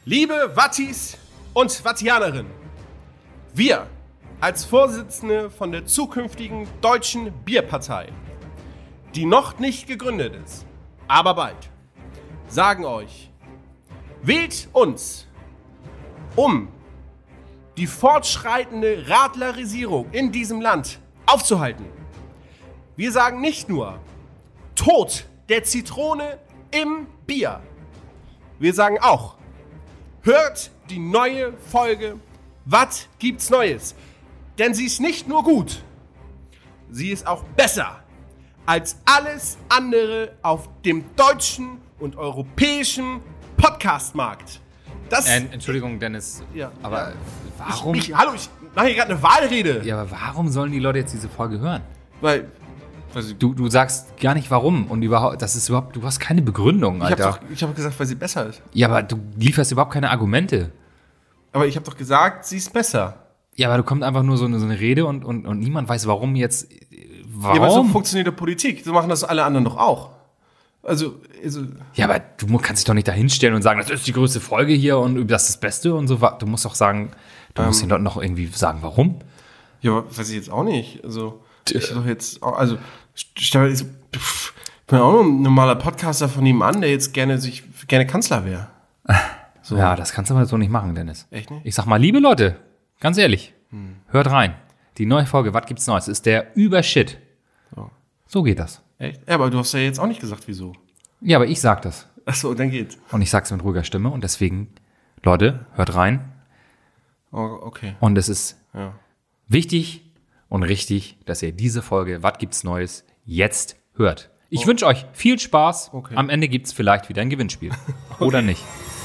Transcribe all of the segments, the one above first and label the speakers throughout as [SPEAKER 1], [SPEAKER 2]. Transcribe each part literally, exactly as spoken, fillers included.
[SPEAKER 1] Liebe Wattis und Wattianerinnen, wir als Vorsitzende von der zukünftigen Deutschen Bierpartei, die noch nicht gegründet ist, aber bald, sagen euch, wählt uns, um die fortschreitende Radlerisierung in diesem Land aufzuhalten. Wir sagen nicht nur Tod der Zitrone im Bier. Wir sagen auch, hört die neue Folge Was gibt's Neues? Denn sie ist nicht nur gut, sie ist auch besser als alles andere auf dem deutschen und europäischen Podcastmarkt. Das
[SPEAKER 2] äh, Entschuldigung, Dennis,
[SPEAKER 1] ja,
[SPEAKER 2] aber
[SPEAKER 1] ja.
[SPEAKER 2] warum...
[SPEAKER 1] Ich, ich, hallo, ich mache hier gerade eine Wahlrede.
[SPEAKER 2] Ja, aber warum sollen die Leute jetzt diese Folge hören?
[SPEAKER 1] Weil...
[SPEAKER 2] Du, du sagst gar nicht warum und überhaupt, das ist überhaupt, du hast keine Begründung, Alter.
[SPEAKER 1] Ich habe hab gesagt, weil sie besser ist.
[SPEAKER 2] Ja, aber du lieferst überhaupt keine Argumente.
[SPEAKER 1] Aber ich habe doch gesagt, sie ist besser.
[SPEAKER 2] Ja, aber du kommst einfach nur so eine, so eine Rede und, und, und niemand weiß, warum jetzt, warum?
[SPEAKER 1] Ja, aber so funktioniert die Politik. So machen das alle anderen doch auch. Also, also
[SPEAKER 2] ja, aber du kannst dich doch nicht da hinstellen und sagen, das ist die größte Folge hier und das ist das Beste und so. Du musst doch sagen, du musst
[SPEAKER 1] ähm,
[SPEAKER 2] den Leuten noch irgendwie sagen, warum.
[SPEAKER 1] Ja, aber weiß ich jetzt auch nicht. Also, ich doch jetzt, also, ich bin auch nur ein normaler Podcaster von ihm an, der jetzt gerne sich gerne Kanzler wäre.
[SPEAKER 2] So. Ja, das kannst du aber so nicht machen, Dennis.
[SPEAKER 1] Echt nicht?
[SPEAKER 2] Ich sag mal, liebe Leute, ganz ehrlich, hm. hört rein. Die neue Folge, was gibt's Neues? Ist der Übershit. So. so geht das.
[SPEAKER 1] Echt? Ja, aber du hast ja jetzt auch nicht gesagt, wieso.
[SPEAKER 2] Ja, aber ich sag das.
[SPEAKER 1] Ach so, dann geht's.
[SPEAKER 2] Und ich sag's mit ruhiger Stimme und deswegen, Leute, hört rein.
[SPEAKER 1] Oh, okay.
[SPEAKER 2] Und es ist
[SPEAKER 1] ja.
[SPEAKER 2] wichtig und richtig, dass ihr diese Folge, was gibt's Neues, jetzt hört. Ich oh. wünsche euch viel Spaß. Okay. Am Ende gibt's vielleicht wieder ein Gewinnspiel. okay. Oder nicht.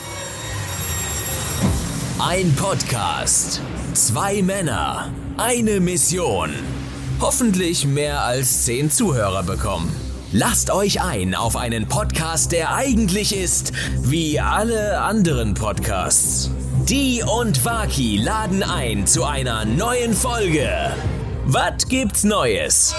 [SPEAKER 3] Ein Podcast. Zwei Männer. Eine Mission. Hoffentlich mehr als zehn Zuhörer bekommen. Lasst euch ein auf einen Podcast, der eigentlich ist wie alle anderen Podcasts. Die und Waki laden ein zu einer neuen Folge. Was gibt's Neues?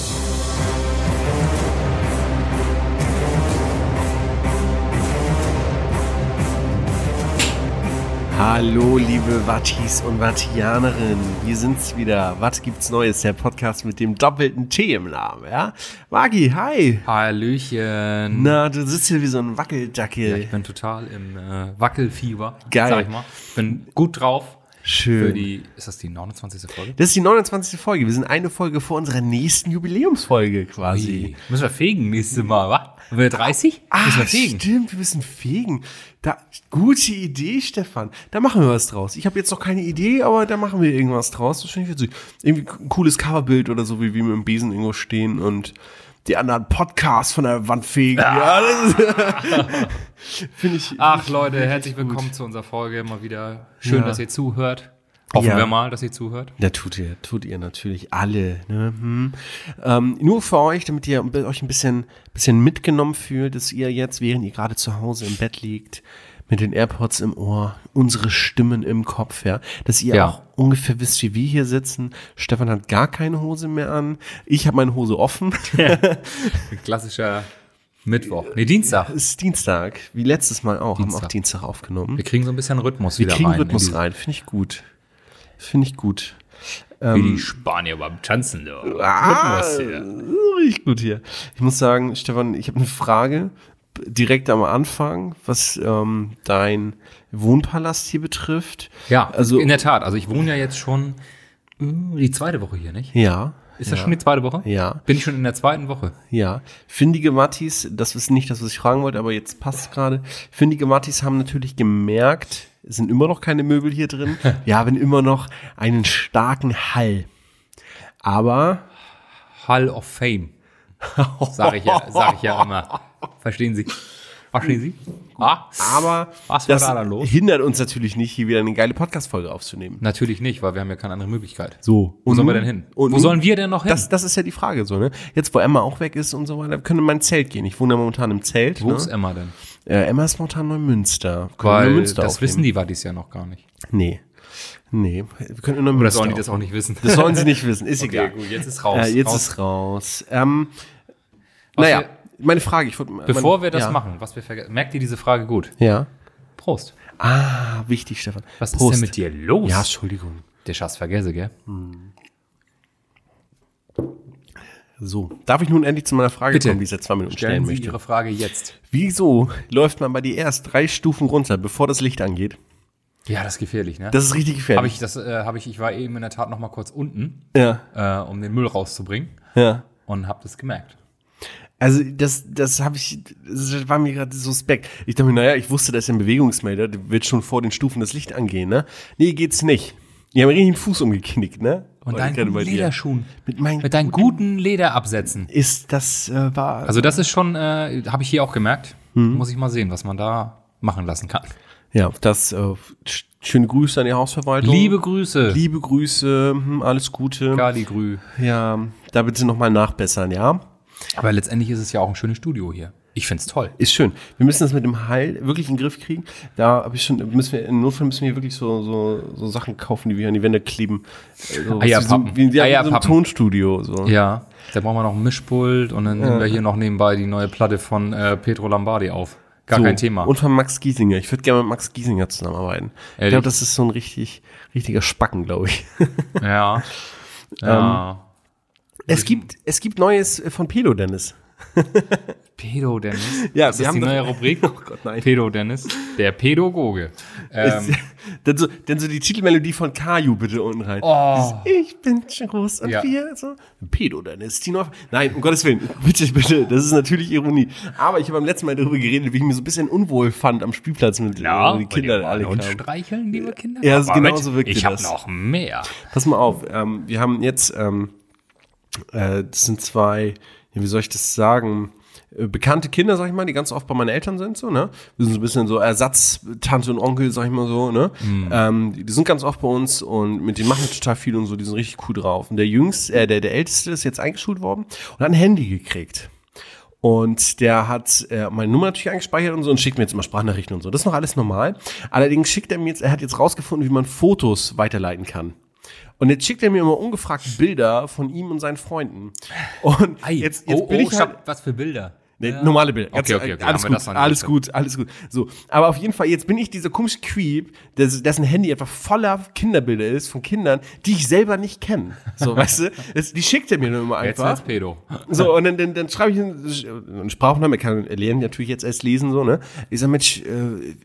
[SPEAKER 1] Hallo, liebe Wattis und Wattianerinnen. Wir sind's wieder. Was gibt's Neues? Der Podcast mit dem doppelten T im Namen, ja? Wagi, hi.
[SPEAKER 2] Hallöchen.
[SPEAKER 1] Na, du sitzt hier wie so ein Wackeldackel.
[SPEAKER 2] Ja, ich bin total im äh, Wackelfieber.
[SPEAKER 1] Geil.
[SPEAKER 2] Sag ich mal. Bin gut drauf.
[SPEAKER 1] Schön.
[SPEAKER 2] Für die, ist das die neunundzwanzigste Folge?
[SPEAKER 1] Das ist die neunundzwanzigste Folge. Wir sind eine Folge vor unserer nächsten Jubiläumsfolge quasi.
[SPEAKER 2] Ui. Müssen wir fegen nächstes Mal, wa? Wenn wir dreißig?
[SPEAKER 1] Ah,
[SPEAKER 2] müssen wir fegen.
[SPEAKER 1] Stimmt, wir müssen fegen. Da, gute Idee, Stefan. Da machen wir was draus. Ich habe jetzt noch keine Idee, aber da machen wir irgendwas draus. Das finde ich witzig. Irgendwie ein cooles Coverbild oder so, wie wir mit dem Besen irgendwo stehen und die anderen Podcasts von der Wand fegen.
[SPEAKER 2] Ah.
[SPEAKER 1] Ja, finde ich.
[SPEAKER 2] Ach
[SPEAKER 1] find ich
[SPEAKER 2] Leute, herzlich willkommen
[SPEAKER 1] gut.
[SPEAKER 2] zu unserer Folge. Mal wieder schön,
[SPEAKER 1] ja.
[SPEAKER 2] dass ihr zuhört. Hoffen
[SPEAKER 1] ja.
[SPEAKER 2] wir mal, dass ihr zuhört.
[SPEAKER 1] Ja, tut ihr, tut ihr natürlich alle. Ne? Hm. Ähm, nur für euch, damit ihr euch ein bisschen, bisschen mitgenommen fühlt, dass ihr jetzt, während ihr gerade zu Hause im Bett liegt, mit den AirPods im Ohr, unsere Stimmen im Kopf, ja, dass ihr
[SPEAKER 2] ja.
[SPEAKER 1] auch ungefähr wisst, wie wir hier sitzen. Stefan hat gar keine Hose mehr an. Ich habe meine Hose offen.
[SPEAKER 2] Ja. Klassischer Mittwoch. Nee, Dienstag.
[SPEAKER 1] Es ist Dienstag, wie letztes Mal auch.
[SPEAKER 2] Dienstag.
[SPEAKER 1] Haben auch Dienstag aufgenommen.
[SPEAKER 2] Wir kriegen so ein bisschen Rhythmus
[SPEAKER 1] wir
[SPEAKER 2] wieder rein.
[SPEAKER 1] Wir kriegen Rhythmus rein, finde ich gut. Finde ich gut.
[SPEAKER 2] Wie ähm, die Spanier beim Tanzen.
[SPEAKER 1] Ah, riecht gut hier. Ich muss sagen, Stefan, ich habe eine Frage direkt am Anfang, was ähm, dein Wohnpalast hier betrifft.
[SPEAKER 2] Ja,
[SPEAKER 1] also
[SPEAKER 2] in der Tat. Also ich wohne ja jetzt schon uh, die zweite Woche hier, nicht?
[SPEAKER 1] Ja.
[SPEAKER 2] Ist das
[SPEAKER 1] ja.
[SPEAKER 2] schon die zweite Woche?
[SPEAKER 1] Ja.
[SPEAKER 2] Bin ich schon in der zweiten Woche?
[SPEAKER 1] Ja. Findige Mattis, das ist nicht das, was ich fragen wollte, aber jetzt passt es gerade. Findige Mattis haben natürlich gemerkt, es sind immer noch keine Möbel hier drin. Wir haben immer noch einen starken Hall. Aber
[SPEAKER 2] Hall of Fame. Sag ich ja, sag ich ja immer. Verstehen Sie? Verstehen Sie? Ah,
[SPEAKER 1] aber
[SPEAKER 2] was war
[SPEAKER 1] das
[SPEAKER 2] da dann los?
[SPEAKER 1] hindert uns natürlich nicht, hier wieder eine geile Podcast-Folge aufzunehmen.
[SPEAKER 2] Natürlich nicht, weil wir haben ja keine andere Möglichkeit.
[SPEAKER 1] So.
[SPEAKER 2] Wo
[SPEAKER 1] und
[SPEAKER 2] sollen
[SPEAKER 1] nun,
[SPEAKER 2] wir denn hin?
[SPEAKER 1] Und
[SPEAKER 2] Wo
[SPEAKER 1] nun,
[SPEAKER 2] sollen wir denn noch hin?
[SPEAKER 1] Das, das ist ja die Frage so, ne? Jetzt, wo Emma auch weg ist und so weiter, können wir in mein Zelt gehen. Ich wohne ja momentan im Zelt.
[SPEAKER 2] Wo
[SPEAKER 1] ne?
[SPEAKER 2] ist Emma denn?
[SPEAKER 1] Äh, Emma ist momentan in Neumünster. Können
[SPEAKER 2] Weil
[SPEAKER 1] Neumünster
[SPEAKER 2] das
[SPEAKER 1] aufnehmen.
[SPEAKER 2] wissen die Wadis ja noch gar nicht.
[SPEAKER 1] Nee. Nee. Wir können in
[SPEAKER 2] Oder
[SPEAKER 1] Neumünster
[SPEAKER 2] sollen die das auch
[SPEAKER 1] aufnehmen.
[SPEAKER 2] nicht wissen?
[SPEAKER 1] Das sollen sie nicht wissen. Ist
[SPEAKER 2] Okay,
[SPEAKER 1] egal.
[SPEAKER 2] gut, jetzt ist raus.
[SPEAKER 1] Äh, jetzt
[SPEAKER 2] raus.
[SPEAKER 1] ist raus. Ähm,
[SPEAKER 2] Was
[SPEAKER 1] naja,
[SPEAKER 2] wir-
[SPEAKER 1] meine Frage. Ich,
[SPEAKER 2] Bevor
[SPEAKER 1] meine,
[SPEAKER 2] wir das
[SPEAKER 1] ja.
[SPEAKER 2] machen, was wir vergessen, merkt ihr diese Frage gut?
[SPEAKER 1] Ja.
[SPEAKER 2] Prost.
[SPEAKER 1] Ah, wichtig, Stefan.
[SPEAKER 2] Was
[SPEAKER 1] Prost.
[SPEAKER 2] ist denn mit dir los?
[SPEAKER 1] Ja, Entschuldigung.
[SPEAKER 2] Der Schatz vergesse, gell?
[SPEAKER 1] So, darf ich nun endlich zu meiner Frage
[SPEAKER 2] Bitte.
[SPEAKER 1] kommen, die ich seit zwei Minuten stellen
[SPEAKER 2] Stellen Sie
[SPEAKER 1] möchte?
[SPEAKER 2] Ihre Frage jetzt.
[SPEAKER 1] Wieso läuft man bei dir erst drei Stufen runter, bevor das Licht angeht?
[SPEAKER 2] Ja, das ist gefährlich, ne?
[SPEAKER 1] Das ist richtig gefährlich.
[SPEAKER 2] Habe ich, das, äh, habe ich, ich war eben in der Tat noch mal kurz unten,
[SPEAKER 1] Ja,
[SPEAKER 2] äh, um den Müll rauszubringen
[SPEAKER 1] ja.
[SPEAKER 2] und habe das gemerkt.
[SPEAKER 1] Also das, das habe ich, das war mir gerade suspekt. Ich dachte mir, naja, ich wusste, dass ein Bewegungsmelder, der wird schon vor den Stufen das Licht angehen, ne? Nee, geht's nicht. Die haben richtig den Fuß umgeknickt, ne?
[SPEAKER 2] Und
[SPEAKER 1] War
[SPEAKER 2] deinen
[SPEAKER 1] gerade
[SPEAKER 2] guten
[SPEAKER 1] bei dir.
[SPEAKER 2] Lederschuhen.
[SPEAKER 1] Mit meinen
[SPEAKER 2] Mit deinen guten Lederabsätzen.
[SPEAKER 1] Ist das äh, war
[SPEAKER 2] Also das ist schon, äh, habe ich hier auch gemerkt. Muss ich mal sehen, was man da machen lassen kann.
[SPEAKER 1] ja, das äh, sch- schöne Grüße an die Hausverwaltung.
[SPEAKER 2] Liebe Grüße.
[SPEAKER 1] Liebe Grüße, hm, alles Gute.
[SPEAKER 2] Galigrü.
[SPEAKER 1] Ja, da bitte nochmal nachbessern, ja?
[SPEAKER 2] Aber letztendlich ist es ja auch ein schönes Studio hier. Ich find's toll.
[SPEAKER 1] Ist schön. Wir müssen das mit dem Hall wirklich in den Griff kriegen. Da habe ich schon, müssen wir, im Notfall müssen wir wirklich so, so, so Sachen kaufen, die wir an die Wände kleben. So,
[SPEAKER 2] Eierpappen.
[SPEAKER 1] so, wie, ja, wie so ein
[SPEAKER 2] Eierpappen.
[SPEAKER 1] Tonstudio. So.
[SPEAKER 2] Ja, da brauchen wir noch ein Mischpult und dann nehmen wir hier noch nebenbei die neue Platte von äh, Pedro Lombardi auf. Gar
[SPEAKER 1] so.
[SPEAKER 2] kein Thema.
[SPEAKER 1] Und von Max Giesinger. Ich würde gerne mit Max Giesinger zusammenarbeiten. Ich
[SPEAKER 2] Ehrlich?
[SPEAKER 1] glaube, das ist so ein richtig, richtiger Spacken, glaube ich.
[SPEAKER 2] Ja. Ja.
[SPEAKER 1] Es gibt, es gibt Neues von Pedo, Dennis.
[SPEAKER 2] Pedo Dennis.
[SPEAKER 1] Ja,
[SPEAKER 2] ist
[SPEAKER 1] wir
[SPEAKER 2] das
[SPEAKER 1] haben
[SPEAKER 2] die
[SPEAKER 1] doch-
[SPEAKER 2] neue Rubrik?
[SPEAKER 1] Oh Gott, nein.
[SPEAKER 2] Pedo Dennis. Der Pädagoge. Ähm,
[SPEAKER 1] Dann, so, dann so die Titelmelodie von Kaju bitte unten rein.
[SPEAKER 2] Oh.
[SPEAKER 1] Ich bin schon groß und
[SPEAKER 2] Ja.
[SPEAKER 1] wir so. Pedo, dann ist die neue. Nein, um Gottes Willen. Bitte, bitte. Das ist natürlich Ironie. Aber ich habe beim letzten Mal darüber geredet, wie ich mich so ein bisschen unwohl fand am Spielplatz mit
[SPEAKER 2] ja,
[SPEAKER 1] wo die Kinder alle
[SPEAKER 2] und
[SPEAKER 1] kamen.
[SPEAKER 2] streicheln, liebe Kinder.
[SPEAKER 1] Ja, das ist
[SPEAKER 2] Aber
[SPEAKER 1] genau
[SPEAKER 2] mit,
[SPEAKER 1] so wirkte
[SPEAKER 2] Ich habe
[SPEAKER 1] das.
[SPEAKER 2] noch mehr.
[SPEAKER 1] Pass mal auf. Ähm, wir haben jetzt, ähm, äh, das sind zwei, ja, wie soll ich das sagen? Äh, Bekannte Kinder, sag ich mal, die ganz oft bei meinen Eltern sind, so, ne? Wir sind so ein bisschen so Ersatz-Tante und Onkel, sag ich mal so, ne? Ähm, die, die sind ganz oft bei uns und mit denen machen wir total viel und so, die sind richtig cool drauf. Und der Jüngste, äh, der, der Älteste ist jetzt eingeschult worden und hat ein Handy gekriegt. Und der hat äh, meine Nummer natürlich eingespeichert und so und schickt mir jetzt immer Sprachnachrichten und so. Das ist noch alles normal. Allerdings schickt er mir jetzt, er hat jetzt rausgefunden, wie man Fotos weiterleiten kann. Und jetzt schickt er mir immer ungefragt Bilder von ihm und seinen Freunden. Und
[SPEAKER 2] Ei.
[SPEAKER 1] jetzt, jetzt
[SPEAKER 2] oh,
[SPEAKER 1] bin
[SPEAKER 2] oh,
[SPEAKER 1] ich halt,
[SPEAKER 2] stopp. Was für Bilder?
[SPEAKER 1] nee,
[SPEAKER 2] Ja.
[SPEAKER 1] normale Bilder. Ganz-
[SPEAKER 2] Okay, okay, okay.
[SPEAKER 1] Alles
[SPEAKER 2] Haben wir das
[SPEAKER 1] gut,
[SPEAKER 2] noch nicht
[SPEAKER 1] alles
[SPEAKER 2] gesagt.
[SPEAKER 1] gut, alles gut. So, aber auf jeden Fall, jetzt bin ich dieser komische Creep, des- dessen Handy einfach voller Kinderbilder ist von Kindern, die ich selber nicht kenne. So, weißt du? Das, die schickt er mir nur immer
[SPEAKER 2] Jetzt
[SPEAKER 1] einfach.
[SPEAKER 2] als Pedo.
[SPEAKER 1] So, und dann, dann, dann schreibe ich einen Sprachname, er kann er lernt natürlich jetzt erst lesen, so, ne? Ich sag, Mensch, äh,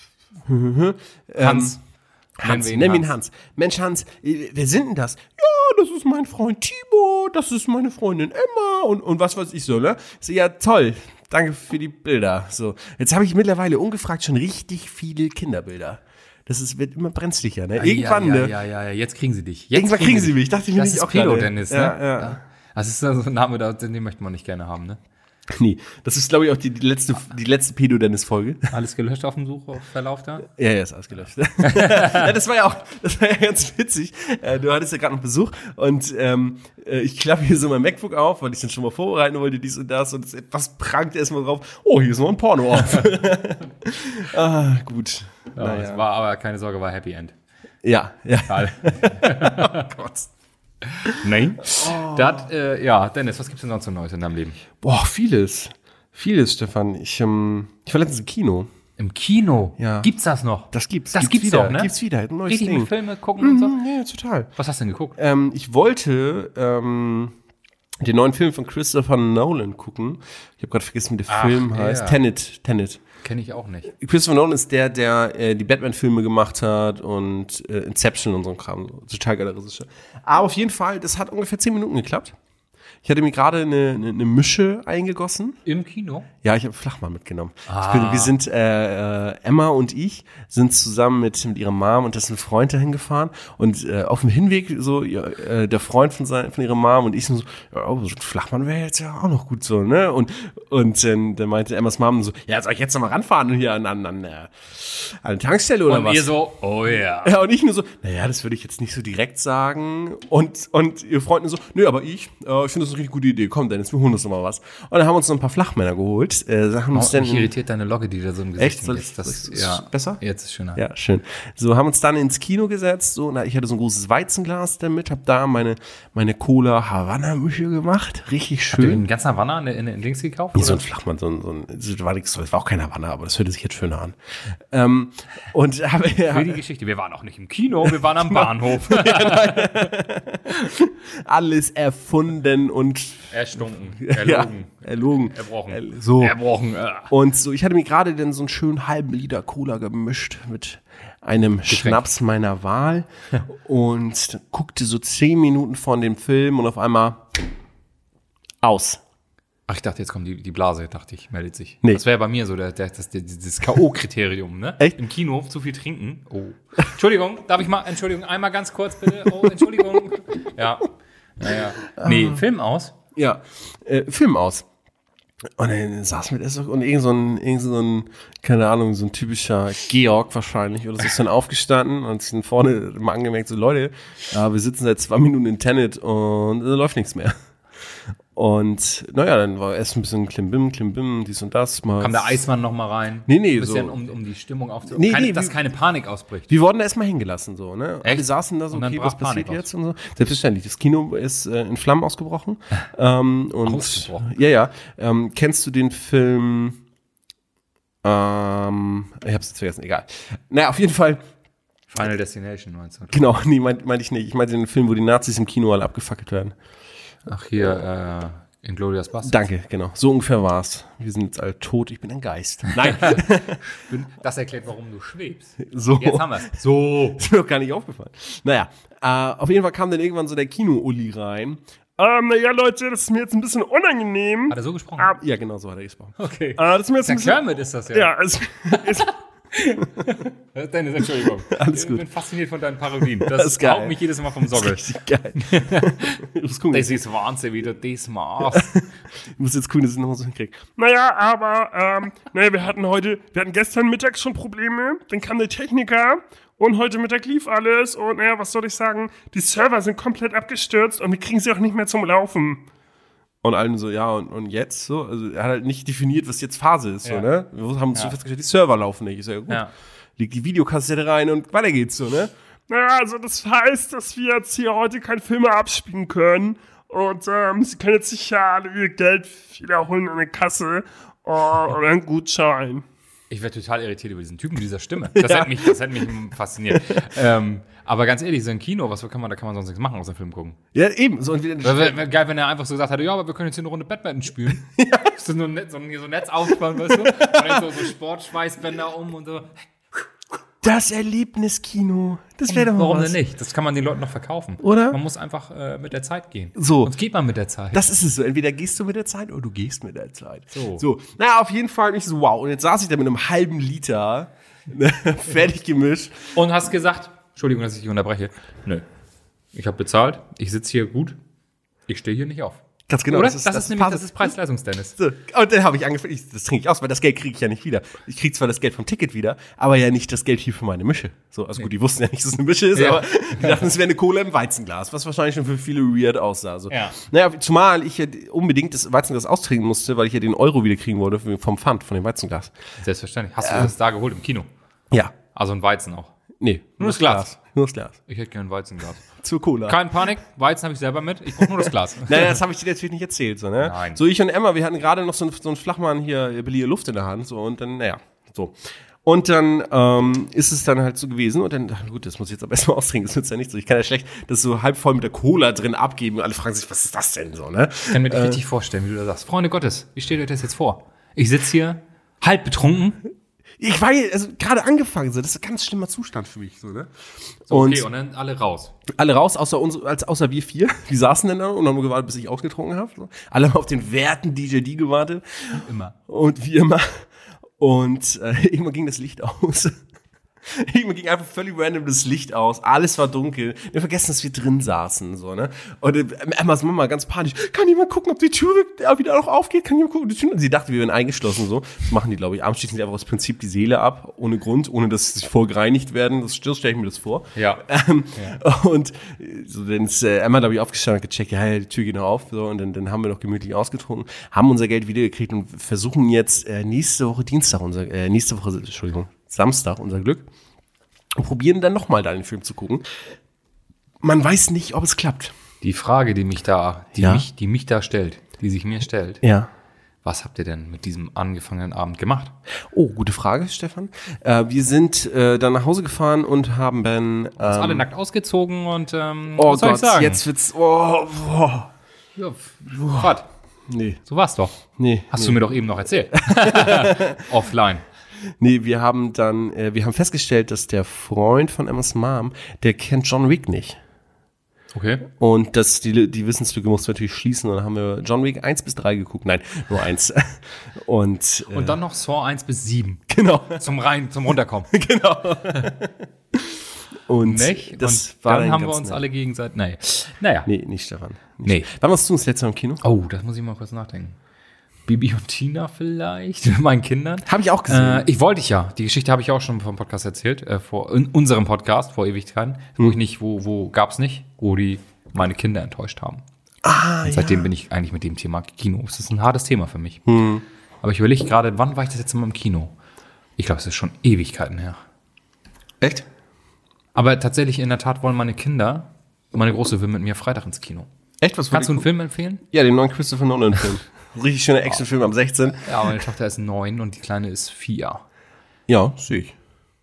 [SPEAKER 2] Hans.
[SPEAKER 1] Hans,
[SPEAKER 2] Nennen
[SPEAKER 1] nenn
[SPEAKER 2] wir
[SPEAKER 1] ihn
[SPEAKER 2] ihn
[SPEAKER 1] Hans. Mensch, Hans, äh, wer sind denn das? Ja, das ist mein Freund Timo, das ist meine Freundin Emma und, und was weiß ich so, ne? Ich so, ja, toll, danke für die Bilder. So, jetzt habe ich mittlerweile ungefragt schon richtig viele Kinderbilder. Das ist, wird immer brenzlicher, ne? Irgendwann,
[SPEAKER 2] ja, ja,
[SPEAKER 1] ne?
[SPEAKER 2] ja, ja, ja, jetzt kriegen sie dich. Jetzt
[SPEAKER 1] Irgendwann kriegen sie mich. Dachte ich mir
[SPEAKER 2] das
[SPEAKER 1] nicht
[SPEAKER 2] ist
[SPEAKER 1] auch gerade.
[SPEAKER 2] Pedo Dennis, ne?
[SPEAKER 1] Ja, ja.
[SPEAKER 2] Das ist also ein Name, da- den möchte man nicht gerne haben, ne?
[SPEAKER 1] Nee, das ist, glaube ich, auch die, die letzte, die letzte Pedo-Dennis-Folge.
[SPEAKER 2] Alles gelöscht auf dem Suchverlauf da?
[SPEAKER 1] Ja, ja, ist alles gelöscht. Ja, das war ja auch, das war ja ganz witzig. Äh, Du hattest ja gerade noch Besuch und ähm, äh, ich klappe hier so mein MacBook auf, weil ich dann schon mal vorbereiten wollte, dies und das und es etwas prangt erstmal drauf. Oh, hier ist noch ein Porno auf. Ah, gut.
[SPEAKER 2] Ja,
[SPEAKER 1] Naja.
[SPEAKER 2] es war aber, keine Sorge, war Happy End.
[SPEAKER 1] Ja, ja.
[SPEAKER 2] Geil.
[SPEAKER 1] Gott.
[SPEAKER 2] Nein. Das, äh, ja, Dennis, was gibt's denn sonst so Neues in deinem Leben?
[SPEAKER 1] Boah, vieles. Vieles, Stefan. Ich, ähm, ich war letztens im Kino.
[SPEAKER 2] Im Kino?
[SPEAKER 1] Ja.
[SPEAKER 2] Gibt's das noch?
[SPEAKER 1] Das gibt's.
[SPEAKER 2] Das gibt's
[SPEAKER 1] wieder.
[SPEAKER 2] doch, ne?
[SPEAKER 1] Gibt's wieder. Ein neues
[SPEAKER 2] Richtig
[SPEAKER 1] Ding.
[SPEAKER 2] mit Filme gucken und so?
[SPEAKER 1] Mhm, ja, total.
[SPEAKER 2] Was hast du denn geguckt?
[SPEAKER 1] Ähm, ich wollte ähm, den neuen Film von Christopher Nolan gucken. Ich habe gerade vergessen, wie der
[SPEAKER 2] Ach,
[SPEAKER 1] Film
[SPEAKER 2] ja.
[SPEAKER 1] heißt. Tenet. Tenet.
[SPEAKER 2] Kenne ich auch nicht.
[SPEAKER 1] Christopher Nolan ist der, der äh, die Batman-Filme gemacht hat und äh, Inception und so ein Kram. So. Total geiler Regisseur. Aber auf jeden Fall, das hat ungefähr zehn Minuten geklappt. Ich hatte mir gerade eine, eine, eine Mische eingegossen.
[SPEAKER 2] Im Kino?
[SPEAKER 1] Ja, ich habe Flachmann mitgenommen.
[SPEAKER 2] Ah.
[SPEAKER 1] Ich bin, wir sind, äh, äh, Emma und ich sind zusammen mit, mit ihrer Mom und dessen Freund dahin gefahren. Und äh, auf dem Hinweg so ja, äh, der Freund von, sein, von ihrer Mom und ich so, ja, oh, so ein Flachmann wäre jetzt ja auch noch gut so, ne? Und, und äh, dann meinte Emmas Mom so, ja, soll ich jetzt noch mal ranfahren hier an, an, an, äh, an eine Tankstelle oder
[SPEAKER 2] Und
[SPEAKER 1] was?
[SPEAKER 2] ihr so, oh ja.
[SPEAKER 1] Ja, und ich nur so, naja, das würde ich jetzt nicht so direkt sagen. Und, und ihr Freund nur so, nö, aber ich, äh, ich finde das ein eine richtig gute Idee. Komm, Dennis, wir holen uns noch mal was. Und dann haben wir uns noch ein paar Flachmänner geholt. Äh, haben uns
[SPEAKER 2] Oh,
[SPEAKER 1] dann
[SPEAKER 2] mich irritiert deine Logge, die da so im Gesicht
[SPEAKER 1] Echt? Soll
[SPEAKER 2] ist.
[SPEAKER 1] ich-
[SPEAKER 2] Das
[SPEAKER 1] soll ich-
[SPEAKER 2] ja,
[SPEAKER 1] ist besser?
[SPEAKER 2] Jetzt ist schöner.
[SPEAKER 1] Ja, schön. So, haben uns dann ins Kino gesetzt. So, na, ich hatte so ein großes Weizenglas damit, hab da meine, meine Cola Havanna-Mische gemacht. Richtig
[SPEAKER 2] Habt ihr
[SPEAKER 1] schön.
[SPEAKER 2] einen ganzen Havanna in, in, in Links gekauft?
[SPEAKER 1] Nicht so
[SPEAKER 2] oder?
[SPEAKER 1] ein Flachmann, so ein, so ein, das war nichts, das war auch kein Havanna, aber das hörte sich jetzt schöner an. Ähm, und habe,
[SPEAKER 2] Für die Geschichte. Wir waren auch nicht im Kino, wir waren am Bahnhof.
[SPEAKER 1] alles erfunden und
[SPEAKER 2] Erstunken,
[SPEAKER 1] ja,
[SPEAKER 2] erlogen,
[SPEAKER 1] erlogen.
[SPEAKER 2] erbrochen.
[SPEAKER 1] Er- So.
[SPEAKER 2] Erbrochen. Äh.
[SPEAKER 1] Und so, ich hatte mir gerade dann so einen schönen halben Liter Cola gemischt mit einem Schnaps meiner Wahl und guckte so zehn Minuten von dem Film und auf einmal aus.
[SPEAKER 2] Ach, ich dachte, jetzt kommt die, die Blase, dachte ich, meldet sich.
[SPEAKER 1] Nee.
[SPEAKER 2] Das wäre bei mir so der, der, das, der, dieses K O-Kriterium, ne?
[SPEAKER 1] Echt?
[SPEAKER 2] Im Kino zu viel trinken. Oh. Entschuldigung, darf ich mal, Entschuldigung, einmal ganz kurz bitte. Oh, Entschuldigung. Ja. Naja. Nee, Film aus.
[SPEAKER 1] Ja, äh, Film aus. Und dann saßen wir das und irgend so ein, irgend so ein, keine Ahnung, so ein typischer Georg wahrscheinlich oder so ist dann aufgestanden und sind vorne mal angemerkt, so Leute, ja, wir sitzen seit zwei Minuten in Tenet und da läuft nichts mehr. Und naja, dann war erst ein bisschen Klimbim, Klimbim, dies und das. Mal
[SPEAKER 2] Kam der Eismann noch mal rein.
[SPEAKER 1] Nee, nee,
[SPEAKER 2] Ein bisschen,
[SPEAKER 1] so-
[SPEAKER 2] um, um die Stimmung aufzunehmen.
[SPEAKER 1] Nee,
[SPEAKER 2] keine,
[SPEAKER 1] nee,
[SPEAKER 2] dass
[SPEAKER 1] wie-
[SPEAKER 2] keine Panik ausbricht.
[SPEAKER 1] Wir wurden erstmal hingelassen, so, ne?
[SPEAKER 2] Echt?
[SPEAKER 1] Wir saßen da so,
[SPEAKER 2] Und dann
[SPEAKER 1] okay,
[SPEAKER 2] brach
[SPEAKER 1] was passiert
[SPEAKER 2] Panik aus.
[SPEAKER 1] jetzt und so. Selbstverständlich, das Kino ist äh, in Flammen ausgebrochen. ähm, und,
[SPEAKER 2] Ausgebrochen?
[SPEAKER 1] Ja, ja. Ähm, kennst du den Film, ähm, ich hab's jetzt vergessen, egal. Naja, auf jeden Fall,
[SPEAKER 2] Final Destination meinst du?
[SPEAKER 1] genau, nee, meinte meint ich nicht. Ich meinte den Film, wo die Nazis im Kino alle abgefackelt werden.
[SPEAKER 2] Ach, hier, äh, Inglourious Basterds.
[SPEAKER 1] Danke, genau. So ungefähr war's. Wir sind jetzt alle tot, ich bin ein Geist. Nein,
[SPEAKER 2] Das erklärt, warum du schwebst.
[SPEAKER 1] so.
[SPEAKER 2] Jetzt haben wir's. So.
[SPEAKER 1] Ist mir doch gar nicht aufgefallen. Naja, äh, auf jeden Fall kam dann irgendwann so der Kino-Uli rein. Ähm, naja, Leute, das ist mir jetzt ein bisschen unangenehm.
[SPEAKER 2] Hat er so gesprochen?
[SPEAKER 1] Ah, ja, genau, so hat er gesprochen.
[SPEAKER 2] Okay.
[SPEAKER 1] Äh, das ist mir jetzt
[SPEAKER 2] Der
[SPEAKER 1] ein bisschen,
[SPEAKER 2] Kermit ist das ja.
[SPEAKER 1] ja, es, es,
[SPEAKER 2] Dennis, Entschuldigung.
[SPEAKER 1] Alles
[SPEAKER 2] Ich
[SPEAKER 1] gut.
[SPEAKER 2] bin fasziniert von deinen Parodien. Das,
[SPEAKER 1] Das ist geil.
[SPEAKER 2] haut mich jedes Mal vom Sockel.
[SPEAKER 1] richtig geil. Ich muss gucken,
[SPEAKER 2] Das ist Wahnsinn, wie du das machst.
[SPEAKER 1] ich muss jetzt gucken, dass ich noch mal so hinkriege. Naja, aber, ähm, naja, wir hatten heute, wir hatten gestern Mittag schon Probleme, dann kam der Techniker und heute Mittag lief alles und naja, was soll ich sagen, die Server sind komplett abgestürzt und wir kriegen sie auch nicht mehr zum Laufen. Und allen so, ja, und, und jetzt so? Also er hat halt nicht definiert, was jetzt Phase ist,
[SPEAKER 2] Ja.
[SPEAKER 1] so, ne? Wir haben so festgestellt, die Server laufen nicht. Ich so, ja gut,
[SPEAKER 2] Ja.
[SPEAKER 1] leg die Videokassette rein und weiter geht's so, ne? Naja, also das heißt, dass wir jetzt hier heute keinen Film mehr abspielen können. Und ähm, sie können jetzt sicher alle ihr Geld wiederholen in der Kasse oh, oder einen Gutschein.
[SPEAKER 2] Ich wäre total irritiert über diesen Typen mit dieser Stimme. Das,
[SPEAKER 1] Ja.
[SPEAKER 2] hat, mich, das hat mich fasziniert. ähm, aber ganz ehrlich, so ein Kino, was kann man, da kann man sonst nichts machen, außer Film gucken.
[SPEAKER 1] Ja, eben. So, und wieder,
[SPEAKER 2] Wäre wär, wär geil, wenn er einfach so gesagt hätte, ja, aber wir können jetzt hier eine Runde Badminton spielen. Ja. So, ein Netz, so, ein, so ein Netz aufspannen, weißt du? Und dann so, so Sportschweißbänder um und so.
[SPEAKER 1] das Erlebniskino. Das wäre doch mal
[SPEAKER 2] Warum
[SPEAKER 1] was.
[SPEAKER 2] denn nicht? Das kann man den Leuten noch verkaufen.
[SPEAKER 1] Oder?
[SPEAKER 2] Man muss einfach äh, mit der Zeit gehen.
[SPEAKER 1] So.
[SPEAKER 2] Sonst geht man mit der Zeit.
[SPEAKER 1] Das ist es so. Entweder gehst du mit der Zeit oder du gehst mit der Zeit.
[SPEAKER 2] So.
[SPEAKER 1] So. Naja, auf jeden Fall nicht so, wow. Und jetzt saß ich da mit einem halben Liter ne, fertig gemischt.
[SPEAKER 2] Und hast gesagt, Entschuldigung, dass ich dich unterbreche. Nö. Ich habe bezahlt, ich sitze hier gut, ich stehe hier nicht auf.
[SPEAKER 1] Ganz genau.
[SPEAKER 2] Oder?
[SPEAKER 1] Das ist,
[SPEAKER 2] das ist nämlich,
[SPEAKER 1] passt.
[SPEAKER 2] das ist Preis-Leistungs-Dennis.
[SPEAKER 1] So. Und dann habe ich angefangen, ich, das trinke ich aus, weil das Geld kriege ich ja nicht wieder. Ich kriege zwar das Geld vom Ticket wieder, aber ja nicht das Geld hier für meine Mische. So, also gut, die wussten ja nicht, dass es eine Mische ist,
[SPEAKER 2] Ja.
[SPEAKER 1] aber die dachten, es wäre eine Cola im Weizenglas, was wahrscheinlich schon für viele weird aussah. So.
[SPEAKER 2] Ja.
[SPEAKER 1] Naja, zumal ich ja unbedingt das Weizenglas austrinken musste, weil ich ja den Euro wieder kriegen wollte vom Pfand, von dem Weizenglas.
[SPEAKER 2] Selbstverständlich. Hast du das da geholt im Kino?
[SPEAKER 1] Ja.
[SPEAKER 2] Also ein Weizen auch.
[SPEAKER 1] Nee, nur
[SPEAKER 2] das Glas.
[SPEAKER 1] Nur das Glas.
[SPEAKER 2] Ich hätte gerne ein Weizenglas.
[SPEAKER 1] Zur Cola.
[SPEAKER 2] Keine Panik, Weizen habe ich selber mit. Ich brauche nur das Glas.
[SPEAKER 1] Nein, das habe ich dir natürlich nicht erzählt. So, ne?
[SPEAKER 2] Nein.
[SPEAKER 1] So, ich und Emma, wir hatten gerade noch so einen, so einen Flachmann hier, Berliner Luft in der Hand. So, und dann, naja, so. Und dann ähm, ist es dann halt so gewesen. Und dann, ach, gut, das muss ich jetzt am besten mal austrinken. Das nützt ja nicht so. Ich kann ja schlecht das so halb voll mit der Cola drin abgeben. Und alle fragen sich, was ist das denn so, ne?
[SPEAKER 2] Ich kann mir das richtig vorstellen, wie du da sagst. Freunde Gottes, wie steht euch das jetzt vor? Ich sitze hier, halb betrunken.
[SPEAKER 1] Ich war hier, also gerade angefangen, so. Das ist ein ganz schlimmer Zustand für mich, so, ne?
[SPEAKER 2] So,
[SPEAKER 1] und
[SPEAKER 2] okay, und dann alle raus.
[SPEAKER 1] alle raus, außer uns, als außer wir vier. Die saßen dann da und haben nur gewartet, bis ich ausgetrunken habe. So. Alle haben auf den werten D J D gewartet.
[SPEAKER 2] Immer.
[SPEAKER 1] Und wie immer. Und äh, irgendwann ging das Licht aus. Mir ging einfach völlig random das Licht aus, alles war dunkel. Wir haben vergessen, dass wir drin saßen, so, ne? Und Emmas Mama ganz panisch, kann jemand gucken, ob die Tür wieder noch aufgeht? Kann jemand gucken, ob die Tür? Und sie dachte, wir wären eingeschlossen, so. Das machen die, glaube ich. Abends schließen sie einfach aus Prinzip die Seele ab, ohne Grund, ohne dass sie vorgereinigt werden. Das stelle ich mir das vor.
[SPEAKER 2] Ja.
[SPEAKER 1] Ähm,
[SPEAKER 2] ja.
[SPEAKER 1] Und so, dann ist äh, Emma, glaube ich, aufgestanden und gecheckt, ja, die Tür geht noch auf, so. Und dann, dann haben wir noch gemütlich ausgetrunken, haben unser Geld wiedergekriegt und versuchen jetzt äh, nächste Woche Dienstag, unser, äh, nächste Woche, Entschuldigung, Samstag unser Glück. Und probieren dann nochmal da den Film zu gucken. Man weiß nicht, ob es klappt.
[SPEAKER 2] Die Frage, die mich da, die
[SPEAKER 1] Ja?
[SPEAKER 2] mich, die mich da stellt, die sich mir stellt.
[SPEAKER 1] Ja.
[SPEAKER 2] Was habt ihr denn mit diesem angefangenen Abend gemacht?
[SPEAKER 1] Oh, gute Frage, Stefan. Äh, wir sind äh, dann nach Hause gefahren und haben dann. Ähm,
[SPEAKER 2] Alle nackt ausgezogen und ähm,
[SPEAKER 1] oh
[SPEAKER 2] was soll
[SPEAKER 1] Gott,
[SPEAKER 2] ich sagen?
[SPEAKER 1] jetzt wird's. Oh, oh.
[SPEAKER 2] Ja, was?
[SPEAKER 1] Nee,
[SPEAKER 2] So war's doch.
[SPEAKER 1] nee.
[SPEAKER 2] Hast
[SPEAKER 1] nee.
[SPEAKER 2] du mir doch eben noch erzählt. Offline.
[SPEAKER 1] Nee, wir haben dann, äh, wir haben festgestellt, dass der Freund von Emmas Mom, der kennt John Wick nicht.
[SPEAKER 2] Okay.
[SPEAKER 1] Und das, die, die Wissenslücke mussten wir natürlich schließen. Und dann haben wir John Wick eins bis drei geguckt. Nein, nur eins. Und, äh,
[SPEAKER 2] Und dann noch Saw eins bis sieben.
[SPEAKER 1] genau,
[SPEAKER 2] Zum rein, zum Runterkommen.
[SPEAKER 1] genau. Und
[SPEAKER 2] Nicht?
[SPEAKER 1] das
[SPEAKER 2] und
[SPEAKER 1] war
[SPEAKER 2] dann haben wir
[SPEAKER 1] ganz
[SPEAKER 2] uns
[SPEAKER 1] nett.
[SPEAKER 2] alle gegenseitig. Nee. Naja.
[SPEAKER 1] Nee, nicht Stefan. Nicht.
[SPEAKER 2] Nee.
[SPEAKER 1] Wann warst du das letzte Mal im Kino?
[SPEAKER 2] Oh, das muss ich mal kurz nachdenken. Bibi und Tina vielleicht, mit meinen Kindern.
[SPEAKER 1] Habe ich auch gesehen.
[SPEAKER 2] Äh, ich wollte ich ja. Die Geschichte habe ich auch schon vom Podcast erzählt, äh, vor in unserem Podcast vor Ewigkeiten, wo
[SPEAKER 1] Hm.
[SPEAKER 2] ich nicht, wo, wo gab's nicht, wo die meine Kinder enttäuscht haben.
[SPEAKER 1] ah,
[SPEAKER 2] Und seitdem bin ich eigentlich mit dem Thema Kino. Es ist ein hartes Thema für mich.
[SPEAKER 1] Hm.
[SPEAKER 2] Aber ich überlege gerade, wann war ich das letzte Mal im Kino? Ich glaube, es ist schon Ewigkeiten her.
[SPEAKER 1] Echt?
[SPEAKER 2] Aber tatsächlich, in der Tat wollen meine Kinder, meine Große will mit mir Freitag ins Kino.
[SPEAKER 1] Echt? Was
[SPEAKER 2] Kannst du einen
[SPEAKER 1] wollt
[SPEAKER 2] Film empfehlen?
[SPEAKER 1] ihr- Ja, den neuen Christopher Nolan-Film. Richtig schöner Actionfilm am sechzehnten
[SPEAKER 2] Ja, meine Tochter ist neun und die Kleine ist vier.
[SPEAKER 1] Ja, sehe ich.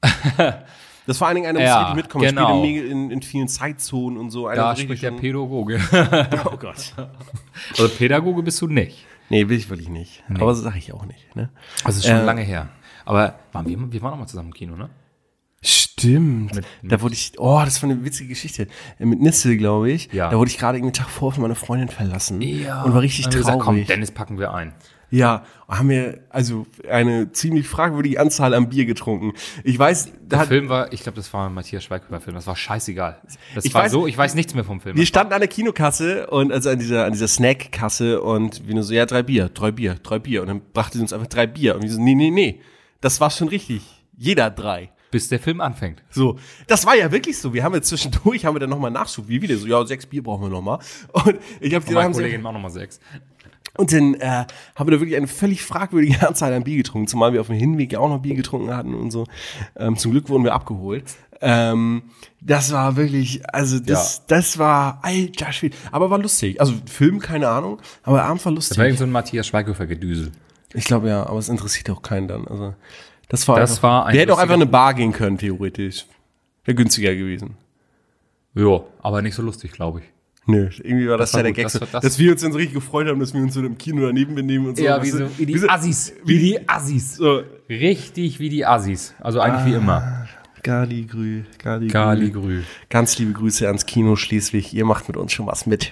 [SPEAKER 1] Das vor allen Dingen einer muss
[SPEAKER 2] Ja,
[SPEAKER 1] richtig mitkommen.
[SPEAKER 2] genau.
[SPEAKER 1] Spielt in, mega- in, in vielen Zeitzonen und so. Einer
[SPEAKER 2] Da
[SPEAKER 1] ist richtig
[SPEAKER 2] spricht der
[SPEAKER 1] schon-
[SPEAKER 2] Pädagoge.
[SPEAKER 1] Oh Gott.
[SPEAKER 2] Also Pädagoge bist du nicht.
[SPEAKER 1] Nee, will ich wirklich nicht. Aber das sage ich auch nicht. Ne?
[SPEAKER 2] Das ist schon
[SPEAKER 1] Äh,
[SPEAKER 2] lange her. Aber waren wir, wir waren auch mal zusammen im Kino, ne?
[SPEAKER 1] Stimmt.
[SPEAKER 2] Mit-
[SPEAKER 1] da wurde ich, oh, das war eine witzige Geschichte. Äh, Mit Nisse, glaube ich.
[SPEAKER 2] Ja.
[SPEAKER 1] Da wurde ich gerade einen Tag vor von meiner Freundin verlassen. Und war richtig
[SPEAKER 2] Dann haben wir
[SPEAKER 1] traurig.
[SPEAKER 2] gesagt, komm, Dennis packen wir ein.
[SPEAKER 1] Ja, haben wir also eine ziemlich fragwürdige Anzahl an Bier getrunken. Ich weiß, da
[SPEAKER 2] Der
[SPEAKER 1] hat,
[SPEAKER 2] Film war, ich glaube, das war ein Matthias Schweighöfer-Film. Das war scheißegal. Das
[SPEAKER 1] Ich
[SPEAKER 2] war
[SPEAKER 1] weiß-
[SPEAKER 2] so, ich weiß nichts mehr vom Film.
[SPEAKER 1] wir standen an der Kinokasse und also an dieser, an dieser Snackkasse und wir nur so, ja, drei Bier, drei Bier, drei Bier. Und dann brachte sie uns einfach drei Bier. Und wir so, nee, nee, nee, das war schon richtig. Jeder drei.
[SPEAKER 2] Bis der Film anfängt.
[SPEAKER 1] So, das war ja wirklich so. Wir haben jetzt zwischendurch, haben wir dann nochmal Nachschub, wie wieder so, ja, sechs Bier brauchen wir nochmal. Und ich habe die
[SPEAKER 2] Meine
[SPEAKER 1] haben sie,
[SPEAKER 2] Kollegin auch nochmal sechs.
[SPEAKER 1] und dann äh, haben wir da wirklich eine völlig fragwürdige Anzahl an Bier getrunken, zumal wir auf dem Hinweg ja auch noch Bier getrunken hatten und so. Ähm, zum Glück wurden wir abgeholt. Ähm, das war wirklich, also das,
[SPEAKER 2] Ja.
[SPEAKER 1] das war alter Schwede. Aber war lustig. Also Film, keine Ahnung, aber der Abend war
[SPEAKER 2] Das war
[SPEAKER 1] lustig.
[SPEAKER 2] irgend so ein Matthias Schweighöfer-Gedüsel.
[SPEAKER 1] Ich glaube ja, aber es interessiert auch keinen dann. Also das war,
[SPEAKER 2] Das
[SPEAKER 1] einfach,
[SPEAKER 2] war ein
[SPEAKER 1] wir hätten auch
[SPEAKER 2] lustiger-
[SPEAKER 1] einfach in eine Bar gehen können, theoretisch. Wäre günstiger gewesen.
[SPEAKER 2] Jo, aber nicht so lustig, glaube ich.
[SPEAKER 1] Nö, irgendwie war das,
[SPEAKER 2] war
[SPEAKER 1] ja der
[SPEAKER 2] gut,
[SPEAKER 1] Gag,
[SPEAKER 2] das
[SPEAKER 1] so,
[SPEAKER 2] war- das-
[SPEAKER 1] dass wir uns dann so richtig gefreut haben, dass wir uns so im Kino daneben benehmen und so.
[SPEAKER 2] Ja, wie,
[SPEAKER 1] Weißt du,
[SPEAKER 2] so, wie die
[SPEAKER 1] so-
[SPEAKER 2] Assis. Wie die Assis.
[SPEAKER 1] So,
[SPEAKER 2] Richtig wie die Assis. Also eigentlich wie immer.
[SPEAKER 1] Galigrü, Galigrü.
[SPEAKER 2] Galigrü.
[SPEAKER 1] Ganz liebe Grüße ans Kino Schleswig. Ihr macht mit uns schon was mit.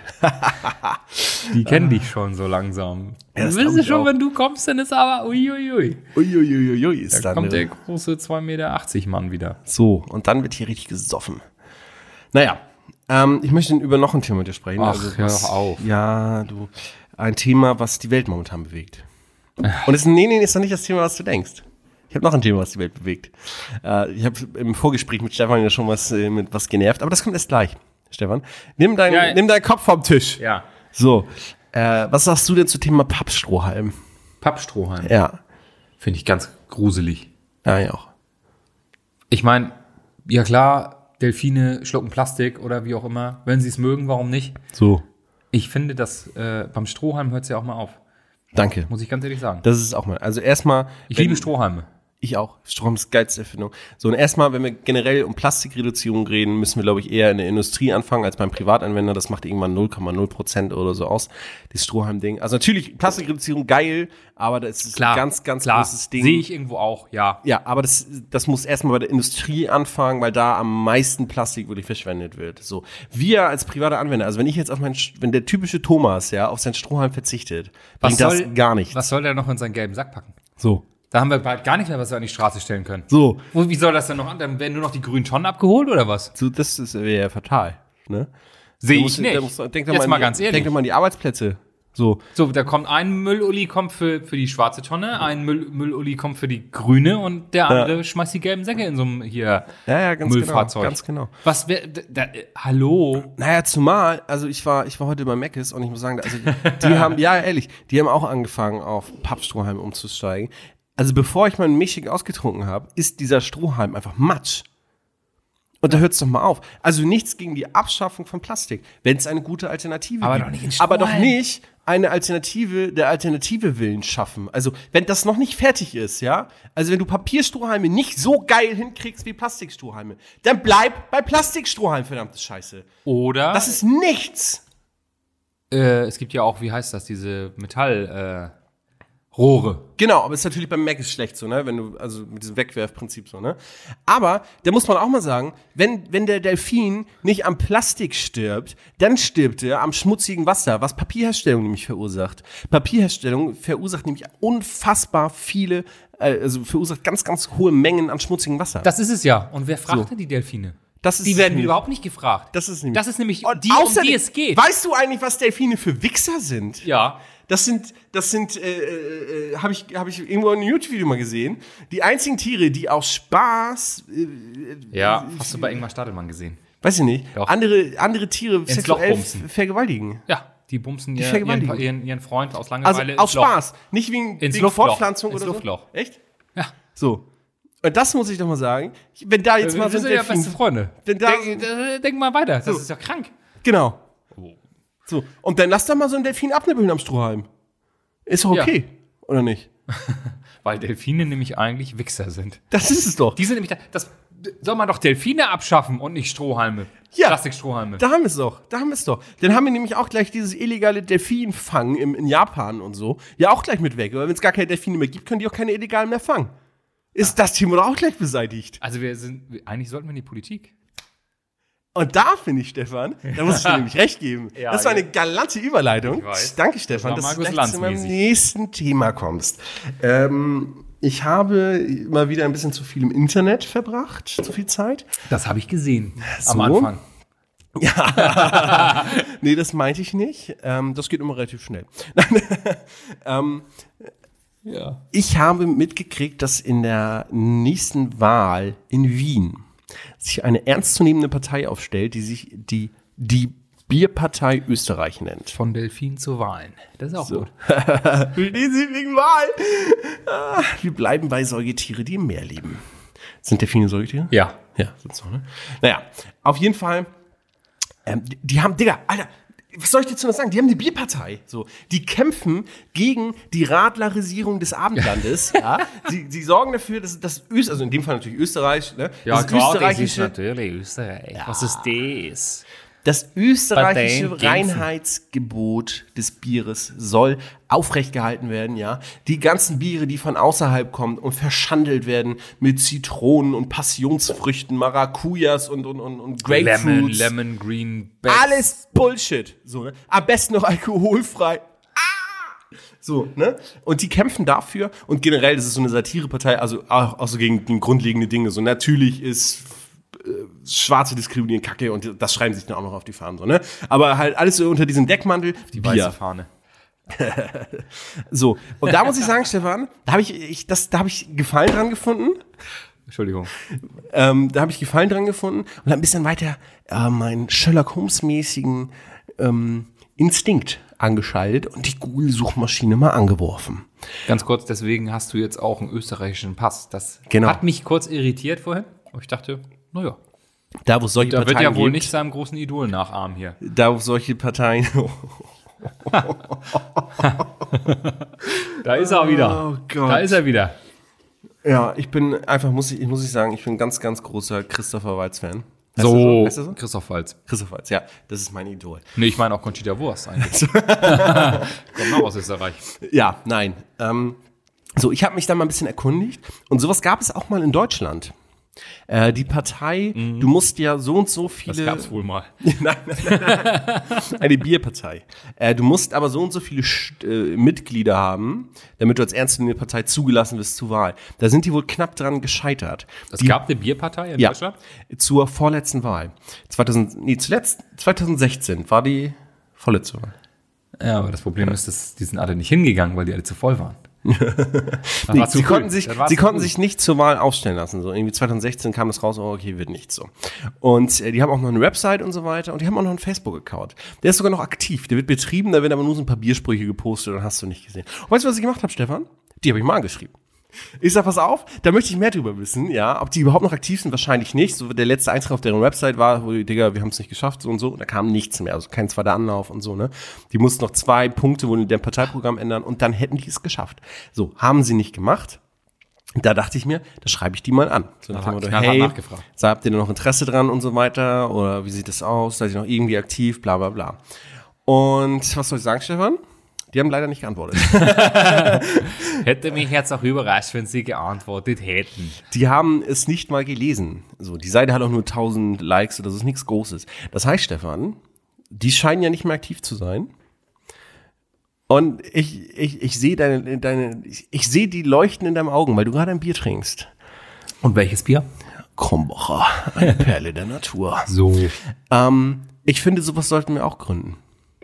[SPEAKER 2] Die kennen dich schon so langsam.
[SPEAKER 1] Ja, das
[SPEAKER 2] du
[SPEAKER 1] glaub
[SPEAKER 2] wissen
[SPEAKER 1] ich
[SPEAKER 2] schon,
[SPEAKER 1] auch.
[SPEAKER 2] wenn du kommst, dann ist aber uiuiui.
[SPEAKER 1] Uiuiuiui ist
[SPEAKER 2] Da
[SPEAKER 1] dann.
[SPEAKER 2] kommt der
[SPEAKER 1] äh,
[SPEAKER 2] große zwei Meter achtzig Mann wieder.
[SPEAKER 1] So, und dann wird hier richtig gesoffen. Naja, ähm, ich möchte über noch ein Thema mit dir sprechen. Also
[SPEAKER 2] Ach, hör
[SPEAKER 1] was-
[SPEAKER 2] doch auf.
[SPEAKER 1] Ja, du. Ein Thema, was die Welt momentan bewegt. Und es, nee, nee, ist doch nicht das Thema, was du denkst. Ich habe noch ein Thema, was die Welt bewegt. Äh, ich habe im Vorgespräch mit Stefan ja schon was, äh, mit was genervt, aber das kommt erst gleich. Stefan, nimm, dein,
[SPEAKER 2] Ja.
[SPEAKER 1] nimm deinen Kopf vom Tisch.
[SPEAKER 2] Ja.
[SPEAKER 1] So, äh, was sagst du denn zum Thema Pappstrohhalm?
[SPEAKER 2] Pappstrohhalm.
[SPEAKER 1] Ja,
[SPEAKER 2] Finde ich ganz gruselig.
[SPEAKER 1] ja, ja auch.
[SPEAKER 2] Ich meine, ja klar, Delfine schlucken Plastik oder wie auch immer. Wenn sie es mögen, warum nicht?
[SPEAKER 1] So,
[SPEAKER 2] Ich finde, dass äh, beim Strohhalm hört es ja auch mal auf.
[SPEAKER 1] danke.
[SPEAKER 2] Muss ich ganz ehrlich sagen.
[SPEAKER 1] Das ist auch mal. Also erstmal.
[SPEAKER 2] Ich
[SPEAKER 1] wenn-
[SPEAKER 2] liebe Strohhalme.
[SPEAKER 1] Ich auch. Strom ist die geilste Erfindung. So, und erstmal, wenn wir generell um Plastikreduzierung reden, müssen wir, glaube ich, eher in der Industrie anfangen als beim Privatanwender. Das macht irgendwann null Komma null Prozent oder so aus, das Strohhalm-Ding. Also natürlich, Plastikreduzierung geil, aber das ist ein ganz, ganz
[SPEAKER 2] klar.
[SPEAKER 1] großes Ding.
[SPEAKER 2] Sehe ich irgendwo auch, ja.
[SPEAKER 1] Ja, aber das, das muss erstmal bei der Industrie anfangen, weil da am meisten Plastik wirklich verschwendet wird. So, wir als private Anwender, also wenn ich jetzt auf meinen, wenn der typische Thomas, ja, auf seinen Strohhalm verzichtet, bringt das gar nichts.
[SPEAKER 2] Was soll der noch in seinen gelben Sack packen?
[SPEAKER 1] So.
[SPEAKER 2] Da haben wir bald gar nicht mehr, was wir an die Straße stellen können.
[SPEAKER 1] So.
[SPEAKER 2] Wo, wie soll das denn noch an? Dann werden nur noch die grünen Tonnen abgeholt oder was?
[SPEAKER 1] So, das wäre ja fatal. Ne?
[SPEAKER 2] Sehe
[SPEAKER 1] Da
[SPEAKER 2] ich
[SPEAKER 1] musst-
[SPEAKER 2] nicht.
[SPEAKER 1] da musst du- denk doch
[SPEAKER 2] Jetzt
[SPEAKER 1] mal, an
[SPEAKER 2] mal
[SPEAKER 1] die-
[SPEAKER 2] ganz ehrlich.
[SPEAKER 1] Denk doch mal an die Arbeitsplätze. So.
[SPEAKER 2] So, da kommt ein Müllulli kommt für, für die schwarze Tonne, ein Müll, Müllulli kommt für die grüne und der andere schmeißt die gelben Säcke in so einem hier
[SPEAKER 1] Ja, ja, ganz
[SPEAKER 2] Müllfahrzeug.
[SPEAKER 1] genau. Ganz genau.
[SPEAKER 2] Was wär, da, da, äh, hallo?
[SPEAKER 1] Naja, zumal, also ich war, ich war heute bei Mc's und ich muss sagen, also die haben, ja ehrlich, die haben auch angefangen, auf Pappstrohhalm umzusteigen. Also bevor ich meinen Milchshake ausgetrunken habe, ist dieser Strohhalm einfach Matsch. Und da hört's doch mal auf. Also nichts gegen die Abschaffung von Plastik, wenn es eine gute Alternative
[SPEAKER 2] Aber
[SPEAKER 1] gibt.
[SPEAKER 2] doch nicht in
[SPEAKER 1] Aber doch
[SPEAKER 2] Strohhalm.
[SPEAKER 1] nicht eine Alternative der Alternative willen schaffen. Also wenn das noch nicht fertig ist, ja, also wenn du Papierstrohhalme nicht so geil hinkriegst wie Plastikstrohhalme, dann bleib bei Plastikstrohhalmen, verdammte Scheiße.
[SPEAKER 2] Oder
[SPEAKER 1] Das ist nichts.
[SPEAKER 2] äh, es gibt ja auch, wie heißt das, diese Metall äh, Rohre.
[SPEAKER 1] Genau, aber ist natürlich beim Mac ist schlecht so, ne, wenn du, also mit diesem Wegwerfprinzip so, ne. Aber, da muss man auch mal sagen, wenn, wenn der Delfin nicht am Plastik stirbt, dann stirbt er am schmutzigen Wasser, was Papierherstellung nämlich verursacht. Papierherstellung verursacht nämlich unfassbar viele, äh, also verursacht ganz, ganz hohe Mengen an schmutzigem Wasser.
[SPEAKER 2] Das ist es ja. Und wer fragt
[SPEAKER 1] So.
[SPEAKER 2] denn die Delfine?
[SPEAKER 1] Das ist
[SPEAKER 2] Die
[SPEAKER 1] es
[SPEAKER 2] werden
[SPEAKER 1] nämlich.
[SPEAKER 2] überhaupt nicht gefragt.
[SPEAKER 1] Das ist nämlich.
[SPEAKER 2] Das ist nämlich
[SPEAKER 1] Und
[SPEAKER 2] die, um
[SPEAKER 1] außerdem-
[SPEAKER 2] die es geht.
[SPEAKER 1] Weißt du eigentlich, was Delfine für Wichser sind?
[SPEAKER 2] Ja.
[SPEAKER 1] Das sind, das sind, äh, äh, habe ich, habe ich irgendwo in einem YouTube-Video mal gesehen. Die einzigen Tiere, die aus Spaß, äh,
[SPEAKER 2] Ja, hast du bei Ingmar Stadelmann gesehen?
[SPEAKER 1] weiß ich nicht,
[SPEAKER 2] Doch.
[SPEAKER 1] andere, andere Tiere
[SPEAKER 2] Loch
[SPEAKER 1] sexuell
[SPEAKER 2] bumsen.
[SPEAKER 1] f- vergewaltigen.
[SPEAKER 2] Ja, die bumsen ihr,
[SPEAKER 1] vergewaltigen.
[SPEAKER 2] ihren, ihren, ihren Freund aus
[SPEAKER 1] Also
[SPEAKER 2] Langeweile
[SPEAKER 1] aus
[SPEAKER 2] ins Loch.
[SPEAKER 1] Spaß, nicht wegen,
[SPEAKER 2] Ins
[SPEAKER 1] wegen
[SPEAKER 2] Luftloch.
[SPEAKER 1] Fortpflanzung
[SPEAKER 2] Ins
[SPEAKER 1] oder
[SPEAKER 2] Luftloch.
[SPEAKER 1] so. Echt?
[SPEAKER 2] Ja.
[SPEAKER 1] So. Und das muss ich doch mal sagen. Ich- Wenn da jetzt
[SPEAKER 2] Wir
[SPEAKER 1] mal so ein
[SPEAKER 2] sind ja
[SPEAKER 1] Delfin,
[SPEAKER 2] beste Freunde.
[SPEAKER 1] Wenn da-
[SPEAKER 2] denk, äh, denk mal weiter, das ist ja krank.
[SPEAKER 1] genau.
[SPEAKER 2] Oh.
[SPEAKER 1] So. Und dann lass doch mal so einen Delfin abnippeln am Strohhalm. Ist doch okay, oder nicht?
[SPEAKER 2] Weil Delfine nämlich eigentlich Wichser sind.
[SPEAKER 1] Das ist es doch.
[SPEAKER 2] Die sind nämlich, da, das soll man doch Delfine abschaffen und nicht Strohhalme.
[SPEAKER 1] Ja.
[SPEAKER 2] Plastikstrohhalme.
[SPEAKER 1] Da haben wir es doch, da haben wir es doch. Dann haben wir nämlich auch gleich dieses illegale Delfinfangen im, in Japan und so. Ja, auch gleich mit weg. Aber wenn es gar keine Delfine mehr gibt, können die auch keine illegalen mehr fangen. Ist das Thema doch auch gleich beseitigt.
[SPEAKER 2] Also wir sind, wir- eigentlich sollten wir in die Politik.
[SPEAKER 1] Und da finde ich, Stefan, da muss ich dir nämlich recht geben.
[SPEAKER 2] Ja,
[SPEAKER 1] das war
[SPEAKER 2] ja.
[SPEAKER 1] eine galante Überleitung.
[SPEAKER 2] Ich weiß.
[SPEAKER 1] Danke, Stefan,
[SPEAKER 2] war
[SPEAKER 1] dass du
[SPEAKER 2] Markus
[SPEAKER 1] gleich zu meinem
[SPEAKER 2] Lanz-mäßig.
[SPEAKER 1] nächsten Thema kommst. Ähm, ich habe mal wieder ein bisschen zu viel im Internet verbracht, zu viel Zeit.
[SPEAKER 2] Das habe ich gesehen am
[SPEAKER 1] So?
[SPEAKER 2] Anfang.
[SPEAKER 1] Nee, das meinte ich nicht. Ähm, das geht immer relativ schnell. ähm,
[SPEAKER 2] Ja.
[SPEAKER 1] Ich habe mitgekriegt, dass in der nächsten Wahl in Wien sich eine ernstzunehmende Partei aufstellt, die sich die, die Bierpartei Österreich nennt.
[SPEAKER 2] Von Delfin zu Wahlen. Das ist auch gut.
[SPEAKER 1] Verstehen Sie wegen Wahl? Ah, wir bleiben bei Säugetiere, die im Meer leben. Sind Delfine Säugetiere?
[SPEAKER 2] Ja.
[SPEAKER 1] Ja, sind so, ne? Naja, auf jeden Fall, ähm, die, die haben, Digga, Alter, was soll ich dazu noch sagen? Die haben eine Bierpartei. So, die kämpfen gegen die Radlerisierung des Abendlandes. ja. Sie, sie sorgen dafür, dass das Österreich, also in dem Fall natürlich Österreich, ne? das österreichische,
[SPEAKER 2] natürlich Österreich. Was ist das?
[SPEAKER 1] das österreichische
[SPEAKER 2] Bei den Genfen.
[SPEAKER 1] Reinheitsgebot des Bieres soll aufrechtgehalten werden, ja. Die ganzen Biere, die von außerhalb kommen und verschandelt werden mit Zitronen und Passionsfrüchten, Maracujas und, und, und, und
[SPEAKER 2] Lemon,
[SPEAKER 1] Grapefruits.
[SPEAKER 2] Lemon, Green, Backs.
[SPEAKER 1] Alles Bullshit. So, ne? Am besten noch alkoholfrei. Ah! So, ne? Und die kämpfen dafür. Und generell, das ist so eine Satirepartei, also auch, auch so gegen, gegen grundlegende Dinge. So, natürlich ist äh, Schwarze diskriminieren Kacke und das schreiben sie sich dann auch noch auf die Fahnen. So, ne? Aber halt alles so unter diesem Deckmantel.
[SPEAKER 2] Die weiße Fahne.
[SPEAKER 1] So, und da muss ich sagen, Stefan, da habe ich, ich, das, da habe ich Gefallen dran gefunden.
[SPEAKER 2] Entschuldigung.
[SPEAKER 1] Ähm, da habe ich Gefallen dran gefunden und habe ein bisschen weiter äh, meinen Sherlock Holmes-mäßigen ähm, Instinkt angeschaltet und die Google-Suchmaschine mal angeworfen.
[SPEAKER 2] Ganz kurz, deswegen hast du jetzt auch einen österreichischen Pass. Das
[SPEAKER 1] Genau.
[SPEAKER 2] hat mich kurz irritiert vorhin. Aber ich dachte, naja,
[SPEAKER 1] Da, wo es solche
[SPEAKER 2] da wird
[SPEAKER 1] Parteien
[SPEAKER 2] ja wohl
[SPEAKER 1] gibt,
[SPEAKER 2] nicht seinem großen Idol nachahmen hier.
[SPEAKER 1] da, wo solche Parteien,
[SPEAKER 2] Da ist er wieder.
[SPEAKER 1] Oh Gott.
[SPEAKER 2] Da ist er wieder.
[SPEAKER 1] ja, ich bin einfach, muss ich, muss ich sagen, ich bin ein ganz, ganz großer Christopher Waltz-Fan. Heißt
[SPEAKER 2] So,
[SPEAKER 1] er so? Heißt er so?
[SPEAKER 2] Christoph Waltz.
[SPEAKER 1] Christopher Waltz, ja, das ist mein Idol.
[SPEAKER 2] Nee, ich meine auch Conchita Wurst eigentlich. Kommt auch aus Österreich.
[SPEAKER 1] Ja, nein. Ähm, so, ich habe mich da mal ein bisschen erkundigt und sowas gab es auch mal in Deutschland. Äh, die Partei, mhm. du musst ja so und so viele...
[SPEAKER 2] Das gab's wohl mal.
[SPEAKER 1] nein, nein, nein, eine Bierpartei. Äh, du musst aber so und so viele St- äh, Mitglieder haben, damit du als ernstzunehmende Partei zugelassen wirst zur Wahl. Da sind die wohl knapp dran gescheitert.
[SPEAKER 2] Es
[SPEAKER 1] die,
[SPEAKER 2] gab eine Bierpartei in
[SPEAKER 1] ja,
[SPEAKER 2] Deutschland?
[SPEAKER 1] Zur vorletzten Wahl. zweitausend, nee, zuletzt, zwanzig sechzehn war die vorletzte Wahl.
[SPEAKER 2] Ja, aber das Problem ist, dass die sind alle nicht hingegangen, weil die alle zu voll waren.
[SPEAKER 1] nee, sie konnten, sich, sie konnten
[SPEAKER 2] früh.
[SPEAKER 1] sich nicht zur Wahl aufstellen lassen. So irgendwie zwanzig sechzehn kam das raus, oh, okay, wird nicht so. Und äh, die haben auch noch eine Website und so weiter und die haben auch noch einen Facebook-Account. Der ist sogar noch aktiv, der wird betrieben, da werden aber nur so ein paar Biersprüche gepostet und hast du nicht gesehen. Und weißt du, was ich gemacht habe, Stefan? Die habe ich mal angeschrieben. Ich sag, pass auf, da möchte ich mehr drüber wissen, ja, ob die überhaupt noch aktiv sind, wahrscheinlich nicht. So der letzte Eintrag auf deren Website war, wo die, Digga, wir haben es nicht geschafft, so und so, und da kam nichts mehr, also kein zweiter Anlauf und so, ne. Die mussten noch zwei Punkte wohl in deren Parteiprogramm ändern und dann hätten die es geschafft. So, haben sie nicht gemacht. Da dachte ich mir, da schreibe ich die mal an. So nach dem Motto, hey, so, habt ihr noch Interesse dran und so weiter, oder wie sieht das aus, seid ihr noch irgendwie aktiv, bla bla bla. Und was soll ich sagen, Stefan? Die haben leider nicht geantwortet.
[SPEAKER 2] Hätte mich jetzt auch überrascht, wenn sie geantwortet hätten.
[SPEAKER 1] Die haben es nicht mal gelesen. So, die Seite hat auch nur tausend Likes, das ist nichts Großes. Das heißt, Stefan, die scheinen ja nicht mehr aktiv zu sein. Und ich, ich, ich sehe deine, deine, ich, ich sehe die Leuchten in deinen Augen, weil du gerade ein Bier trinkst.
[SPEAKER 2] Und welches Bier?
[SPEAKER 1] Krombacher, eine Perle der Natur.
[SPEAKER 2] So.
[SPEAKER 1] Ähm, ich finde, sowas sollten wir auch gründen.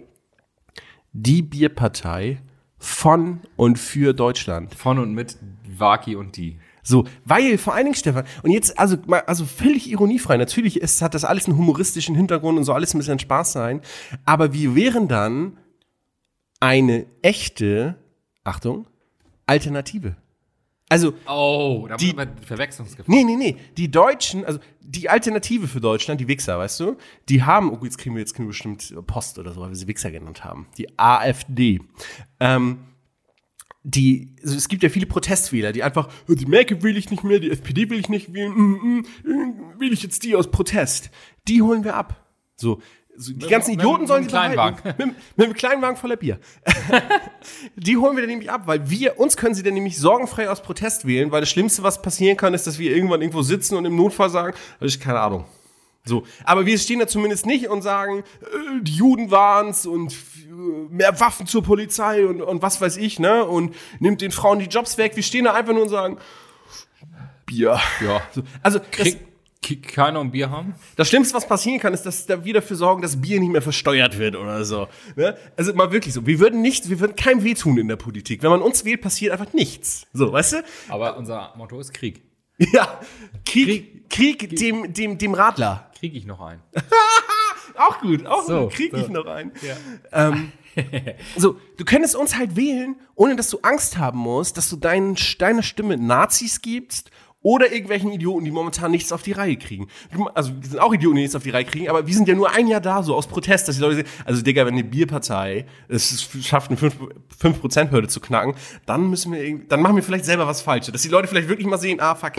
[SPEAKER 1] Die Bierpartei von und für Deutschland.
[SPEAKER 2] Von und mit Waki und die.
[SPEAKER 1] So, weil vor allen Dingen, Stefan, und jetzt, also, also völlig ironiefrei, natürlich ist, hat das alles einen humoristischen Hintergrund und soll alles ein bisschen Spaß sein, aber wir wären dann eine echte, Achtung, Alternative. Also,
[SPEAKER 2] oh, da
[SPEAKER 1] die
[SPEAKER 2] Verwechslungsgefahr.
[SPEAKER 1] Nee, nee, nee, die Deutschen, also die Alternative für Deutschland, die Wichser, weißt du, die haben, oh, jetzt kriegen wir jetzt kriegen wir bestimmt Post oder so, weil wir sie Wichser genannt haben, die AfD. Ähm, die, also es gibt ja viele Protestwähler, die einfach, die Merkel will ich nicht mehr, die S P D will ich nicht wählen, mm, mm, will ich jetzt die aus Protest. Die holen wir ab. So, so die ganzen
[SPEAKER 2] mit,
[SPEAKER 1] Idioten
[SPEAKER 2] mit,
[SPEAKER 1] sollen
[SPEAKER 2] mit
[SPEAKER 1] sie
[SPEAKER 2] behalten.
[SPEAKER 1] Mit, mit einem kleinen Wagen voller Bier. Die holen wir dann nämlich ab, weil wir, uns können sie dann nämlich sorgenfrei aus Protest wählen, weil das Schlimmste, was passieren kann, ist, dass wir irgendwann irgendwo sitzen und im Notfall sagen, das ist keine Ahnung. So, aber wir stehen da zumindest nicht und sagen, äh, die Juden waren's und äh, mehr Waffen zur Polizei und, und was weiß ich, ne? Und nimmt den Frauen die Jobs weg. Wir stehen da einfach nur und sagen, Bier.
[SPEAKER 2] Ja.
[SPEAKER 1] So, also das,
[SPEAKER 2] Krieg keiner ein Bier haben?
[SPEAKER 1] Das Schlimmste, was passieren kann, ist, dass da wir dafür sorgen, dass Bier nicht mehr versteuert wird oder so. Ne? Also mal wirklich so. Wir würden nicht, wir würden keinem wehtun in der Politik. Wenn man uns wählt, passiert einfach nichts. So, weißt du?
[SPEAKER 2] Aber unser Motto ist Krieg.
[SPEAKER 1] Ja, Krieg, Krieg, Krieg dem, dem, dem Radler.
[SPEAKER 2] Krieg ich noch einen.
[SPEAKER 1] Auch gut, auch
[SPEAKER 2] so,
[SPEAKER 1] gut. Krieg
[SPEAKER 2] so.
[SPEAKER 1] ich noch einen.
[SPEAKER 2] Ja.
[SPEAKER 1] Ähm, so, du könntest uns halt wählen, ohne dass du Angst haben musst, dass du dein, deine Stimme Nazis gibst oder irgendwelchen Idioten, die momentan nichts auf die Reihe kriegen. Also, wir sind auch Idioten, die nichts auf die Reihe kriegen, aber wir sind ja nur ein Jahr da, so aus Protest, dass die Leute sehen, also, Digga, wenn eine Bierpartei es schafft, eine fünf Prozent Hürde zu knacken, dann müssen wir irgendwie, dann machen wir vielleicht selber was Falsches. Dass die Leute vielleicht wirklich mal sehen, ah, fuck,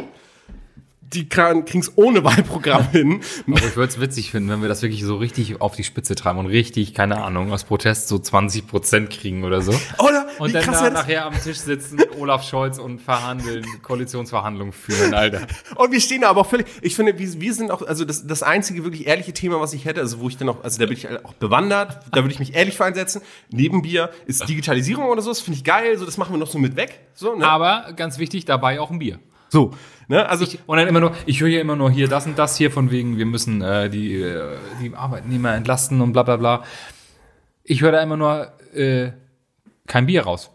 [SPEAKER 1] die kriegen es ohne Wahlprogramm hin.
[SPEAKER 2] Aber ich würde es witzig finden, wenn wir das wirklich so richtig auf die Spitze treiben und richtig, keine Ahnung, aus Protest so zwanzig Prozent kriegen oder so.
[SPEAKER 1] Oder?
[SPEAKER 2] Und dann da nachher am Tisch sitzen, Olaf Scholz und verhandeln, Koalitionsverhandlungen führen, Alter.
[SPEAKER 1] Und wir stehen da aber auch völlig, ich finde, wir, wir sind auch, also das, das einzige wirklich ehrliche Thema, was ich hätte, also wo ich dann auch, also da bin ich auch bewandert, da würde ich mich ehrlich für einsetzen. Neben Bier ist Digitalisierung oder so, das finde ich geil, so das machen wir noch so mit weg. So, ne?
[SPEAKER 2] Aber ganz wichtig, dabei auch ein Bier.
[SPEAKER 1] So, ne, also
[SPEAKER 2] ich, und dann immer nur, ich höre ja immer nur hier das und das hier von wegen, wir müssen äh, die, äh, die Arbeitnehmer entlasten und bla bla bla. Ich höre da immer nur äh, kein Bier raus.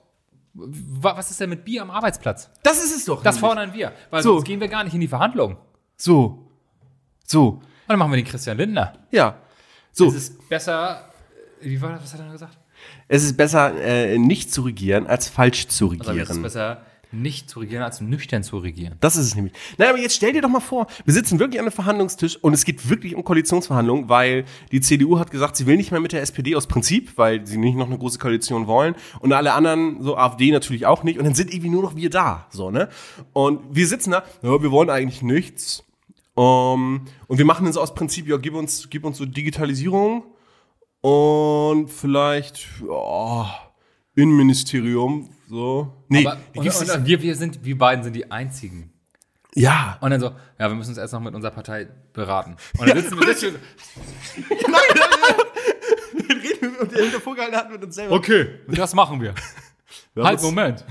[SPEAKER 2] Was ist denn mit Bier am Arbeitsplatz?
[SPEAKER 1] Das ist es doch.
[SPEAKER 2] Das fordern wir, weil
[SPEAKER 1] so.
[SPEAKER 2] Sonst gehen wir gar nicht in die Verhandlungen.
[SPEAKER 1] So, so.
[SPEAKER 2] Und dann machen wir den Christian Lindner.
[SPEAKER 1] Ja, so.
[SPEAKER 2] Es ist besser, wie war das, was hat er gesagt?
[SPEAKER 1] Es ist besser, äh, nicht zu regieren, als falsch zu regieren.
[SPEAKER 2] Also es ist besser, nicht zu regieren, als nüchtern zu regieren.
[SPEAKER 1] Das ist es nämlich. Naja, aber jetzt stell dir doch mal vor, wir sitzen wirklich an einem Verhandlungstisch und es geht wirklich um Koalitionsverhandlungen, weil die C D U hat gesagt, sie will nicht mehr mit der S P D aus Prinzip, weil sie nicht noch eine große Koalition wollen und alle anderen, so AfD natürlich auch nicht und dann sind irgendwie nur noch wir da, so, ne? Und wir sitzen da, ja, wir wollen eigentlich nichts um, und wir machen dann so aus Prinzip, ja, gib uns, gib uns so Digitalisierung und vielleicht, ja, Innenministerium, so. Nee,
[SPEAKER 2] aber, und, und, und wir, wir, sind, wir beiden sind die einzigen.
[SPEAKER 1] Ja.
[SPEAKER 2] Und dann so, ja, wir müssen uns erst noch mit unserer Partei beraten. Und dann sitzen wir sitzen wir
[SPEAKER 1] Nein, nein, nein. Reden wir, und der hinter vorgehalten hat mit uns selber.
[SPEAKER 2] okay, das machen wir.
[SPEAKER 1] Ja,
[SPEAKER 2] halt,
[SPEAKER 1] was-
[SPEAKER 2] Moment.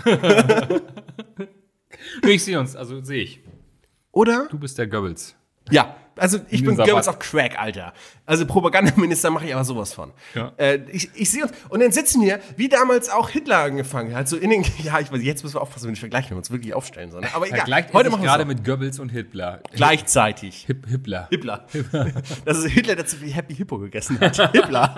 [SPEAKER 2] Ich sehe uns, also sehe ich.
[SPEAKER 1] Oder?
[SPEAKER 2] Du bist der Goebbels.
[SPEAKER 1] Ja, also ich
[SPEAKER 2] In
[SPEAKER 1] bin
[SPEAKER 2] den
[SPEAKER 1] Goebbels
[SPEAKER 2] Sabbat.
[SPEAKER 1] auf Crack, Alter. Also Propagandaminister mache ich aber sowas von.
[SPEAKER 2] Ja.
[SPEAKER 1] Äh, ich ich sehe uns, und dann sitzen wir, wie damals auch Hitler angefangen hat, so in den, ja, ich weiß, jetzt müssen wir aufpassen, wenn wir vergleichen, wenn wir uns wirklich aufstellen sollen. Aber egal,
[SPEAKER 2] Vergleicht
[SPEAKER 1] heute
[SPEAKER 2] er sich
[SPEAKER 1] machen wir
[SPEAKER 2] gerade
[SPEAKER 1] es
[SPEAKER 2] mit Goebbels und Hitler.
[SPEAKER 1] gleichzeitig.
[SPEAKER 2] Hip, Hitler.
[SPEAKER 1] Hitler. Das ist Hitler, der zu viel Happy Hippo gegessen hat. Hitler.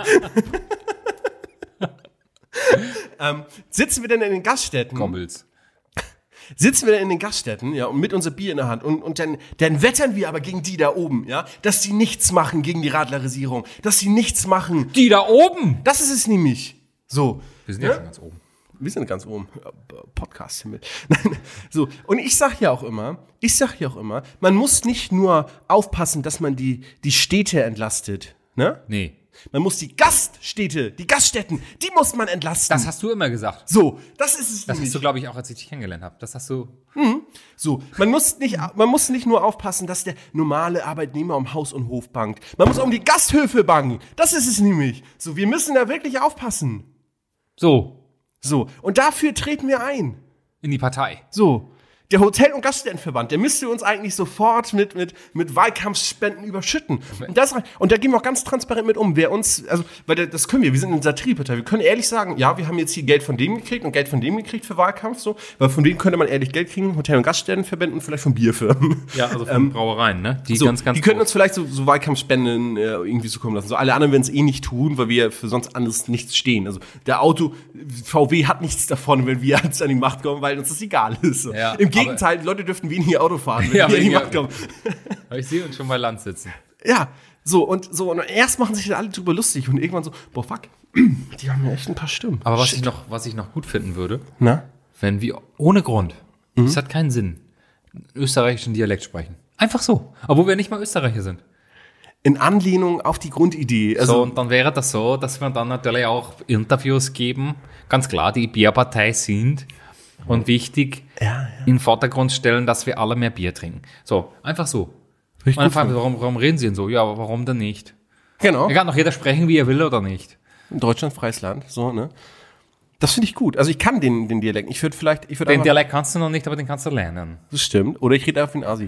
[SPEAKER 1] ähm, sitzen wir denn in den Gaststätten?
[SPEAKER 2] Goebbels.
[SPEAKER 1] Sitzen wir denn in den Gaststätten, ja, und mit unser Bier in der Hand und, und dann, dann wettern wir aber gegen die da oben, ja, dass die nichts machen gegen die Radlerisierung, dass sie nichts machen.
[SPEAKER 2] Die da oben!
[SPEAKER 1] Das ist es nämlich. So.
[SPEAKER 2] Wir sind ja,
[SPEAKER 1] Ja?
[SPEAKER 2] schon ganz oben.
[SPEAKER 1] Wir sind ganz oben. Podcast-Himmel. Nein, so. Und ich sag ja auch immer, ich sag ja auch immer, man muss nicht nur aufpassen, dass man die, die Städte entlastet, ne?
[SPEAKER 2] Nee.
[SPEAKER 1] Man muss die Gaststädte, die Gaststätten, die muss man entlasten.
[SPEAKER 2] Das hast du immer gesagt.
[SPEAKER 1] so, das ist es
[SPEAKER 2] Das
[SPEAKER 1] nämlich.
[SPEAKER 2] hast du, glaube ich, auch, als ich dich kennengelernt habe. Das hast du.
[SPEAKER 1] So, man muss nicht, man muss nicht nur aufpassen, dass der normale Arbeitnehmer um Haus und Hof bangt. Man muss um die Gasthöfe bangen. Das ist es nämlich. So, wir müssen da wirklich aufpassen.
[SPEAKER 2] So.
[SPEAKER 1] So, und dafür treten wir ein.
[SPEAKER 2] In die Partei.
[SPEAKER 1] So. Der Hotel- und Gaststättenverband, der müsste uns eigentlich sofort mit, mit, mit Wahlkampfspenden überschütten. Und, das, und da gehen wir auch ganz transparent mit um. Wer uns, also, weil das- das können wir, wir sind eine Satirpartei. Wir können ehrlich sagen, ja, wir haben jetzt hier Geld von dem gekriegt und Geld von dem gekriegt für Wahlkampf, so. Weil von denen könnte man ehrlich Geld kriegen, Hotel- und Gaststättenverbänden und vielleicht von Bierfirmen.
[SPEAKER 2] Ja, also von Brauereien, ne? Die
[SPEAKER 1] So,
[SPEAKER 2] ganz, ganz
[SPEAKER 1] die könnten
[SPEAKER 2] groß.
[SPEAKER 1] uns vielleicht so, so Wahlkampfspenden äh, irgendwie zukommen lassen. So, alle anderen werden es eh nicht tun, weil wir für sonst anderes nichts stehen. Also der Auto, V W hat nichts davon, wenn wir jetzt an die Macht kommen, weil uns das egal ist. So.
[SPEAKER 2] Ja,
[SPEAKER 1] Im Gegenteil, die Leute dürften weniger Auto fahren, wenn
[SPEAKER 2] Ja,
[SPEAKER 1] wir an die
[SPEAKER 2] weniger.
[SPEAKER 1] Macht kommen.
[SPEAKER 2] Aber ich sehe uns schon bei Land sitzen.
[SPEAKER 1] Ja, so und so und erst machen sich dann alle drüber lustig und irgendwann so, boah fuck, die haben ja echt ein paar Stimmen.
[SPEAKER 2] Aber was
[SPEAKER 1] Shit.
[SPEAKER 2] ich, noch, was ich noch gut finden würde,
[SPEAKER 1] Na?
[SPEAKER 2] wenn wir ohne Grund, es hat keinen Sinn, einen österreichischen Dialekt sprechen. Einfach so. Obwohl wir nicht mal Österreicher sind.
[SPEAKER 1] In Anlehnung auf die Grundidee. Also
[SPEAKER 2] So, und dann wäre das so, dass wir dann natürlich auch Interviews geben, ganz klar, die Bierpartei sind und wichtig
[SPEAKER 1] ja, ja.
[SPEAKER 2] in den Vordergrund stellen, dass wir alle mehr Bier trinken. So, einfach so.
[SPEAKER 1] Richtig
[SPEAKER 2] Und dann
[SPEAKER 1] gut
[SPEAKER 2] fragen wir, warum, warum reden sie denn so? Ja, aber warum denn nicht?
[SPEAKER 1] Genau.
[SPEAKER 2] Da kann doch jeder sprechen, wie er will oder nicht.
[SPEAKER 1] In Deutschland freies Land, so, ne? Das finde ich gut. Also ich kann den, den Dialekt. Ich würde vielleicht, ich würde
[SPEAKER 2] Den
[SPEAKER 1] einfach,
[SPEAKER 2] Dialekt kannst du noch nicht, aber den kannst du lernen.
[SPEAKER 1] das stimmt. Oder ich rede einfach in Asi.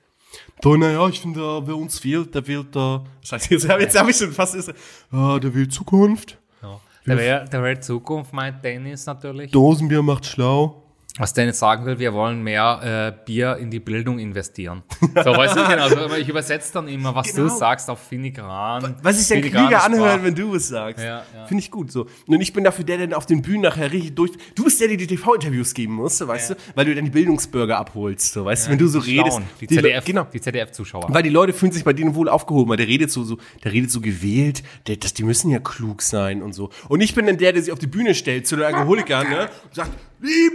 [SPEAKER 1] So, naja, ich finde, äh, wer uns wählt, der wählt da. Scheiße, jetzt, jetzt habe ich schon fast. Ist, äh, der wählt Zukunft.
[SPEAKER 2] Ja. Der wäre der wär Zukunft, meint Dennis natürlich.
[SPEAKER 1] Dosenbier macht schlau.
[SPEAKER 2] Was Dennis sagen will, wir wollen mehr äh, Bier in die Bildung investieren. So, weißt du, genau. Also, ich übersetze dann immer, was
[SPEAKER 1] Genau.
[SPEAKER 2] du sagst, auf filigran.
[SPEAKER 1] Was sich dann
[SPEAKER 2] filigrane
[SPEAKER 1] klüger anhört,
[SPEAKER 2] Sprache.
[SPEAKER 1] wenn du es sagst.
[SPEAKER 2] Ja, ja.
[SPEAKER 1] Finde ich gut so. Und ich bin dafür der, der dann auf den Bühnen nachher richtig durch. Du bist der, der die T V-Interviews geben muss, so, weißt
[SPEAKER 2] Ja.
[SPEAKER 1] du? Weil du dann die Bildungsbürger abholst, so, weißt du? Wenn du so redest.
[SPEAKER 2] Schauen, die
[SPEAKER 1] die
[SPEAKER 2] Z D F,
[SPEAKER 1] genau.
[SPEAKER 2] die Z D F-Zuschauer.
[SPEAKER 1] Weil die Leute fühlen sich bei denen wohl aufgehoben, weil der redet so, so der redet so gewählt, der, das, die müssen ja klug sein und so. Und ich bin dann der, der sich auf die Bühne stellt zu den Alkoholikern, ne? Und sagt, liebe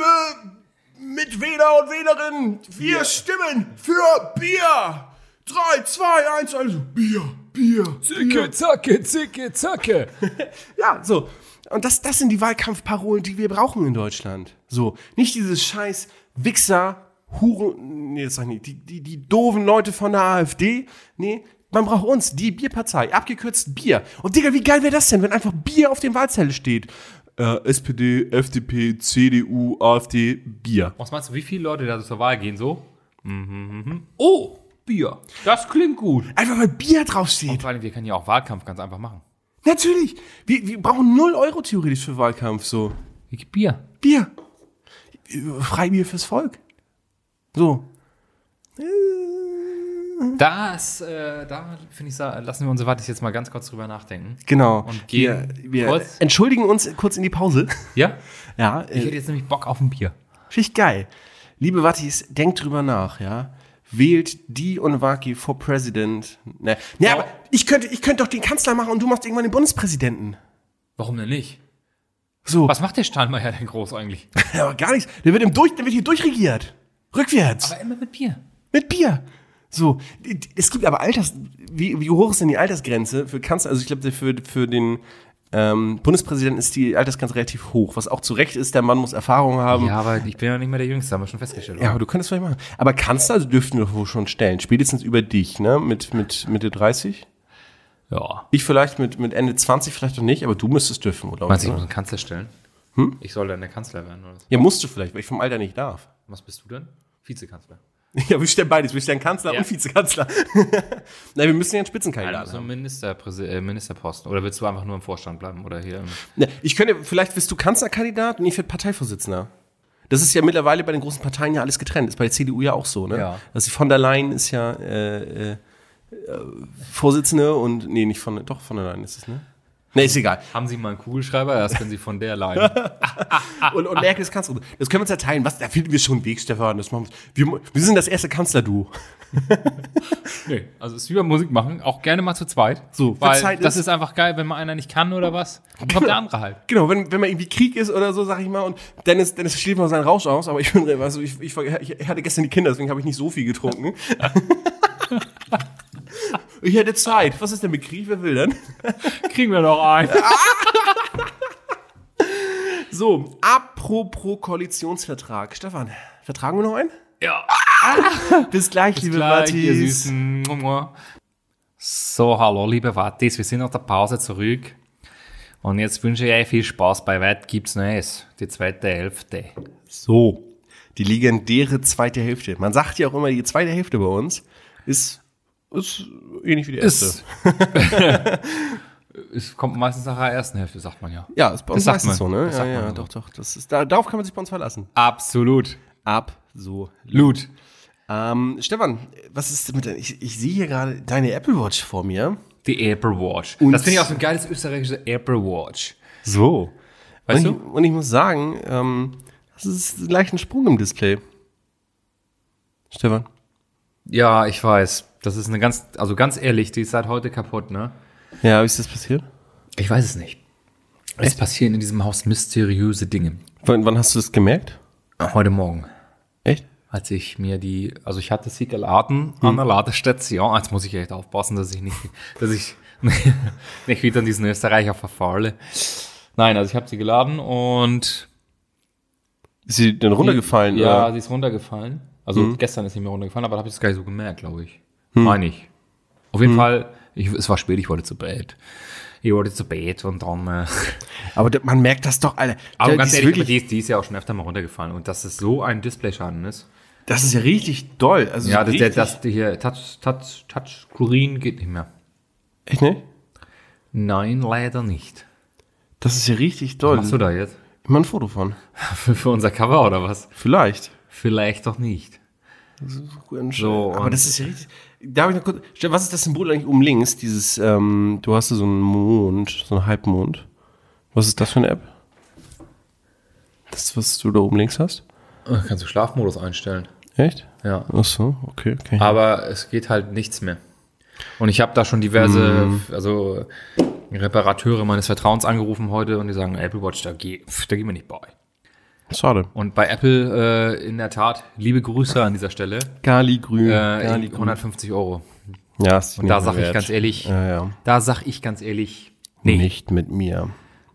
[SPEAKER 1] Mitwähler und Wählerinnen, wir stimmen für Bier. Drei, zwei, eins, also Bier, Bier, Bier.
[SPEAKER 2] zacke, zicke, zacke.
[SPEAKER 1] Ja, so. Und das, das sind die Wahlkampfparolen, die wir brauchen in Deutschland. So. Nicht dieses scheiß Wichser, Huren, nee, das sag ich nicht, die, die, die doofen Leute von der AfD. Nee, man braucht uns, die Bierpartei, abgekürzt Bier. Und Digga, wie geil wäre das denn, wenn einfach Bier auf dem Wahlzettel steht? Äh, S P D, F D P, C D U, AfD, Bier.
[SPEAKER 2] Was meinst du, wie viele Leute da zur Wahl gehen so? Mhm, mhm. Oh, Bier. Das klingt gut.
[SPEAKER 1] Einfach weil Bier
[SPEAKER 2] Und
[SPEAKER 1] draufsteht.
[SPEAKER 2] vor allem, wir können ja auch Wahlkampf ganz einfach machen.
[SPEAKER 1] Natürlich. Wir, wir brauchen null Euro theoretisch für Wahlkampf, so.
[SPEAKER 2] Wie gibt Bier?
[SPEAKER 1] Bier. Freibier fürs Volk. So.
[SPEAKER 2] Das, äh, da finde ich, sa- lassen wir unsere Wartes jetzt mal ganz kurz drüber nachdenken.
[SPEAKER 1] Genau.
[SPEAKER 2] Und gehen
[SPEAKER 1] wir, wir
[SPEAKER 2] kurz-
[SPEAKER 1] entschuldigen uns kurz in die Pause.
[SPEAKER 2] Ja?
[SPEAKER 1] Ja,
[SPEAKER 2] Ich hätte
[SPEAKER 1] äh,
[SPEAKER 2] jetzt nämlich Bock auf ein Bier.
[SPEAKER 1] finde ich geil. Liebe Wattis, denkt drüber nach, ja. Wählt die und Waki for President. Ne, ne aber ich könnte, ich könnte doch den Kanzler machen und du machst irgendwann den Bundespräsidenten.
[SPEAKER 2] Warum denn nicht?
[SPEAKER 1] So.
[SPEAKER 2] Was macht der Steinmeier denn groß eigentlich?
[SPEAKER 1] Ja, aber gar nichts. Der wird, im durch, der wird hier durchregiert. Rückwärts.
[SPEAKER 2] Aber immer mit Bier.
[SPEAKER 1] Mit Bier. So, es gibt aber Alters, wie, wie hoch ist denn die Altersgrenze für Kanzler? Also ich glaube, für, für den Ähm, Bundespräsident ist die Altersgrenze relativ hoch, was auch zu Recht ist, der Mann muss Erfahrung haben.
[SPEAKER 2] Ja, aber ich bin ja nicht mehr der Jüngste, haben wir schon festgestellt.
[SPEAKER 1] Ja, aber du könntest vielleicht machen. Aber Kanzler also dürften wir doch wohl schon stellen, spätestens über dich, ne, mit, mit Mitte dreißig.
[SPEAKER 2] Ja.
[SPEAKER 1] Ich vielleicht mit, mit Ende zwanzig vielleicht noch nicht, aber du müsstest dürfen, oder?
[SPEAKER 2] Meinst du, ich muss einen Kanzler stellen? Hm? Ich soll dann der Kanzler werden, oder?
[SPEAKER 1] Ja, musst du vielleicht, weil ich vom Alter nicht darf.
[SPEAKER 2] Was bist du denn? Vizekanzler.
[SPEAKER 1] Ja, wir stellen beides. Wir stellen Kanzler
[SPEAKER 2] Ja.
[SPEAKER 1] und Vizekanzler. Nein, wir müssen ja einen Spitzenkandidaten
[SPEAKER 2] Also
[SPEAKER 1] haben.
[SPEAKER 2] Ministerpräsi- äh, Ministerposten. Oder willst du einfach nur im Vorstand bleiben? Oder hier? Im
[SPEAKER 1] Ne, ich könnte, vielleicht bist du Kanzlerkandidat und ich werde Parteivorsitzender. Das ist ja mittlerweile bei den großen Parteien ja alles getrennt. Ist bei der C D U ja auch so, ne?
[SPEAKER 2] Ja.
[SPEAKER 1] Also die von der Leyen ist ja äh, äh, Vorsitzende und, nee, nicht von, doch von der Leyen ist es, ne? Ne, ist egal.
[SPEAKER 2] Haben Sie mal einen Kugelschreiber? Das können Sie von der Leyen.
[SPEAKER 1] Und, und Merkel ist Kanzlerin. Das können wir uns ja teilen. Was, da finden wir schon einen Weg, Stefan. Das machen wir. Wir, wir sind das erste Kanzler-Duo.
[SPEAKER 2] Nee, also es ist wie beim Musik machen, auch gerne mal zu zweit.
[SPEAKER 1] So,
[SPEAKER 2] weil
[SPEAKER 1] Zeit
[SPEAKER 2] das
[SPEAKER 1] ist-
[SPEAKER 2] ist einfach geil, wenn mal einer nicht kann oder was, dann kommt der andere halt.
[SPEAKER 1] Genau, wenn, wenn mal irgendwie Krieg ist oder so, sag ich mal, und Dennis, Dennis schläft mal seinen Rausch aus, aber ich bin, also ich, ich, ich hatte gestern die Kinder, deswegen habe ich nicht so viel getrunken. Ich hätte Zeit. Was ist denn mit Krieg? Wer will denn?
[SPEAKER 2] Kriegen wir noch ein.
[SPEAKER 1] So, apropos Koalitionsvertrag. Stefan, vertragen wir noch einen?
[SPEAKER 2] Ja.
[SPEAKER 1] Bis gleich,
[SPEAKER 2] Bis
[SPEAKER 1] liebe
[SPEAKER 2] gleich, ihr
[SPEAKER 1] Wattis.
[SPEAKER 2] Süßen. So, hallo, liebe Wattis. Wir sind nach der Pause zurück. Und jetzt wünsche ich euch viel Spaß. Bei Weit gibt's Neues. Die zweite Hälfte.
[SPEAKER 1] So, die legendäre zweite Hälfte. Man sagt ja auch immer, die zweite Hälfte bei uns ist, ist ähnlich wie die erste.
[SPEAKER 2] Ist, es kommt meistens nach der ersten Hälfte, sagt man ja.
[SPEAKER 1] Ja, ist bei uns
[SPEAKER 2] Das sagt
[SPEAKER 1] meistens
[SPEAKER 2] man.
[SPEAKER 1] so, ne?
[SPEAKER 2] Das
[SPEAKER 1] Ja,
[SPEAKER 2] sagt man
[SPEAKER 1] ja,
[SPEAKER 2] so.
[SPEAKER 1] doch, doch. Das ist, da, darauf kann man sich bei uns verlassen.
[SPEAKER 2] Absolut.
[SPEAKER 1] Absolut.
[SPEAKER 2] Lut.
[SPEAKER 1] Ähm, Stefan, was ist mit deiner, ich, ich sehe hier gerade deine Apple Watch vor mir.
[SPEAKER 2] Die Apple Watch.
[SPEAKER 1] Und-
[SPEAKER 2] das finde ich auch so ein geiles österreichisches Apple Watch.
[SPEAKER 1] So.
[SPEAKER 2] Weißt
[SPEAKER 1] und, ich, und ich muss sagen, ähm, das ist leicht ein Sprung im Display. Stefan.
[SPEAKER 2] Ja, ich weiß. Das ist eine ganz, also ganz ehrlich, die ist seit heute kaputt, ne?
[SPEAKER 1] Ja, wie ist das passiert?
[SPEAKER 2] Ich weiß es nicht. Es passieren in diesem Haus mysteriöse Dinge.
[SPEAKER 1] Wann, wann hast du das gemerkt?
[SPEAKER 2] Heute Morgen,
[SPEAKER 1] Echt?
[SPEAKER 2] als ich mir die, also ich hatte sie geladen an der Ladestation. Jetzt muss ich echt aufpassen, dass ich nicht, dass ich nicht wieder in diesen Österreicher verfalle. Nein, also ich habe sie geladen und
[SPEAKER 1] Ist sie denn runtergefallen?
[SPEAKER 2] Ja,
[SPEAKER 1] oder?
[SPEAKER 2] sie ist runtergefallen. Also gestern ist sie mir runtergefallen, aber da habe ich es gar nicht so gemerkt, glaube ich. Meine ich. Auf jeden Fall, ich, es war spät, ich wollte zu Bett. Ich wollte zu Bett und dann. Äh,
[SPEAKER 1] Aber da- man merkt das doch, Alter.
[SPEAKER 2] aber
[SPEAKER 1] Da-
[SPEAKER 2] ganz
[SPEAKER 1] die ist
[SPEAKER 2] ehrlich, aber
[SPEAKER 1] wirklich,
[SPEAKER 2] die, ist, die ist ja auch schon öfter mal runtergefallen. Und dass es so ein Displayschaden ist.
[SPEAKER 1] das ist ja richtig doll. Also
[SPEAKER 2] Ja,
[SPEAKER 1] so
[SPEAKER 2] das, der,
[SPEAKER 1] richtig,
[SPEAKER 2] das die hier, Touch, Touch, Touchscreen geht nicht mehr.
[SPEAKER 1] Echt, ne?
[SPEAKER 2] Nein, leider nicht.
[SPEAKER 1] Das ist ja richtig
[SPEAKER 2] Was
[SPEAKER 1] doll.
[SPEAKER 2] machst du da jetzt?
[SPEAKER 1] Ich mach ein Foto von.
[SPEAKER 2] Für, für unser Cover oder was?
[SPEAKER 1] Vielleicht.
[SPEAKER 2] Vielleicht doch nicht.
[SPEAKER 1] So, aber
[SPEAKER 2] und-
[SPEAKER 1] das ist ja richtig. Da habe ich noch kurz. Stell, was ist das Symbol eigentlich oben links? Dieses, ähm, du hast da so einen Mond, so einen Halbmond. Was ist das für eine App? Das, was du da oben links hast?
[SPEAKER 2] Kannst du Schlafmodus einstellen?
[SPEAKER 1] Echt?
[SPEAKER 2] Ja.
[SPEAKER 1] Ach so, okay, okay.
[SPEAKER 2] Aber es geht halt nichts mehr. Und ich habe da schon diverse,
[SPEAKER 1] Mhm.
[SPEAKER 2] also Reparateure meines Vertrauens angerufen heute und die sagen, Apple Watch, da geht da gehen wir nicht bei.
[SPEAKER 1] Schade.
[SPEAKER 2] Und bei Apple äh, in der Tat, liebe Grüße an dieser Stelle,
[SPEAKER 1] Gali-Grün.
[SPEAKER 2] äh,
[SPEAKER 1] Gali-Grün.
[SPEAKER 2] hundertfünfzig Euro.
[SPEAKER 1] Ja, ist
[SPEAKER 2] Und
[SPEAKER 1] nicht
[SPEAKER 2] da
[SPEAKER 1] mehr
[SPEAKER 2] sage ich
[SPEAKER 1] wert.
[SPEAKER 2] ganz ehrlich,
[SPEAKER 1] Ja, ja.
[SPEAKER 2] da sag ich ganz ehrlich, nee.
[SPEAKER 1] Nicht mit mir.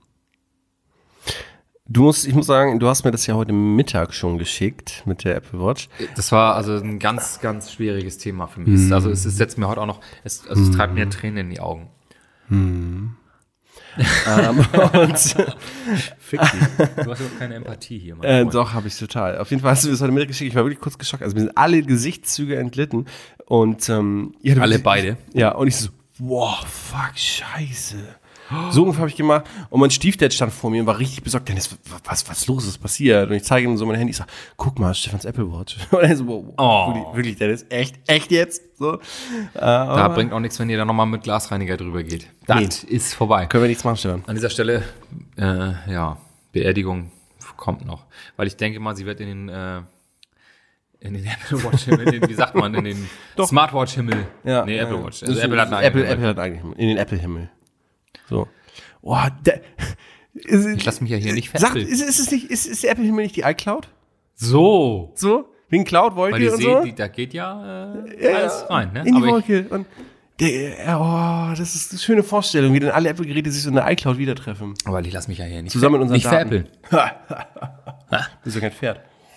[SPEAKER 1] Du musst, ich muss sagen, du hast mir das ja heute Mittag schon geschickt mit der Apple Watch.
[SPEAKER 2] Das war also ein ganz, ganz schwieriges Thema für mich. Also es, es setzt mir heute auch noch, es, also es treibt mir Tränen in die Augen.
[SPEAKER 1] Ähm, und,
[SPEAKER 2] Fick dich. Du hast überhaupt keine Empathie hier, mein
[SPEAKER 1] äh,
[SPEAKER 2] Freund.
[SPEAKER 1] doch, habe ich total. Auf jeden Fall hast du mir das heute Mittag geschickt. Ich war wirklich kurz geschockt. Also mir sind alle Gesichtszüge entlitten. Und ähm, ihr hattet
[SPEAKER 2] Alle
[SPEAKER 1] wirklich-
[SPEAKER 2] beide?
[SPEAKER 1] Ja, und ich so, wow, fuck, scheiße. So ungefähr habe ich gemacht. Und mein Stiefdad stand vor mir und war richtig besorgt. Dennis, was, was los ist passiert? Und ich zeige ihm so mein Handy. Ich sage, guck mal, Stefans Apple Watch. Und er so, wow,
[SPEAKER 2] Oh.
[SPEAKER 1] wirklich, wirklich, Dennis, echt, echt jetzt? So. Äh,
[SPEAKER 2] Da
[SPEAKER 1] aber
[SPEAKER 2] bringt auch nichts, wenn ihr da nochmal mit Glasreiniger drüber geht. Das ist vorbei.
[SPEAKER 1] können wir nichts machen, Stefan.
[SPEAKER 2] An dieser Stelle, äh, ja, Beerdigung kommt noch. Weil ich denke mal, sie wird in den, äh, in den Apple Watch Himmel, in den, wie sagt man, in den Smartwatch Himmel.
[SPEAKER 1] Ja,
[SPEAKER 2] nee, Apple
[SPEAKER 1] ja.
[SPEAKER 2] Watch. Also
[SPEAKER 1] Das-
[SPEAKER 2] Apple hat einen
[SPEAKER 1] Apple,
[SPEAKER 2] eigenen
[SPEAKER 1] Apple hat eigentlich in den Apple-Himmel. So. Boah, der, ist,
[SPEAKER 2] Ich lasse mich ja hier nicht
[SPEAKER 1] Sagt,
[SPEAKER 2] fesseln.
[SPEAKER 1] ist, ist, es nicht, ist, ist der Apple-Himmel nicht die iCloud?
[SPEAKER 2] So.
[SPEAKER 1] So? Wegen Cloud-Wolke
[SPEAKER 2] Weil die
[SPEAKER 1] und
[SPEAKER 2] sehen,
[SPEAKER 1] so?
[SPEAKER 2] die, da geht ja, äh,
[SPEAKER 1] Ja,
[SPEAKER 2] alles rein, ne?
[SPEAKER 1] in die
[SPEAKER 2] Aber ich,
[SPEAKER 1] Wolke. Und Der, oh, das ist eine schöne Vorstellung, wie dann alle Apple-Geräte sich so in der iCloud wieder treffen.
[SPEAKER 2] Aber ich lasse mich ja hier nicht,
[SPEAKER 1] Zusammen mit unseren
[SPEAKER 2] nicht
[SPEAKER 1] Daten.
[SPEAKER 2] veräppeln.
[SPEAKER 1] Das ist ja kein Pferd.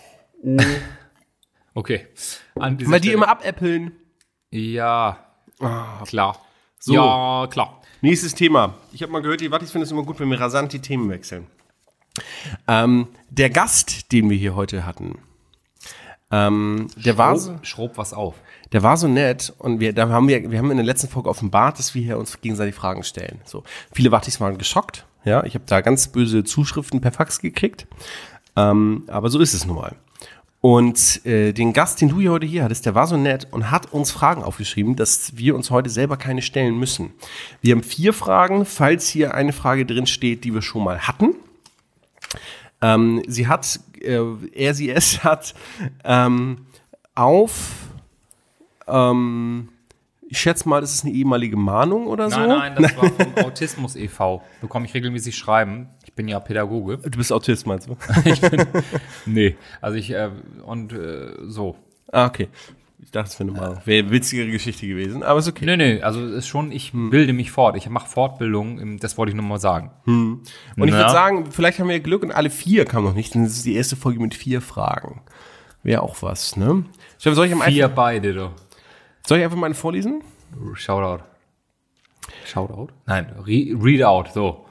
[SPEAKER 2] Okay. An dieser
[SPEAKER 1] Weil die
[SPEAKER 2] Stelle-
[SPEAKER 1] immer abäppeln.
[SPEAKER 2] Ja, klar.
[SPEAKER 1] So.
[SPEAKER 2] Ja, klar.
[SPEAKER 1] Nächstes Thema. Ich habe mal gehört, die Wattis finden es immer gut, wenn wir rasant die Themen wechseln. Ähm, der Gast, den wir hier heute hatten, ähm, der war so,
[SPEAKER 2] Schrob, schrob was auf.
[SPEAKER 1] der war so nett und wir, da haben wir, wir haben in der letzten Folge offenbart, dass wir hier uns gegenseitig Fragen stellen. So, viele Wattis waren geschockt. Ja, ich habe da ganz böse Zuschriften per Fax gekriegt. Ähm, aber so ist es nun mal. Und äh, den Gast, den du hier heute hier hattest, der war so nett und hat uns Fragen aufgeschrieben, dass wir uns heute selber keine stellen müssen. Wir haben vier Fragen, falls hier eine Frage drin steht, die wir schon mal hatten. Ähm, sie hat, äh, er, sie, es hat ähm, auf, ähm, ich schätze mal, das ist eine ehemalige Mahnung oder so.
[SPEAKER 2] Nein, nein, das war vom Autismus e V. Bekomme ich regelmäßig Schreiben. Ich bin ja Pädagoge.
[SPEAKER 1] Du bist Autist, meinst du?
[SPEAKER 2] Ich bin, nee, also ich, äh, und äh, so.
[SPEAKER 1] Ah, okay. Ich dachte, es wäre eine Mahnung. Wäre eine witzigere Geschichte gewesen, aber ist okay.
[SPEAKER 2] Nee, nee, also es ist schon, ich bilde mich fort. Ich mache Fortbildung, im, das wollte ich nur mal sagen.
[SPEAKER 1] Und ich
[SPEAKER 2] Ja.
[SPEAKER 1] würde sagen, vielleicht haben wir Glück und alle vier kamen noch nicht, denn das ist die erste Folge mit vier Fragen. Wäre auch was, ne? Soll ich, am
[SPEAKER 2] Vier
[SPEAKER 1] einfach,
[SPEAKER 2] beide, du.
[SPEAKER 1] soll ich einfach mal eine vorlesen?
[SPEAKER 2] Shoutout. Shoutout? Nein, re Readout, so.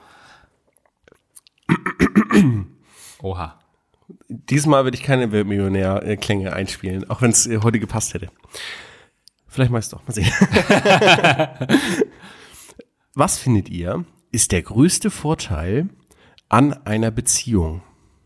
[SPEAKER 2] Oha.
[SPEAKER 1] Diesmal werde ich keine Weltmillionär-Klänge einspielen, auch wenn es äh, heute gepasst hätte. Vielleicht machst du doch. Mal sehen. Was findet ihr, ist der größte Vorteil an einer Beziehung?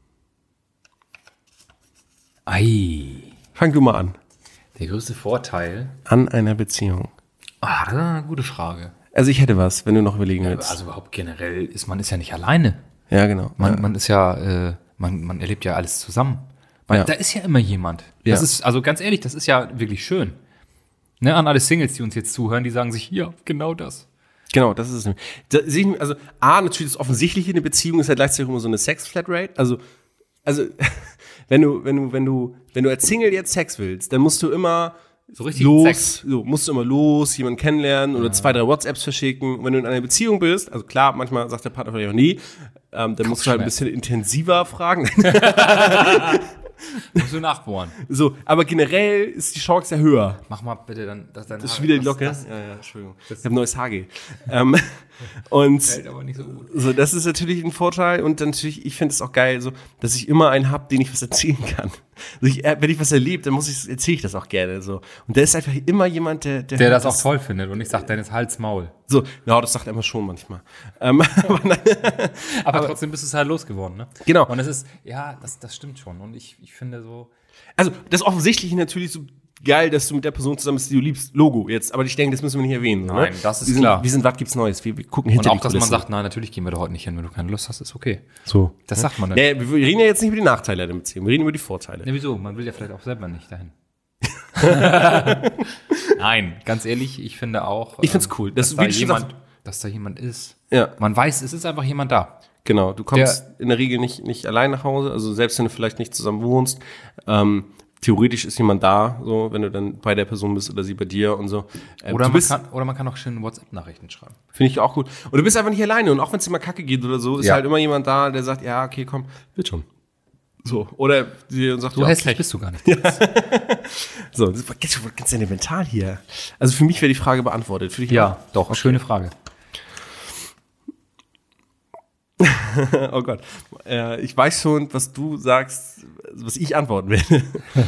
[SPEAKER 2] Ei.
[SPEAKER 1] Fang du mal an.
[SPEAKER 2] Der größte Vorteil?
[SPEAKER 1] An einer Beziehung.
[SPEAKER 2] Ah, das ist eine gute Frage.
[SPEAKER 1] Also ich hätte was, wenn du noch überlegen willst.
[SPEAKER 2] Also überhaupt generell ist man ist ja nicht alleine.
[SPEAKER 1] Ja, genau.
[SPEAKER 2] Man,
[SPEAKER 1] ja.
[SPEAKER 2] man ist ja, äh, man, man erlebt ja alles zusammen. Man,
[SPEAKER 1] Ja.
[SPEAKER 2] Da ist ja immer jemand.
[SPEAKER 1] Ja.
[SPEAKER 2] Das ist, also ganz ehrlich, das ist ja wirklich schön. Ne, an alle Singles, die uns jetzt zuhören, die sagen sich, ja, genau das.
[SPEAKER 1] Genau, das ist es. nämlich. Da sehe ich mich- Also A, natürlich das Offensichtliche in der Beziehung ist ja gleichzeitig immer so eine Sex-Flatrate. Also, also wenn du, wenn du, wenn du, wenn du als Single jetzt Sex willst, dann musst du immer
[SPEAKER 2] So richtig
[SPEAKER 1] los,
[SPEAKER 2] Sex.
[SPEAKER 1] so, musst du immer los, jemanden kennenlernen oder zwei, drei WhatsApps verschicken. Und wenn du in einer Beziehung bist, also klar, manchmal sagt der Partner vielleicht auch nee, ähm, dann musst du halt ein bisschen intensiver fragen.
[SPEAKER 2] Musst du nachbohren.
[SPEAKER 1] So, aber generell ist die Chance ja höher.
[SPEAKER 2] Mach mal bitte dann, dass dein
[SPEAKER 1] Das ist
[SPEAKER 2] Haar-
[SPEAKER 1] wieder die
[SPEAKER 2] was-
[SPEAKER 1] Locke.
[SPEAKER 2] Das
[SPEAKER 1] ja, ja, Entschuldigung. Ich habe neues Haar. ähm, und
[SPEAKER 2] fällt aber nicht so gut.
[SPEAKER 1] so, das ist natürlich ein Vorteil und dann natürlich, ich finde es auch geil, so, dass ich immer einen habe, den ich was erzählen kann. Also ich, äh, wenn ich was erlebe, dann muss ich, erzähle ich das auch gerne. So. Und da ist einfach immer jemand, der, der,
[SPEAKER 2] Der
[SPEAKER 1] hört
[SPEAKER 2] das auch toll findet und ich sag, Dennis, Hals, Maul.
[SPEAKER 1] So, ja, das sagt er immer schon manchmal. Ähm, aber nein,
[SPEAKER 2] Aber, trotzdem bist du es halt losgeworden, ne?
[SPEAKER 1] Genau.
[SPEAKER 2] Und es ist, ja, das, das stimmt schon. Und ich, ich finde so,
[SPEAKER 1] also das Offensichtliche natürlich so geil, dass du mit der Person zusammen bist, die du liebst, Logo jetzt. Aber ich denke, das müssen wir nicht erwähnen. So,
[SPEAKER 2] Nein,
[SPEAKER 1] ne?
[SPEAKER 2] das ist
[SPEAKER 1] wir sind,
[SPEAKER 2] klar.
[SPEAKER 1] Wir sind, was gibt's Neues? Wir, wir gucken
[SPEAKER 2] und
[SPEAKER 1] hinter
[SPEAKER 2] auch,
[SPEAKER 1] die
[SPEAKER 2] dass man
[SPEAKER 1] Kulissen.
[SPEAKER 2] sagt, nein, natürlich gehen wir da heute nicht hin, wenn du keine Lust hast, ist okay.
[SPEAKER 1] So.
[SPEAKER 2] Das sagt man dann.
[SPEAKER 1] Nee, wir reden ja jetzt nicht über die Nachteile der Beziehung, wir reden über die Vorteile.
[SPEAKER 2] Ja, wieso? Man will ja vielleicht auch selber nicht dahin. Nein, ganz ehrlich, ich finde auch,
[SPEAKER 1] Ich find's
[SPEAKER 2] ähm,
[SPEAKER 1] cool,
[SPEAKER 2] dass,
[SPEAKER 1] dass-
[SPEAKER 2] da
[SPEAKER 1] wie du schon
[SPEAKER 2] jemand,
[SPEAKER 1] sagst-
[SPEAKER 2] dass da jemand ist.
[SPEAKER 1] Ja.
[SPEAKER 2] Man weiß, es ist einfach jemand da.
[SPEAKER 1] Genau, du kommst in der Regel nicht, nicht allein nach Hause, also selbst wenn du vielleicht nicht zusammen wohnst, ähm, theoretisch ist jemand da, so, wenn du dann bei der Person bist oder sie bei dir und so. Ähm,
[SPEAKER 2] Oder
[SPEAKER 1] du
[SPEAKER 2] man,
[SPEAKER 1] bist,
[SPEAKER 2] kann, oder man kann auch schön WhatsApp-Nachrichten schreiben.
[SPEAKER 1] finde ich auch gut. Und du bist einfach nicht alleine und auch wenn es dir mal kacke geht oder so, ist
[SPEAKER 2] Ja.
[SPEAKER 1] halt immer jemand da, der sagt, ja, okay, komm, wird schon. So, oder dir sagt,
[SPEAKER 2] So
[SPEAKER 1] ja,
[SPEAKER 2] hässlich
[SPEAKER 1] okay.
[SPEAKER 2] bist du gar nicht.
[SPEAKER 1] So, das war ganz, ganz sentimental hier. Also für mich wäre die Frage beantwortet. Für dich
[SPEAKER 2] Ja, doch, schöne Frage.
[SPEAKER 1] auch? Oh Gott. Äh, ich weiß schon, was du sagst, was ich antworten werde.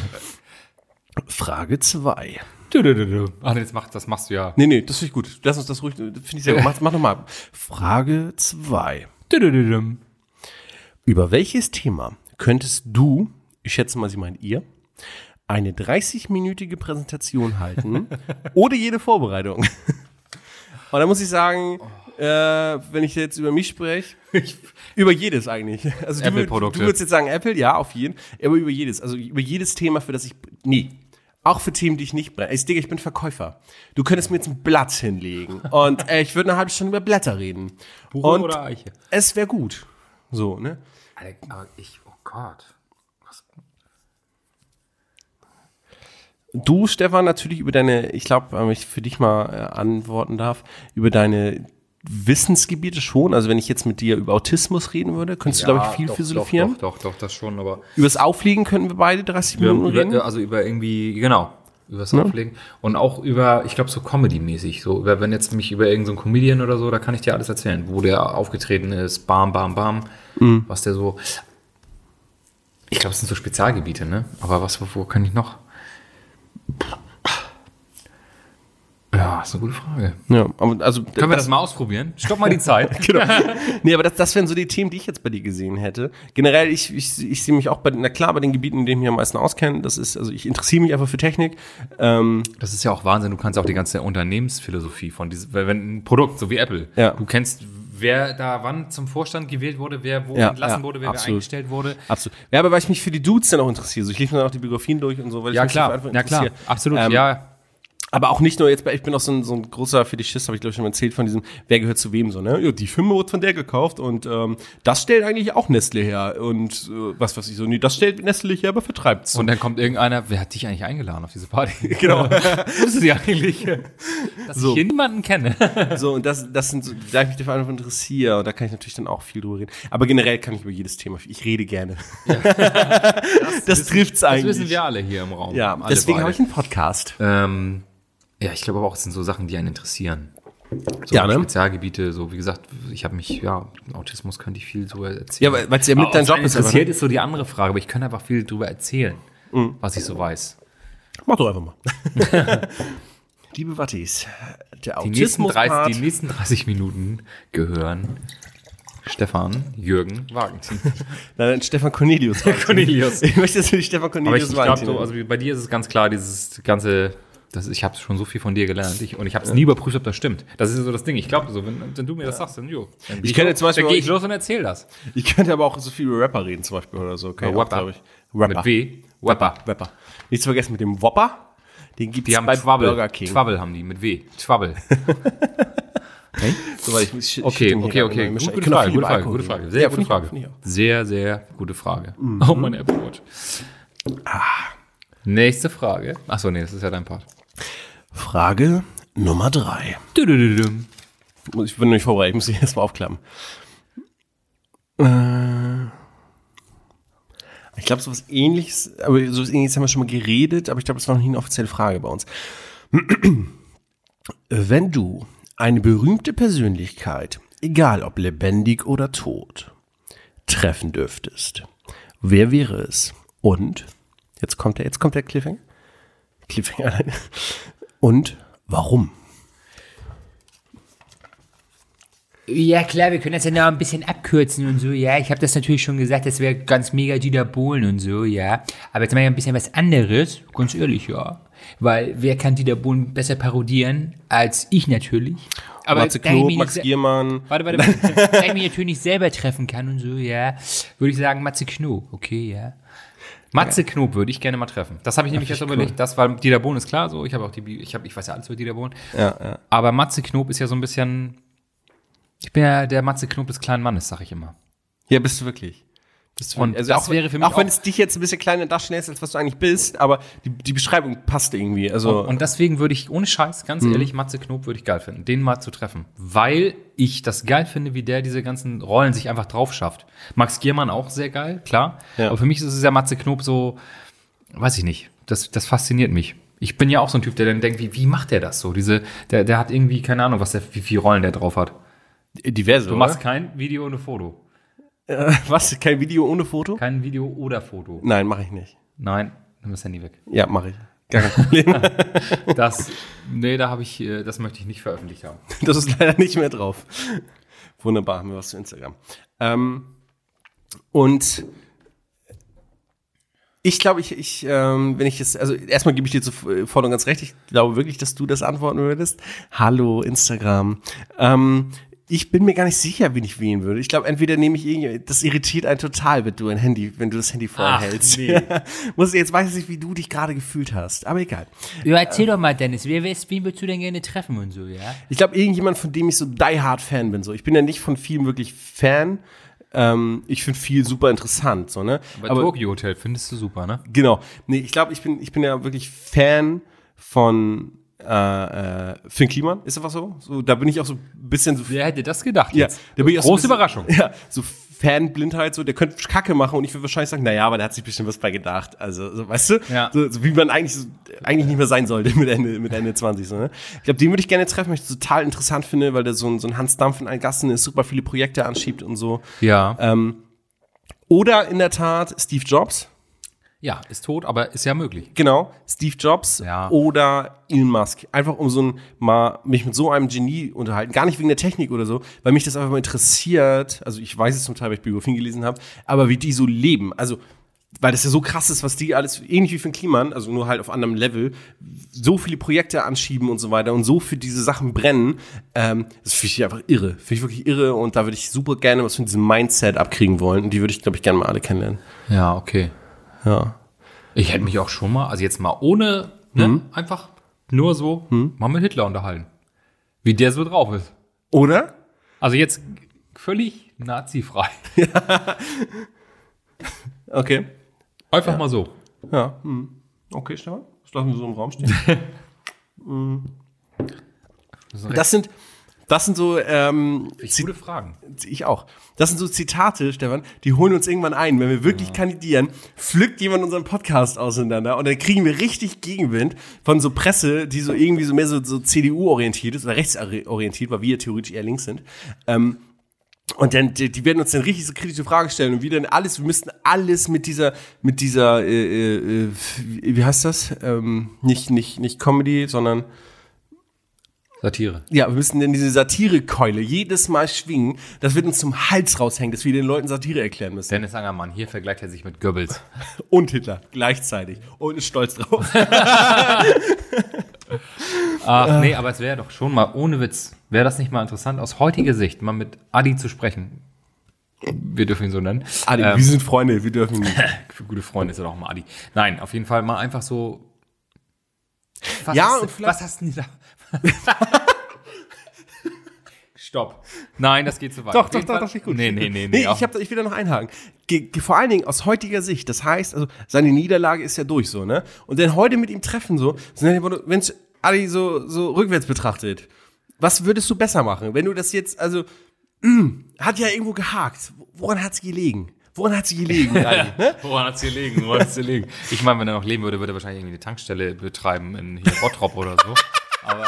[SPEAKER 1] Frage zwei.
[SPEAKER 2] Ach, jetzt mach, das machst du ja.
[SPEAKER 1] Nee, nee, das finde ich gut. Lass uns das ruhig, das finde ich sehr gut. Mach, mach nochmal. Frage zwei. Über welches Thema könntest du, ich schätze mal, sie meint ihr, eine dreißig-minütige Präsentation halten, ohne jede Vorbereitung? Und da muss ich sagen, äh, wenn ich jetzt über mich spreche, über jedes eigentlich. Also du, würd-
[SPEAKER 2] Apple-Produkte.
[SPEAKER 1] du würdest jetzt sagen Apple, ja, auf jeden, aber über jedes. Also über jedes Thema, für das ich, nee, auch für Themen, die ich nicht brenne. Ich, Digga, ich bin Verkäufer. Du könntest mir jetzt ein Blatt hinlegen und äh, ich würde eine halbe Stunde über Blätter reden.
[SPEAKER 2] Buche
[SPEAKER 1] und
[SPEAKER 2] oder Eiche?
[SPEAKER 1] es wäre gut. So, ne?
[SPEAKER 2] Aber ich, oh Gott. Was?
[SPEAKER 1] Du, Stefan, natürlich über deine, ich glaube, wenn ich für dich mal äh, antworten darf, über deine Wissensgebiete schon. Also wenn ich jetzt mit dir über Autismus reden würde, könntest du, glaube ich, viel
[SPEAKER 2] doch,
[SPEAKER 1] philosophieren.
[SPEAKER 2] Doch, doch, doch, doch, das schon, aber
[SPEAKER 1] Über das Aufliegen könnten wir beide dreißig Minuten
[SPEAKER 2] über,
[SPEAKER 1] reden.
[SPEAKER 2] also über irgendwie, genau, über das
[SPEAKER 1] Ja.
[SPEAKER 2] Auflegen und auch über, ich glaube, so Comedy-mäßig, so, über, wenn jetzt mich über irgendeinen so Comedian oder so, da kann ich dir alles erzählen, wo der aufgetreten ist, bam, bam, bam,
[SPEAKER 1] Mhm.
[SPEAKER 2] was der so, ich glaube, es sind so Spezialgebiete, ne, aber was, wo, wo kann ich noch? Ja, ist eine gute Frage.
[SPEAKER 1] Ja, aber also
[SPEAKER 2] Können wir das mal ausprobieren? Stopp mal die Zeit.
[SPEAKER 1] Genau. Nee, aber das, das wären so die Themen, die ich jetzt bei dir gesehen hätte. Generell, ich, ich, ich sehe mich auch bei, na klar, bei den Gebieten, in denen ich mich am meisten auskenne. Das ist, also ich interessiere mich einfach für Technik. Ähm,
[SPEAKER 2] Das ist ja auch Wahnsinn. Du kannst auch die ganze Unternehmensphilosophie von diesem, wenn ein Produkt, so wie Apple,
[SPEAKER 1] Ja.
[SPEAKER 2] du kennst, wer da wann zum Vorstand gewählt wurde, wer wo
[SPEAKER 1] Ja,
[SPEAKER 2] entlassen
[SPEAKER 1] ja,
[SPEAKER 2] wurde, wer, wer
[SPEAKER 1] absolut.
[SPEAKER 2] eingestellt wurde.
[SPEAKER 1] absolut. Ja, aber weil ich mich für die Dudes dann auch interessiere. Also ich lese mir dann auch die Biografien durch und so, weil
[SPEAKER 2] Ja,
[SPEAKER 1] ich mich
[SPEAKER 2] klar,
[SPEAKER 1] dafür einfach
[SPEAKER 2] ja, klar,
[SPEAKER 1] interessiere.
[SPEAKER 2] absolut,
[SPEAKER 1] Ähm,
[SPEAKER 2] ja.
[SPEAKER 1] Aber auch nicht nur jetzt, bei- ich bin auch so ein, so ein großer Fetischist, habe ich glaube ich schon mal erzählt, von diesem, wer gehört zu wem so, ne? Ja, die Firma wurde von der gekauft und ähm, das stellt eigentlich auch Nestle her und äh, was weiß ich so, nee, das stellt Nestle her, aber vertreibt's.
[SPEAKER 2] Und dann kommt irgendeiner, wer hat dich eigentlich eingeladen auf diese Party?
[SPEAKER 1] Genau.
[SPEAKER 2] Wusstest du eigentlich, dass
[SPEAKER 1] So.
[SPEAKER 2] ich hier niemanden kenne?
[SPEAKER 1] So, und das, das sind so, da ich mich dafür einfach interessiere, und da kann ich natürlich dann auch viel drüber reden. Aber generell kann ich über jedes Thema, ich rede gerne. das das trifft's
[SPEAKER 2] Das
[SPEAKER 1] eigentlich.
[SPEAKER 2] wissen wir alle hier im Raum.
[SPEAKER 1] Ja,
[SPEAKER 2] Alle
[SPEAKER 1] deswegen
[SPEAKER 2] beide.
[SPEAKER 1] habe ich einen Podcast.
[SPEAKER 2] Ähm, ja, ich glaube aber auch, es sind so Sachen, die einen interessieren. So
[SPEAKER 1] Ja, ne?
[SPEAKER 2] Spezialgebiete, so wie gesagt, ich habe mich, ja, Autismus könnte ich viel drüber erzählen.
[SPEAKER 1] Ja, weil es ja mit
[SPEAKER 2] Aber
[SPEAKER 1] deinem
[SPEAKER 2] ob's
[SPEAKER 1] Job
[SPEAKER 2] einen
[SPEAKER 1] ist.
[SPEAKER 2] interessiert,
[SPEAKER 1] aber,
[SPEAKER 2] ist so die andere Frage, aber ich kann einfach viel drüber erzählen, was ich so weiß.
[SPEAKER 1] ne? Mach doch einfach mal. Liebe Wattis, der
[SPEAKER 2] Die nächsten, dreißig,
[SPEAKER 1] Autismus-Part.
[SPEAKER 2] die nächsten dreißig Minuten gehören Stefan, Jürgen, Wagentin.
[SPEAKER 1] Nein, Stefan Cornelius.
[SPEAKER 2] Cornelius.
[SPEAKER 1] Ich möchte jetzt nicht Stefan
[SPEAKER 2] Aber ich,
[SPEAKER 1] Cornelius
[SPEAKER 2] ich glaube,
[SPEAKER 1] Valentin
[SPEAKER 2] so,
[SPEAKER 1] nennen.
[SPEAKER 2] also wie bei dir ist es ganz klar, dieses ganze, das, ich habe schon so viel von dir gelernt ich, und ich habe es nie überprüft, ob das stimmt. Das ist so das Ding. Ich glaube, so, wenn, wenn du mir das sagst, dann jo. Dann
[SPEAKER 1] Ich
[SPEAKER 2] geh
[SPEAKER 1] könnte
[SPEAKER 2] los-
[SPEAKER 1] zum Beispiel
[SPEAKER 2] dann gehe
[SPEAKER 1] auch-
[SPEAKER 2] ich los und erzähl das.
[SPEAKER 1] Ich könnte aber auch so viel über Rapper reden, zum Beispiel, oder so. Okay,
[SPEAKER 2] Über Rapper.
[SPEAKER 1] glaube ich. Rapper.
[SPEAKER 2] Mit W. Wapper.
[SPEAKER 1] Rapper. Nicht zu vergessen mit dem Whopper. Den gibt's
[SPEAKER 2] Die haben
[SPEAKER 1] bei
[SPEAKER 2] Schwabbel.
[SPEAKER 1] Burger King.
[SPEAKER 2] Schwabbel haben die, mit W. Schwabbel.
[SPEAKER 1] So, weil ich, ich, ich
[SPEAKER 2] Okay,
[SPEAKER 1] schütte
[SPEAKER 2] okay,
[SPEAKER 1] mir
[SPEAKER 2] okay.
[SPEAKER 1] gerade
[SPEAKER 2] Gut,
[SPEAKER 1] mal-
[SPEAKER 2] gute
[SPEAKER 1] Ich kann auch
[SPEAKER 2] Frage,
[SPEAKER 1] viel
[SPEAKER 2] gute
[SPEAKER 1] über
[SPEAKER 2] Frage,
[SPEAKER 1] Alkohol
[SPEAKER 2] gute Frage.
[SPEAKER 1] reden.
[SPEAKER 2] Sehr
[SPEAKER 1] Ja,
[SPEAKER 2] gute
[SPEAKER 1] finde ich auch,
[SPEAKER 2] Frage.
[SPEAKER 1] finde ich auch.
[SPEAKER 2] Sehr, sehr gute Frage. Oh, mein Apple Watch. Nächste Frage. Achso, nee, das ist ja dein Part.
[SPEAKER 1] Frage Nummer drei.
[SPEAKER 2] Dudududum.
[SPEAKER 1] Ich bin noch nicht vorbereitet, ich muss sie erstmal aufklappen. Äh, ich glaube, sowas ähnliches, aber sowas ähnliches haben wir schon mal geredet, aber ich glaube, das war noch nie eine offizielle Frage bei uns. Wenn du eine berühmte Persönlichkeit, egal ob lebendig oder tot, treffen dürftest, wer wäre es? Und, jetzt kommt der, jetzt kommt der Cliffhanger. Cliffhanger. Und warum?
[SPEAKER 4] Ja, klar, wir können das ja noch ein bisschen abkürzen und so, ja. Ich habe das natürlich schon gesagt, das wäre ganz mega Dieter Bohlen und so, ja. Aber jetzt mal ein bisschen was anderes, ganz ehrlich, ja. Weil wer kann Dieter Bohlen besser parodieren als ich natürlich? Aber
[SPEAKER 1] Matze
[SPEAKER 4] da ich
[SPEAKER 1] Knob,
[SPEAKER 4] mich
[SPEAKER 1] Max
[SPEAKER 4] nicht-
[SPEAKER 1] Giermann.
[SPEAKER 4] Warte, warte, warte. Da ich mich natürlich nicht selber treffen kann und so, ja, würde ich sagen Matze Knob, okay, ja.
[SPEAKER 2] Matze Knob würde ich gerne mal treffen. Das habe ich nämlich jetzt überlegt. Das war Dieter Bohlen ist klar, so ich habe auch die, Bi- ich habe, ich weiß ja alles über Dieter Bohlen.
[SPEAKER 1] Ja, ja.
[SPEAKER 2] Aber Matze Knob ist ja so ein bisschen, ich bin ja der Matze Knob des kleinen Mannes, sag ich immer.
[SPEAKER 1] Ja, bist du wirklich. Bist du
[SPEAKER 2] Und
[SPEAKER 1] wirklich.
[SPEAKER 2] das
[SPEAKER 1] auch,
[SPEAKER 2] wäre für mich
[SPEAKER 1] auch wenn
[SPEAKER 2] auch-
[SPEAKER 1] es dich jetzt ein bisschen kleiner darstellst, als was du eigentlich bist, aber die, die Beschreibung passt irgendwie. Also,
[SPEAKER 2] Und deswegen würde ich, ohne Scheiß, ganz
[SPEAKER 1] Mhm.
[SPEAKER 2] ehrlich, Matze Knob würde ich geil finden, den mal zu treffen. Weil ich das geil finde, wie der diese ganzen Rollen sich einfach drauf schafft. Max Giermann auch sehr geil, klar.
[SPEAKER 1] Ja.
[SPEAKER 2] Aber für mich ist es ja Matze Knob so, weiß ich nicht, das, das fasziniert mich. Ich bin ja auch so ein Typ, der dann denkt, wie, wie macht der das so? Diese, der, der hat irgendwie, keine Ahnung, was der, wie viele Rollen der drauf hat.
[SPEAKER 1] diverse,
[SPEAKER 2] Du machst kein Video ohne Foto.
[SPEAKER 1] Was? Kein Video ohne Foto?
[SPEAKER 2] Kein Video oder Foto.
[SPEAKER 1] Nein, mache ich nicht.
[SPEAKER 2] Nein, nimm das Handy weg.
[SPEAKER 1] Ja, mache ich. Gar kein Problem.
[SPEAKER 2] Das, nee, da habe ich, äh, das möchte ich nicht veröffentlicht haben.
[SPEAKER 1] Das ist leider nicht mehr drauf. Wunderbar, haben wir was zu Instagram. Ähm, und ich glaube, ich, ich ähm, wenn ich jetzt, also erstmal gebe ich dir zuvor und ganz recht, ich glaube wirklich, dass du das antworten würdest. Hallo, Instagram. Ähm, ich bin mir gar nicht sicher, wen ich wählen würde. Ich glaube, entweder nehme ich irgendwie, das irritiert einen total, wenn du ein Handy, wenn du das Handy vorhältst.
[SPEAKER 2] nee.
[SPEAKER 1] Muss jetzt weiß ich nicht, wie du dich gerade gefühlt hast, aber egal.
[SPEAKER 4] Ja, erzähl doch mal, Dennis, wer, wer ist, wen würdest du denn gerne treffen und so, ja?
[SPEAKER 1] Ich glaube, irgendjemand, von dem ich so die hard Fan bin. So, ich bin ja nicht von vielen wirklich Fan. Ähm, ich finde viel super interessant, so, ne?
[SPEAKER 2] Aber, aber Tokyo Hotel findest du super, ne?
[SPEAKER 1] Genau. Nee, ich glaube, ich bin, ich bin ja wirklich Fan von äh, äh, Finn Kliman. Ist einfach so? So, da bin ich auch so ein bisschen so.
[SPEAKER 2] Wer hätte das gedacht
[SPEAKER 1] Ja,
[SPEAKER 2] jetzt?
[SPEAKER 1] da bin ich auch
[SPEAKER 2] Große
[SPEAKER 1] so ein
[SPEAKER 2] Überraschung.
[SPEAKER 1] Ja, so Fanblindheit, so, der könnte Kacke machen und ich würde wahrscheinlich sagen, naja, aber der hat sich bestimmt was bei gedacht. Also, so, weißt du?
[SPEAKER 2] Ja.
[SPEAKER 1] So, so wie man eigentlich, so, eigentlich nicht mehr sein sollte mit Ende, mit Ende zwanzig. So, ne? Ich glaube, den würde ich gerne treffen, weil ich das total interessant finde, weil der so ein, so ein Hans Dampf in allen Gassen ist, super viele Projekte anschiebt und so.
[SPEAKER 2] Ja.
[SPEAKER 1] Ähm, oder in der Tat Steve Jobs.
[SPEAKER 2] Ja, ist tot, aber ist ja möglich.
[SPEAKER 1] Genau, Steve Jobs
[SPEAKER 2] Ja.
[SPEAKER 1] oder Elon Musk. Einfach um so ein, mal mich mit so einem Genie unterhalten. Gar nicht wegen der Technik oder so, weil mich das einfach mal interessiert. Also ich weiß es zum Teil, weil ich Biografien gelesen habe, aber wie die so leben. Also, weil das ja so krass ist, was die alles, ähnlich wie Finn Kliman, also nur halt auf anderem Level, so viele Projekte anschieben und so weiter und so für diese Sachen brennen. Ähm, das finde ich einfach irre. Finde ich wirklich irre und da würde ich super gerne was von diesem Mindset abkriegen wollen. Und die würde ich, glaube ich, gerne mal alle kennenlernen.
[SPEAKER 2] Ja, okay.
[SPEAKER 1] Ja.
[SPEAKER 2] Ich hätte mich auch schon mal, also jetzt mal ohne, ne,
[SPEAKER 1] Mhm.
[SPEAKER 2] einfach nur so, mal mit Hitler unterhalten. Wie der so drauf ist.
[SPEAKER 1] Oder?
[SPEAKER 2] Also jetzt völlig nazifrei.
[SPEAKER 1] Okay.
[SPEAKER 2] Einfach mal so.
[SPEAKER 1] Ja. Hm. Okay, Stefan. Das lassen wir so im Raum stehen. Mhm. Das sind, das sind so, ähm,
[SPEAKER 2] Gute Fragen.
[SPEAKER 1] ich auch. Das sind so Zitate, Stefan, die holen uns irgendwann ein. Wenn wir wirklich ja. kandidieren, pflückt jemand unseren Podcast auseinander und dann kriegen wir richtig Gegenwind von so Presse, die so irgendwie so mehr so, so C D U-orientiert ist oder rechtsorientiert, weil wir theoretisch eher links sind. Ähm, und dann, die, die werden uns dann richtig so kritische Fragen stellen und wir dann alles, wir müssten alles mit dieser, mit dieser, äh, äh, wie heißt das? Ähm, nicht, nicht, nicht Comedy, sondern
[SPEAKER 2] Satire.
[SPEAKER 1] Ja, wir müssen denn diese Satirekeule jedes Mal schwingen. Das wird uns zum Hals raushängen, dass wir den Leuten Satire erklären müssen.
[SPEAKER 2] Dennis Angermann, hier vergleicht er sich mit Goebbels.
[SPEAKER 1] Und Hitler, gleichzeitig. Und ist stolz drauf.
[SPEAKER 2] Ach nee, aber es wäre doch schon mal, ohne Witz, wäre das nicht mal interessant, aus heutiger Sicht mal mit Adi zu sprechen. Wir dürfen ihn so nennen.
[SPEAKER 1] Adi,
[SPEAKER 2] ähm,
[SPEAKER 1] wir sind Freunde, wir dürfen ihn.
[SPEAKER 2] Für gute Freunde ist er doch mal Adi. Nein, auf jeden Fall mal einfach so. Was
[SPEAKER 1] Ja,
[SPEAKER 2] hast,
[SPEAKER 1] und vielleicht-
[SPEAKER 2] was hast du denn da? Stopp. Nein, das geht zu weit.
[SPEAKER 1] Doch,
[SPEAKER 2] Auf
[SPEAKER 1] doch,
[SPEAKER 2] jeden
[SPEAKER 1] doch,
[SPEAKER 2] Fall-
[SPEAKER 1] das ist gut.
[SPEAKER 2] Nee, nee, nee.
[SPEAKER 1] Nee,
[SPEAKER 2] auch-
[SPEAKER 1] ich, hab, ich will da noch einhaken. Ge, ge, vor allen Dingen aus heutiger Sicht, das heißt, also seine Niederlage ist ja durch so, ne? Und dann heute mit ihm treffen so, wenn es Adi so, so rückwärts betrachtet, was würdest du besser machen? Wenn du das jetzt, also, mh, hat ja irgendwo gehakt. Woran hat's gelegen? Woran hat's gelegen, Adi? Ne?
[SPEAKER 2] Woran hat's gelegen? Woran hat's gelegen? Ich meine, wenn er noch leben würde, würde er wahrscheinlich irgendwie eine Tankstelle betreiben in hier Bottrop oder so. Aber.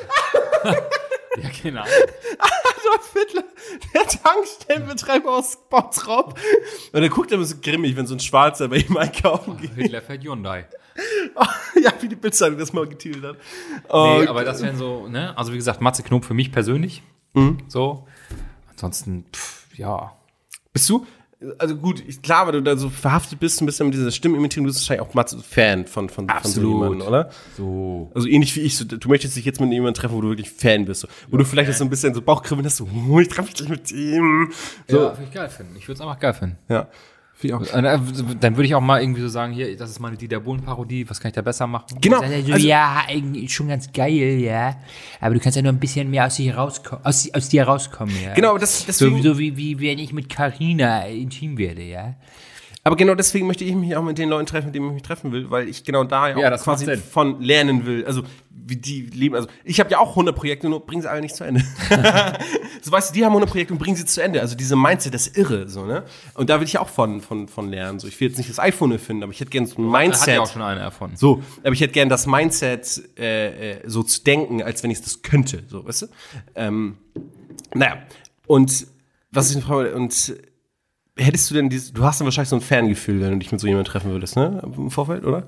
[SPEAKER 2] Ja, genau.
[SPEAKER 1] Adolf Hitler, der Tankstellenbetreiber aus Bottrop. Und der guckt immer so grimmig, wenn so ein Schwarzer bei ihm einkaufen geht.
[SPEAKER 2] Hitler fährt Hyundai.
[SPEAKER 1] Ja, wie die Bildzeitung das mal getitelt hat. Oh,
[SPEAKER 2] Nee, aber das wären so, ne? Also wie gesagt, Matze Knob für mich persönlich.
[SPEAKER 1] Mhm.
[SPEAKER 2] So. Ansonsten, pff, ja.
[SPEAKER 1] bist du, also gut, ich, klar, weil du da so verhaftet bist, ein bisschen mit dieser Stimmimitierung, du bist wahrscheinlich auch Matze Fan von, von, von so
[SPEAKER 2] Absolut.
[SPEAKER 1] jemandem, oder?
[SPEAKER 2] So.
[SPEAKER 1] Also ähnlich wie ich, so, du möchtest dich jetzt mit jemandem treffen, wo du wirklich Fan bist. So. Wo du vielleicht jetzt so ein bisschen so Bauchkribbeln hast, so, oh, ich treffe mich gleich mit ihm. So.
[SPEAKER 2] Ja, würde ich geil finden. Ich würde es einfach geil finden.
[SPEAKER 1] Ja. Finde ich auch.
[SPEAKER 2] Dann würde ich auch mal irgendwie so sagen, hier, das ist meine Dieter Bohlen-Parodie, was kann ich da besser machen?
[SPEAKER 1] Genau.
[SPEAKER 4] Sagt er so,
[SPEAKER 1] Also,
[SPEAKER 4] ja, eigentlich schon ganz geil, ja. Aber du kannst ja nur ein bisschen mehr aus dir rauskommen, aus, aus dir rauskommen, ja.
[SPEAKER 1] genau, aber das,
[SPEAKER 4] So,
[SPEAKER 1] deswegen,
[SPEAKER 4] so wie, wie wenn ich mit Carina intim werde, ja.
[SPEAKER 1] aber genau deswegen möchte ich mich auch mit den Leuten treffen, mit denen ich mich treffen will, weil ich genau da ja auch
[SPEAKER 2] Ja, das
[SPEAKER 1] quasi
[SPEAKER 2] macht Sinn.
[SPEAKER 1] von lernen will. Also, wie die leben. Also, ich habe ja auch hundert Projekte, nur bringen sie alle nicht zu Ende. So, weißt du, die haben hundert Projekte und bringen sie zu Ende. Also, diese Mindset, das ist irre, so, ne? Und da will ich auch von, von, von lernen. So, ich will jetzt nicht das iPhone erfinden, aber ich hätte gerne so ein
[SPEAKER 2] Hat
[SPEAKER 1] Mindset.
[SPEAKER 2] ja auch schon eine erfunden.
[SPEAKER 1] So, aber ich hätte gern das Mindset, äh, äh, so zu denken, als wenn ich das könnte, so, weißt du? Ähm, naja, und was ich eine Frage, und hättest du denn dieses, du hast dann wahrscheinlich so ein Fangefühl, wenn du dich mit so jemandem treffen würdest, ne? Im Vorfeld, oder?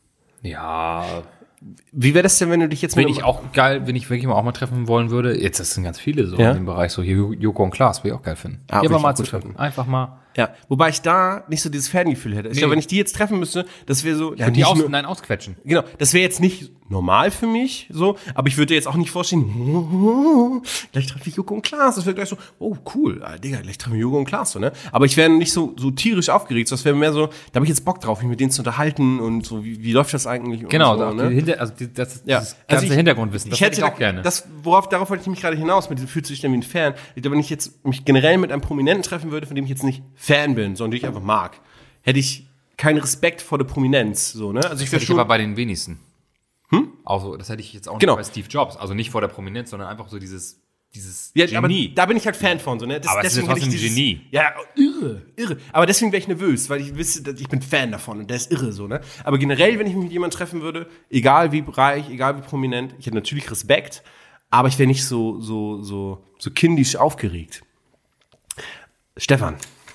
[SPEAKER 2] Ja.
[SPEAKER 1] Wie wäre das denn, wenn du dich jetzt
[SPEAKER 2] Wenn
[SPEAKER 1] mit
[SPEAKER 2] ich auch geil, wenn ich wirklich mal auch mal treffen wollen würde, jetzt das sind ganz viele so
[SPEAKER 1] Ja.
[SPEAKER 2] in dem Bereich, so hier Joko und Klaas, würde ich auch geil finden.
[SPEAKER 1] Ah,
[SPEAKER 2] die
[SPEAKER 1] würde
[SPEAKER 2] aber
[SPEAKER 1] ich
[SPEAKER 2] mal
[SPEAKER 1] auch
[SPEAKER 2] zu
[SPEAKER 1] gut
[SPEAKER 2] treffen.
[SPEAKER 1] finden.
[SPEAKER 2] Einfach mal.
[SPEAKER 1] Ja, wobei ich da nicht so dieses Fangefühl hätte. Ich
[SPEAKER 2] Nee.
[SPEAKER 1] glaube, wenn ich die jetzt treffen müsste, das wäre so, ja,
[SPEAKER 2] Und die
[SPEAKER 1] nicht
[SPEAKER 2] aus,
[SPEAKER 1] nur,
[SPEAKER 2] nein, ausquetschen.
[SPEAKER 1] genau, das wäre jetzt nicht normal für mich, so, aber ich würde jetzt auch nicht vorstellen, gleich treffe ich Joko und Klaas, das wäre gleich so, oh, cool, ah, Digga, gleich treffen wir Joko und Klaas, so, ne, aber ich wäre nicht so, so tierisch aufgeregt, das wäre mehr so, da habe ich jetzt Bock drauf, mich mit denen zu unterhalten und so, wie, wie läuft das eigentlich?
[SPEAKER 2] Genau,
[SPEAKER 1] und so,
[SPEAKER 2] da,
[SPEAKER 1] ne?
[SPEAKER 2] die Hinter, also die, das,
[SPEAKER 1] Ja.
[SPEAKER 2] dieses
[SPEAKER 1] Also
[SPEAKER 2] ganze
[SPEAKER 1] ich-
[SPEAKER 2] Hintergrundwissen, das
[SPEAKER 1] ich hätte
[SPEAKER 2] hätte ich auch
[SPEAKER 1] da-
[SPEAKER 2] gerne.
[SPEAKER 1] Das, worauf, darauf wollte ich mich gerade hinaus, mit fühlt sich dann wie ein Fan. Wenn ich jetzt mich generell mit einem Prominenten treffen würde, von dem ich jetzt nicht Fan bin, sondern den ich einfach mag, hätte ich keinen Respekt vor der Prominenz, so, ne, also ich
[SPEAKER 2] Das
[SPEAKER 1] wäre
[SPEAKER 2] hätte ich
[SPEAKER 1] schon,
[SPEAKER 2] aber bei den wenigsten. Hm? Also, das hätte ich jetzt auch
[SPEAKER 1] Genau.
[SPEAKER 2] nicht bei Steve Jobs. Also nicht vor der Prominenz, sondern einfach so dieses, dieses
[SPEAKER 1] ja,
[SPEAKER 2] Genie.
[SPEAKER 1] aber da bin ich halt Fan von, so, ne, das,
[SPEAKER 2] Aber es ist ja
[SPEAKER 1] hätte ich
[SPEAKER 2] trotzdem
[SPEAKER 1] dieses-
[SPEAKER 2] Genie.
[SPEAKER 1] Ja, irre, irre, aber deswegen wäre ich nervös, weil ich wisse, dass ich bin Fan davon und der ist irre, so, ne, aber generell, wenn ich mich mit jemandem treffen würde, egal wie reich, egal wie prominent, ich hätte natürlich Respekt, aber ich wäre nicht so, so, so, so kindisch aufgeregt. Stefan,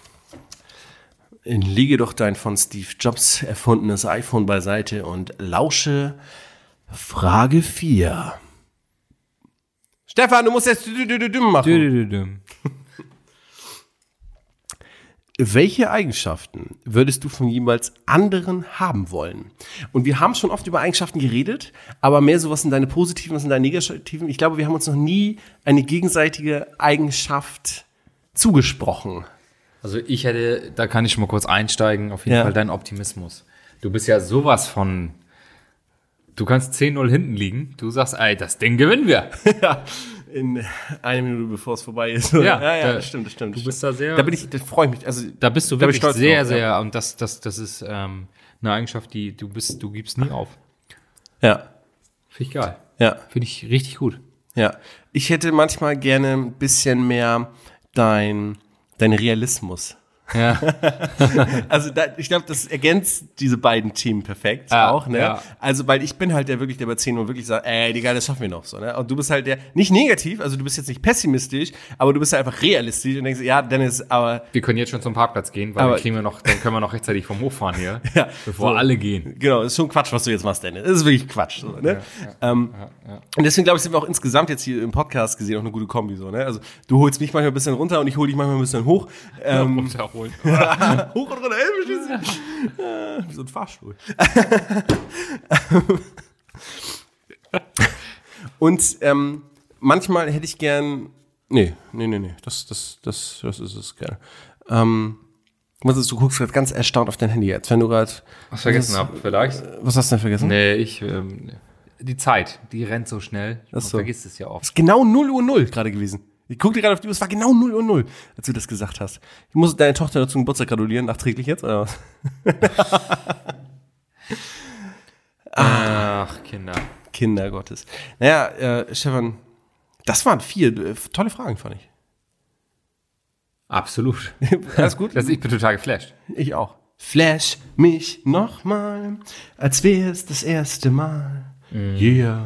[SPEAKER 1] lege doch dein von Steve Jobs erfundenes iPhone beiseite und lausche Frage vier. Stefan, du musst jetzt dü- dü- dü- düm machen.
[SPEAKER 2] Dü-dü-dü-düm.
[SPEAKER 1] Welche Eigenschaften würdest du von jeweils anderen haben wollen? Und wir haben schon oft über Eigenschaften geredet, aber mehr so, was sind deine positiven, was sind deine negativen? Ich glaube, wir haben uns noch nie eine gegenseitige Eigenschaft zugesprochen.
[SPEAKER 2] Also ich hätte, da kann ich schon mal kurz einsteigen, auf jeden
[SPEAKER 1] Ja.
[SPEAKER 2] Fall dein Optimismus. Du bist ja sowas von, du kannst zehn null hinten liegen, du sagst, ey, das Ding gewinnen wir.
[SPEAKER 1] Ja, in einer Minute, bevor es vorbei ist.
[SPEAKER 2] Ja,
[SPEAKER 1] ja, ja
[SPEAKER 2] da-
[SPEAKER 1] das stimmt, das stimmt.
[SPEAKER 2] du
[SPEAKER 1] das
[SPEAKER 2] bist
[SPEAKER 1] stimmt.
[SPEAKER 2] da sehr-
[SPEAKER 1] Da bin ich, da freue ich mich. Also,
[SPEAKER 2] Da bist du
[SPEAKER 1] da bin ich
[SPEAKER 2] wirklich
[SPEAKER 1] stolz
[SPEAKER 2] sehr,
[SPEAKER 1] drauf,
[SPEAKER 2] sehr,
[SPEAKER 1] ja.
[SPEAKER 2] und das, das, das ist ähm, eine Eigenschaft, die du bist, du gibst nie auf.
[SPEAKER 1] Ja,
[SPEAKER 2] Finde ich geil.
[SPEAKER 1] ja,
[SPEAKER 2] Finde ich richtig gut.
[SPEAKER 1] ja. Ich hätte manchmal gerne ein bisschen mehr dein, dein Realismus.
[SPEAKER 2] Ja.
[SPEAKER 1] Also da, ich glaube, das ergänzt diese beiden Themen perfekt
[SPEAKER 2] Ja,
[SPEAKER 1] auch, ne?
[SPEAKER 2] ja.
[SPEAKER 1] Also, weil ich bin halt der wirklich, der bei zehn Uhr wirklich sagt, ey, Digga, das schaffen wir noch so, ne? Und du bist halt der, nicht negativ, also du bist jetzt nicht pessimistisch, aber du bist halt einfach realistisch und denkst, ja, Dennis, aber
[SPEAKER 2] Wir können jetzt schon zum Parkplatz gehen, weil
[SPEAKER 1] Aber-
[SPEAKER 2] dann, kriegen wir noch, dann können wir noch rechtzeitig vom Hof fahren hier,
[SPEAKER 1] Ja,
[SPEAKER 2] bevor
[SPEAKER 1] so.
[SPEAKER 2] alle gehen.
[SPEAKER 1] genau, das ist schon Quatsch, was du jetzt machst, Dennis. Das ist wirklich Quatsch, so, ne? ähm, Und deswegen, glaube ich, sind wir auch insgesamt jetzt hier im Podcast gesehen auch eine gute Kombi, so, ne? Also, du holst mich manchmal ein bisschen runter und ich hole dich manchmal ein bisschen hoch. Ähm,
[SPEAKER 2] Runterholen.
[SPEAKER 1] Hoch und runter, ey, verstehst du? Äh, Wie so ein Fahrstuhl. Und ähm, manchmal hätte ich gern. Nee, nee, nee, nee. Das, das, das, das ist es gerne. Ähm, was ist, du guckst gerade ganz erstaunt auf dein Handy, als wenn du gerade.
[SPEAKER 2] Was vergessen habe, vielleicht?
[SPEAKER 1] Was hast du denn vergessen?
[SPEAKER 2] Nee, ich, ähm, die Zeit, die rennt so schnell. Man
[SPEAKER 1] so.
[SPEAKER 2] vergisst es ja oft.
[SPEAKER 1] ist genau null Uhr null gerade gewesen. Ich guckte gerade auf die Uhr, es war genau null Uhr null, als du das gesagt hast. Ich muss deine Tochter zum Geburtstag gratulieren, nachträglich jetzt, oder was?
[SPEAKER 2] Ach, Kinder.
[SPEAKER 1] Kinder Gottes. Naja, äh, Stefan, das waren vier äh, tolle Fragen, fand ich.
[SPEAKER 2] Absolut.
[SPEAKER 1] Alles gut?
[SPEAKER 2] Das, ich bin total geflasht.
[SPEAKER 1] Ich auch. Flash mich nochmal, als wäre es das erste Mal. Yeah.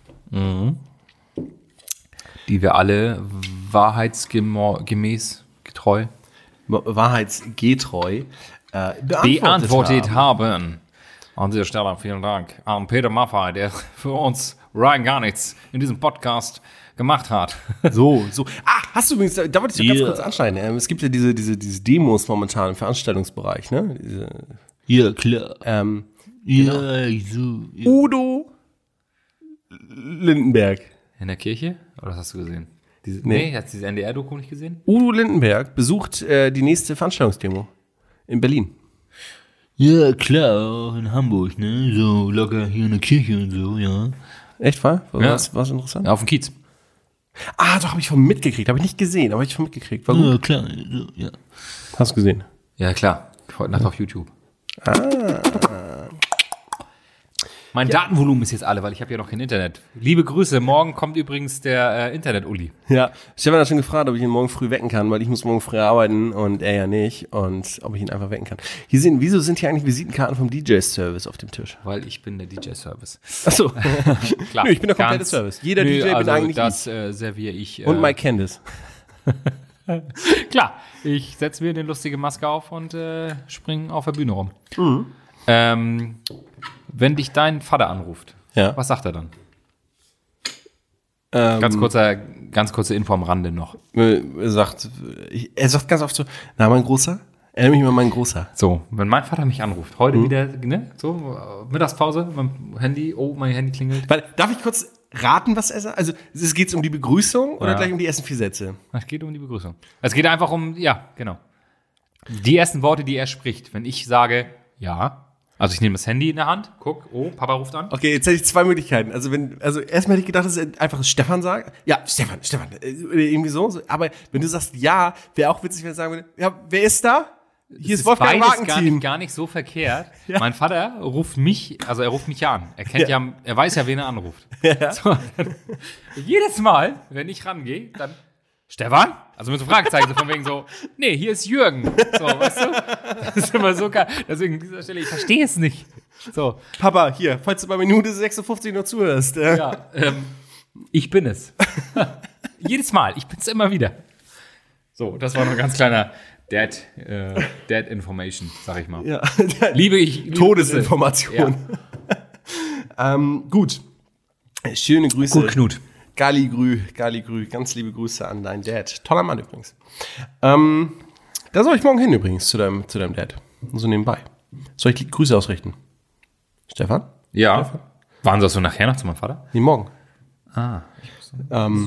[SPEAKER 2] Die wir alle wahrheitsgemäß, getreu,
[SPEAKER 1] Wahrheitsgetreu äh,
[SPEAKER 2] beantwortet haben. An dieser Stelle vielen Dank an Peter Maffay, der für uns rein gar nichts in diesem Podcast gemacht hat.
[SPEAKER 1] So, so. Ah, hast du übrigens, da, da wollte ich so ganz
[SPEAKER 2] Yeah.
[SPEAKER 1] kurz anschneiden. Ähm, es gibt ja diese, diese, diese Demos momentan im Veranstaltungsbereich, ne? Diese,
[SPEAKER 2] Ja, klar.
[SPEAKER 1] ähm,
[SPEAKER 2] Ja, so.
[SPEAKER 1] Udo Lindenberg.
[SPEAKER 2] In der Kirche? Oder was hast du gesehen? Diese,
[SPEAKER 1] Nee.
[SPEAKER 2] nee, hast du diese N D R-Doku nicht gesehen?
[SPEAKER 1] Udo Lindenberg besucht äh, die nächste Veranstaltungsdemo in Berlin.
[SPEAKER 5] Ja, klar, auch in Hamburg, ne? So locker hier in der Kirche und so, ja.
[SPEAKER 1] Echt, war? War
[SPEAKER 2] Ja.
[SPEAKER 1] was, was interessant?
[SPEAKER 2] Ja, auf dem Kiez.
[SPEAKER 1] Ah, doch, habe ich von mitgekriegt. Habe ich nicht gesehen, aber hab ich von mitgekriegt. War gut.
[SPEAKER 5] Ja, klar, so, ja.
[SPEAKER 1] Hast du gesehen?
[SPEAKER 2] Ja, klar. Heute Nacht auf YouTube. Mein Datenvolumen ist jetzt alle, weil ich habe ja noch kein Internet. Liebe Grüße. Morgen kommt übrigens der äh, Internet-Uli.
[SPEAKER 1] Ja. Stefan hat schon gefragt, ob ich ihn morgen früh wecken kann, weil ich muss morgen früh arbeiten und er ja nicht. Und ob ich ihn einfach wecken kann. Hier sind, wieso sind hier eigentlich Visitenkarten vom D J-Service auf dem Tisch?
[SPEAKER 2] Weil ich bin der D J-Service.
[SPEAKER 1] Achso.
[SPEAKER 2] Klar.
[SPEAKER 1] Nö, ich bin der komplette
[SPEAKER 2] Ganz-
[SPEAKER 1] Service. Jeder
[SPEAKER 2] Nö,
[SPEAKER 1] D J bin
[SPEAKER 2] also
[SPEAKER 1] eigentlich
[SPEAKER 2] das äh, serviere ich.
[SPEAKER 1] ich. Und
[SPEAKER 2] äh,
[SPEAKER 1] Mike Candice.
[SPEAKER 2] Klar, ich setze mir eine lustige Maske auf und äh, springe auf der Bühne rum.
[SPEAKER 1] Mhm.
[SPEAKER 2] Ähm, wenn dich dein Vater anruft,
[SPEAKER 1] Ja.
[SPEAKER 2] was sagt er dann?
[SPEAKER 1] Ähm,
[SPEAKER 2] Ganz kurzer, ganz kurze Info am Rande noch.
[SPEAKER 1] äh, Er sagt, ich- er sagt ganz oft so, na, mein Großer, Erinnere mich mal an meinen Großer.
[SPEAKER 2] So, wenn mein Vater mich anruft, heute mhm. wieder, ne, so, äh, Mittagspause, mein Handy, oh, mein Handy klingelt.
[SPEAKER 1] Weil, darf ich kurz raten, was er sagt? Also, es geht um die Begrüßung oder
[SPEAKER 2] ja.
[SPEAKER 1] gleich um die ersten vier Sätze?
[SPEAKER 2] Es geht um die Begrüßung. Es geht einfach um, ja, genau. Die ersten Worte, die er spricht. Wenn ich sage, ja, also ich nehme das Handy in der Hand, guck, oh, Papa ruft an.
[SPEAKER 1] Okay, jetzt hätte ich zwei Möglichkeiten. Also, wenn, also erstmal hätte ich gedacht, dass er einfach Stefan sagt. Ja, Stefan, Stefan, oder irgendwie so. Aber wenn du sagst ja, wäre auch witzig, wenn er sagen würde, ja, wer ist da? Hier ist, ist Wolfgang
[SPEAKER 2] beides gar
[SPEAKER 1] Wagenteam.
[SPEAKER 2] nicht, gar nicht so verkehrt.
[SPEAKER 1] Ja.
[SPEAKER 2] Mein Vater ruft mich, also er ruft mich ja an. Er kennt ja, ja er weiß ja, wen er anruft.
[SPEAKER 1] Ja.
[SPEAKER 2] So, dann, jedes Mal, wenn ich rangehe, dann Stefan? Also mit so Fragezeichen, so von wegen so, nee, hier ist Jürgen. So, weißt du? Das ist immer so geil. Deswegen an dieser Stelle, ich verstehe es nicht. So.
[SPEAKER 1] Papa, hier, falls du bei Minute sechsundfünfzig noch zuhörst. Äh.
[SPEAKER 2] Ja, ähm, ich bin es. Jedes Mal, ich bin es immer wieder. So, das war noch ein ganz kleiner Dad, äh, Dad Information, sag ich mal.
[SPEAKER 1] Ja.
[SPEAKER 2] Liebe ich. Liebe
[SPEAKER 1] Todesinformation. Ja. ähm, gut. Schöne Grüße.
[SPEAKER 2] Gut, Knut.
[SPEAKER 1] Galigrü, Galigrü, ganz liebe Grüße an deinen Dad. Toller Mann übrigens. Ähm, da soll ich morgen hin übrigens zu deinem, zu deinem Dad. So nebenbei. Soll ich die Grüße ausrichten? Stefan?
[SPEAKER 2] Ja.
[SPEAKER 1] Stefan?
[SPEAKER 2] Wann sollst du nachher noch zu meinem Vater?
[SPEAKER 1] Nee, morgen.
[SPEAKER 2] Ah.
[SPEAKER 1] Ähm,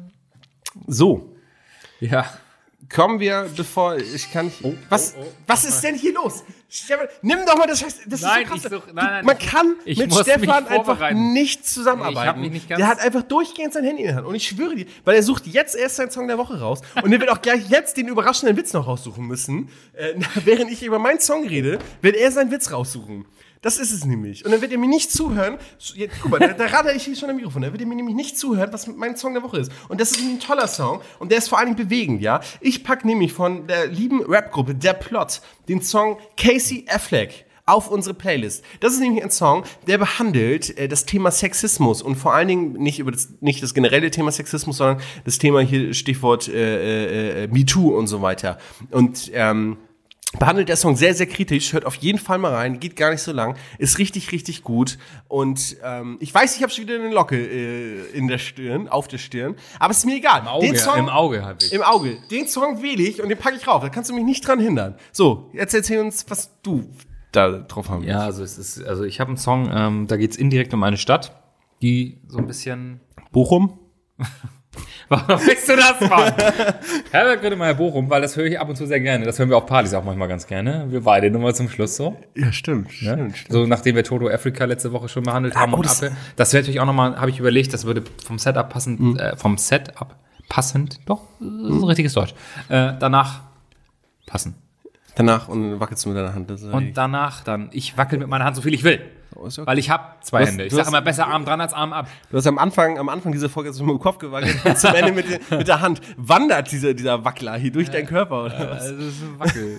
[SPEAKER 1] so.
[SPEAKER 2] Ja.
[SPEAKER 1] Kommen wir, bevor ich kann. Oh, was
[SPEAKER 2] oh, oh,
[SPEAKER 1] was ist denn hier los? Stefan, nimm doch mal das Scheiß. Das
[SPEAKER 2] nein,
[SPEAKER 1] ist so krass.
[SPEAKER 2] ich such, nein, nein,
[SPEAKER 1] Man
[SPEAKER 2] ich,
[SPEAKER 1] kann
[SPEAKER 2] ich
[SPEAKER 1] mit
[SPEAKER 2] muss
[SPEAKER 1] Stefan
[SPEAKER 2] mich
[SPEAKER 1] einfach nicht zusammenarbeiten.
[SPEAKER 2] Ich hab mich nicht ganz
[SPEAKER 1] der hat einfach durchgehend sein Handy in der Hand. Und ich schwöre dir, weil er sucht jetzt erst seinen Song der Woche raus. Und er wird auch gleich jetzt den überraschenden Witz noch raussuchen müssen. Äh, während ich über meinen Song rede, wird er seinen Witz raussuchen. Das ist es nämlich. Und dann wird er mir nicht zuhören. Jetzt, guck mal, da, da radere ich hier schon am Mikrofon. Da wird er mir nämlich nicht zuhören, was mein Song der Woche ist. Und das ist ein toller Song. Und der ist vor allen Dingen bewegend, ja. Ich packe nämlich von der lieben Rapgruppe Der Plot den Song Casey Affleck auf unsere Playlist. Das ist nämlich ein Song, der behandelt äh, das Thema Sexismus und vor allen Dingen nicht über das, nicht das generelle Thema Sexismus, sondern das Thema hier Stichwort äh, äh, MeToo und so weiter. Und ähm, behandelt der Song sehr, sehr kritisch. Hört auf jeden Fall mal rein. Geht gar nicht so lang. Ist richtig, richtig gut. Und ähm, ich weiß, ich habe schon wieder eine Locke äh, in der Stirn, auf der Stirn. Aber es ist mir egal.
[SPEAKER 2] Im Auge,
[SPEAKER 1] den Song,
[SPEAKER 2] im Auge habe ich.
[SPEAKER 1] Im Auge. Den Song wähle ich und den packe ich rauf. Da kannst du mich nicht dran hindern. So, jetzt erzähl uns, was du da drauf haben willst.
[SPEAKER 2] Ja, also es ist, also ich habe einen Song, ähm, da geht es indirekt um eine Stadt, die so ein bisschen.
[SPEAKER 1] Bochum?
[SPEAKER 2] Warum weißt du das, Mann? Herbert Grönemeyer Bochum, weil das höre ich ab und zu sehr gerne. Das hören wir auf Partys auch manchmal ganz gerne. Wir beide nur mal zum Schluss so.
[SPEAKER 1] Ja, stimmt.
[SPEAKER 2] Ja?
[SPEAKER 1] stimmt, stimmt.
[SPEAKER 2] So, nachdem wir Toto Africa letzte Woche schon behandelt haben
[SPEAKER 1] Ah, oh,
[SPEAKER 2] und
[SPEAKER 1] das-
[SPEAKER 2] Appe. Das wäre natürlich auch nochmal, habe ich überlegt, das würde vom Setup passend,
[SPEAKER 1] Mhm.
[SPEAKER 2] äh, vom Setup passend, doch, das ist ein richtiges Deutsch, äh, danach passen.
[SPEAKER 1] Danach und wackelst du mit deiner Hand. Das ist
[SPEAKER 2] Und danach dann, ich wackel mit meiner Hand so viel ich will.
[SPEAKER 1] Oh, ist okay.
[SPEAKER 2] Weil ich habe zwei
[SPEAKER 1] Du hast-
[SPEAKER 2] Hände. Ich
[SPEAKER 1] du
[SPEAKER 2] sage
[SPEAKER 1] hast-
[SPEAKER 2] immer, besser Arm dran als Arm ab.
[SPEAKER 1] Du hast am Anfang, am Anfang dieser Folge hast du mit dem Kopf gewackelt und zum Ende mit, der- mit der Hand. Wandert dieser, dieser Wackler hier durch deinen Körper oder was?
[SPEAKER 2] Also das ist ein Wackel.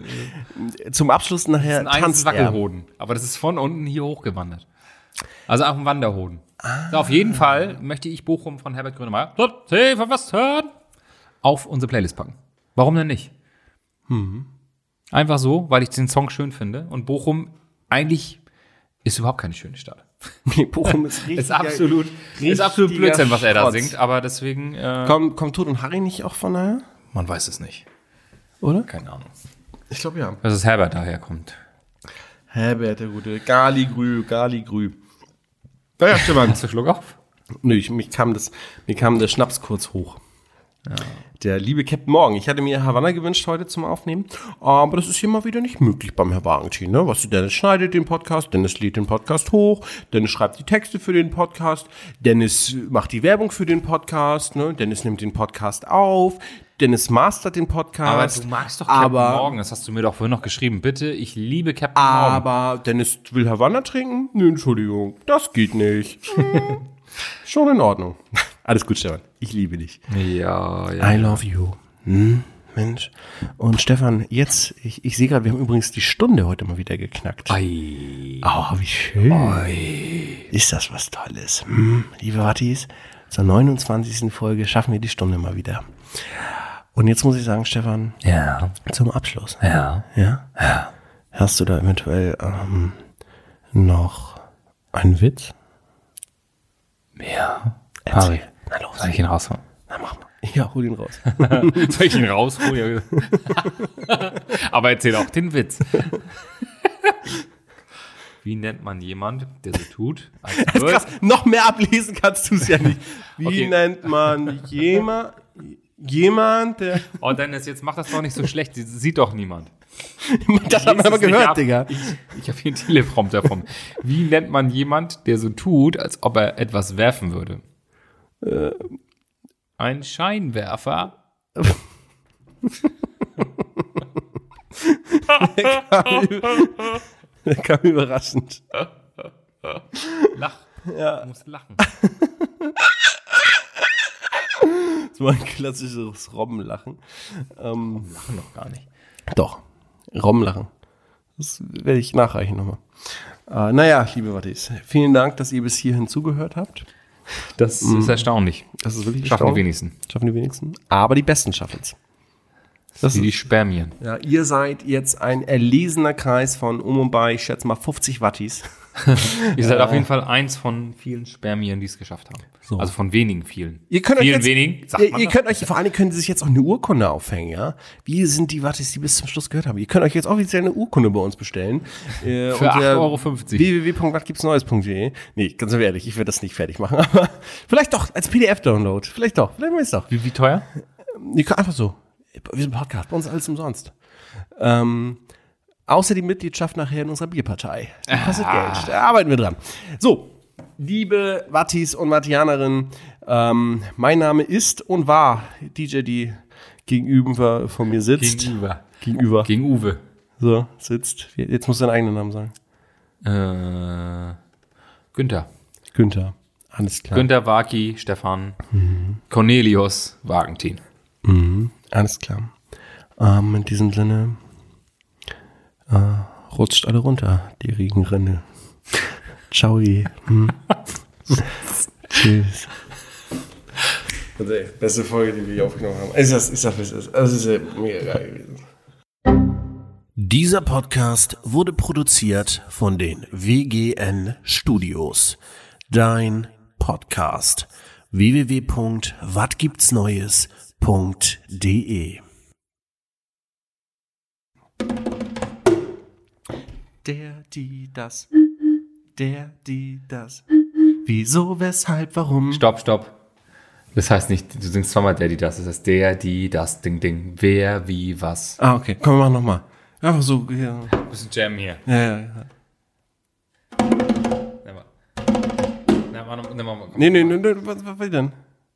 [SPEAKER 1] Zum Abschluss nachher
[SPEAKER 2] ein einziges
[SPEAKER 1] tanzt er.
[SPEAKER 2] Wackelhoden. Aber das ist von unten hier hochgewandert. Also auch ein Wanderhoden. So, auf jeden Fall möchte ich Bochum von Herbert Grönemeyer hey, was hören? Auf unsere Playlist packen. Warum denn nicht?
[SPEAKER 1] Mhm.
[SPEAKER 2] Einfach so, weil ich den Song schön finde. Und Bochum eigentlich ist überhaupt keine schöne Stadt.
[SPEAKER 1] Nee, Bochum ist richtig.
[SPEAKER 2] Ist absolut, ist absolut Blödsinn, was er da singt. Aber deswegen, äh,
[SPEAKER 1] Kommt, kommt Tod und Harry nicht auch von daher?
[SPEAKER 2] man weiß es nicht.
[SPEAKER 1] Oder?
[SPEAKER 2] Keine Ahnung.
[SPEAKER 1] Ich glaube ja.
[SPEAKER 2] Dass es Herbert daher kommt.
[SPEAKER 1] Herbert, der gute. Galigrü, Galigrü. Ja, ja, Stefan.
[SPEAKER 2] Hast du Schluck auf?
[SPEAKER 1] Nö, ich, mich kam das, mir kam der Schnaps kurz hoch. Ja. Der liebe Captain Morgan. Ich hatte mir Havanna gewünscht heute zum Aufnehmen, aber das ist hier mal wieder nicht möglich beim Herr Wagentin. Ne? Was, Dennis schneidet den Podcast, Dennis lädt den Podcast hoch, Dennis schreibt die Texte für den Podcast, Dennis macht die Werbung für den Podcast, ne? Dennis nimmt den Podcast auf, Dennis mastert den Podcast.
[SPEAKER 2] Aber du magst doch Captain
[SPEAKER 1] aber,
[SPEAKER 2] Morgan, das hast du mir doch vorhin noch geschrieben. Bitte, ich liebe Captain Morgan.
[SPEAKER 1] Aber Dennis will Havanna trinken? Nee, Entschuldigung, das geht nicht. Hm, schon in Ordnung. Alles gut, Stefan. Ich liebe dich.
[SPEAKER 2] Ja, ja.
[SPEAKER 1] I love you. Hm, Mensch. Und Stefan, jetzt, ich, ich sehe gerade, wir haben übrigens die Stunde heute mal wieder geknackt.
[SPEAKER 2] Ei.
[SPEAKER 1] Oh, wie schön. Ist das was Tolles. Hm, liebe Wattis, zur neunundzwanzigsten Folge schaffen wir die Stunde mal wieder. Und jetzt muss ich sagen, Stefan,
[SPEAKER 2] Ja.
[SPEAKER 1] zum Abschluss.
[SPEAKER 2] Ja.
[SPEAKER 1] Ja? Ja. Hast du da eventuell ähm, noch einen Witz?
[SPEAKER 2] Ja.
[SPEAKER 1] Erzähl.
[SPEAKER 2] Harry,
[SPEAKER 1] Na los.
[SPEAKER 2] soll ich ihn raushauen?
[SPEAKER 1] Na, mach mal. Ja, hol ihn raus.
[SPEAKER 2] Soll ich ihn rausholen? Aber erzähl auch den Witz. Wie nennt man jemand, der so tut, als
[SPEAKER 1] Das ist
[SPEAKER 2] würde...
[SPEAKER 1] krass. Noch mehr ablesen kannst du es ja nicht. Wie
[SPEAKER 2] Okay.
[SPEAKER 1] nennt man jemand, jemand, der...
[SPEAKER 2] Oh, Dennis, jetzt mach das doch nicht so schlecht. Das sieht doch niemand.
[SPEAKER 1] Das hat man aber
[SPEAKER 2] Lies es nicht
[SPEAKER 1] gehört,
[SPEAKER 2] ab.
[SPEAKER 1] Digga.
[SPEAKER 2] Ich, ich habe hier einen Teleprompter vom. Wie nennt man jemand, der so tut, als ob er etwas werfen würde?
[SPEAKER 1] Äh.
[SPEAKER 2] Ein Scheinwerfer.
[SPEAKER 1] Der kam überraschend.
[SPEAKER 2] Lach.
[SPEAKER 1] Ja.
[SPEAKER 2] Du musst lachen.
[SPEAKER 1] Das war ein klassisches Robbenlachen. Ähm,
[SPEAKER 2] Lachen doch gar nicht.
[SPEAKER 1] doch, Robbenlachen. Das werde ich nachreichen nochmal. Äh, naja, liebe Wattis, vielen Dank, dass ihr bis hierhin zugehört habt.
[SPEAKER 2] Das ist erstaunlich.
[SPEAKER 1] Das ist wirklich
[SPEAKER 2] Schaffen die
[SPEAKER 1] erstaunlich.
[SPEAKER 2] wenigsten.
[SPEAKER 1] Schaffen die wenigsten. Aber die Besten schaffen es. Das
[SPEAKER 2] Wie die
[SPEAKER 1] ist,
[SPEAKER 2] Spermien.
[SPEAKER 1] ja, ihr seid jetzt ein erlesener Kreis von um und bei, ich schätze mal, fünfzig Wattis.
[SPEAKER 2] Ihr seid auf jeden Fall eins von vielen Spermien, die es geschafft haben.
[SPEAKER 1] So.
[SPEAKER 2] Also von wenigen vielen.
[SPEAKER 1] Ihr könnt euch
[SPEAKER 2] vielen
[SPEAKER 1] jetzt,
[SPEAKER 2] wenigen, sagt
[SPEAKER 1] ihr,
[SPEAKER 2] man
[SPEAKER 1] ihr
[SPEAKER 2] das?
[SPEAKER 1] könnt euch, vor allem können Sie sich jetzt auch eine Urkunde aufhängen, ja? Wie sind die Wattis, die bis zum Schluss gehört haben? Ihr könnt euch jetzt offiziell eine Urkunde bei uns bestellen. Äh,
[SPEAKER 2] Für acht Euro fünfzig.
[SPEAKER 1] w w w punkt was gibt's neues punkt d e. Nee, ganz ehrlich, ich werde das nicht fertig machen, aber vielleicht doch, als P D F-Download. Vielleicht doch, vielleicht weiß doch.
[SPEAKER 2] Wie, wie teuer?
[SPEAKER 1] Ihr könnt einfach so. Wir sind Podcast, bei uns alles umsonst. Ähm, außer die Mitgliedschaft nachher in unserer Bierpartei. Die kostet Geld. Da arbeiten wir dran. So, liebe Wattis und Wattianerinnen, ähm, mein Name ist und war D J, die gegenüber von mir sitzt.
[SPEAKER 2] Gegenüber.
[SPEAKER 1] Gegenüber.
[SPEAKER 2] Gegen Uwe.
[SPEAKER 1] So, sitzt. Jetzt musst du deinen eigenen Namen sagen.
[SPEAKER 2] Äh, Günther.
[SPEAKER 1] Günther. Alles klar.
[SPEAKER 2] Günther, Waki, Stefan, Cornelius, Wagentin.
[SPEAKER 1] Mhm, alles klar. Ähm, in diesem Sinne, äh, rutscht alle runter, die Regenrinne. Ciao. Hm. Tschüss. Also, ey, beste Folge, die wir hier aufgenommen haben. Ich sag, ich sag, es ist, also, es ist ja mega geil gewesen. Dieser Podcast wurde produziert von den W G N Studios. Dein Podcast. w w w punkt wat gibt's neues punkt d e Der, die, das. Der, die, das. Wieso, weshalb, warum?
[SPEAKER 2] Stopp, stopp. Das heißt nicht, du singst zweimal der, die, das. Das heißt der, die, das, Ding, Ding. Wer, wie, was.
[SPEAKER 1] Ah, okay. Komm, wir machen nochmal. Einfach so. Ja,
[SPEAKER 2] Ein bisschen Jam hier.
[SPEAKER 1] ja, ja. ja.
[SPEAKER 2] Nimm mal. Nimm mal, nimm mal.
[SPEAKER 1] Nee, nee, nee, nee, was, was, was denn?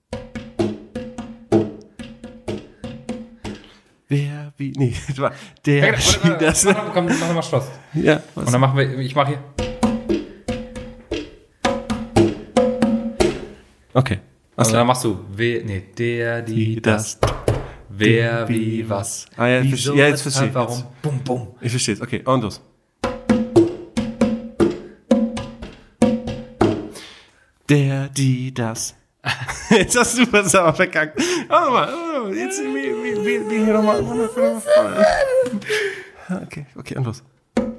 [SPEAKER 1] Wer, wie, nee, das war der, die, das.
[SPEAKER 2] Komm, mach nochmal Schluss.
[SPEAKER 1] Ja, was?
[SPEAKER 2] Und dann machen wir, ich mache hier.
[SPEAKER 1] Okay.
[SPEAKER 2] Also dann machst du, wer, nee, der, die,
[SPEAKER 1] Die,
[SPEAKER 2] das.
[SPEAKER 1] das.
[SPEAKER 2] Wer,
[SPEAKER 1] Wie,
[SPEAKER 2] wie, was.
[SPEAKER 1] Ah, ja, ich
[SPEAKER 2] Wieso,
[SPEAKER 1] verstehe. Ja, jetzt
[SPEAKER 2] weshalb,
[SPEAKER 1] verstehe ich.
[SPEAKER 2] warum. Bum, bum.
[SPEAKER 1] Ich verstehe es. Okay, und los. Der, die, das. Jetzt hast du was aber verkackt. Warte mal, warte mal. Jetzt, wie, wie, wie, wie hier nochmal. Okay, okay, und los.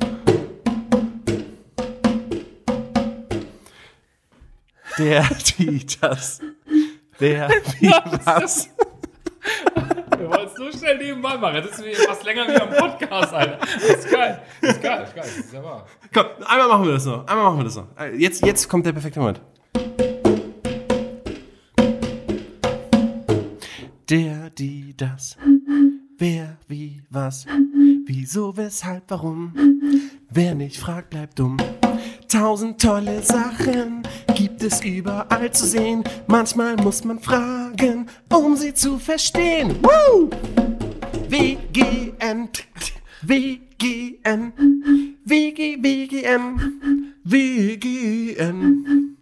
[SPEAKER 1] Der, die, das. Wer, wie, was.
[SPEAKER 2] Wir wollen es so schnell nebenbei machen. Das ist wie fast länger wie am Podcast, Alter. Das ist geil. Das ist geil, das ist geil. Das ist ja wahr.
[SPEAKER 1] Komm, einmal machen wir das noch. Einmal machen wir das noch. Jetzt, jetzt kommt der perfekte Moment. Der, die, das. Wer, wie, was. Wieso, weshalb, warum. Wer nicht fragt, bleibt dumm. Tausend tolle Sachen gibt es überall zu sehen. Manchmal muss man fragen, um sie zu verstehen. Woo! W G N, W G N, W G, W G N, W G N.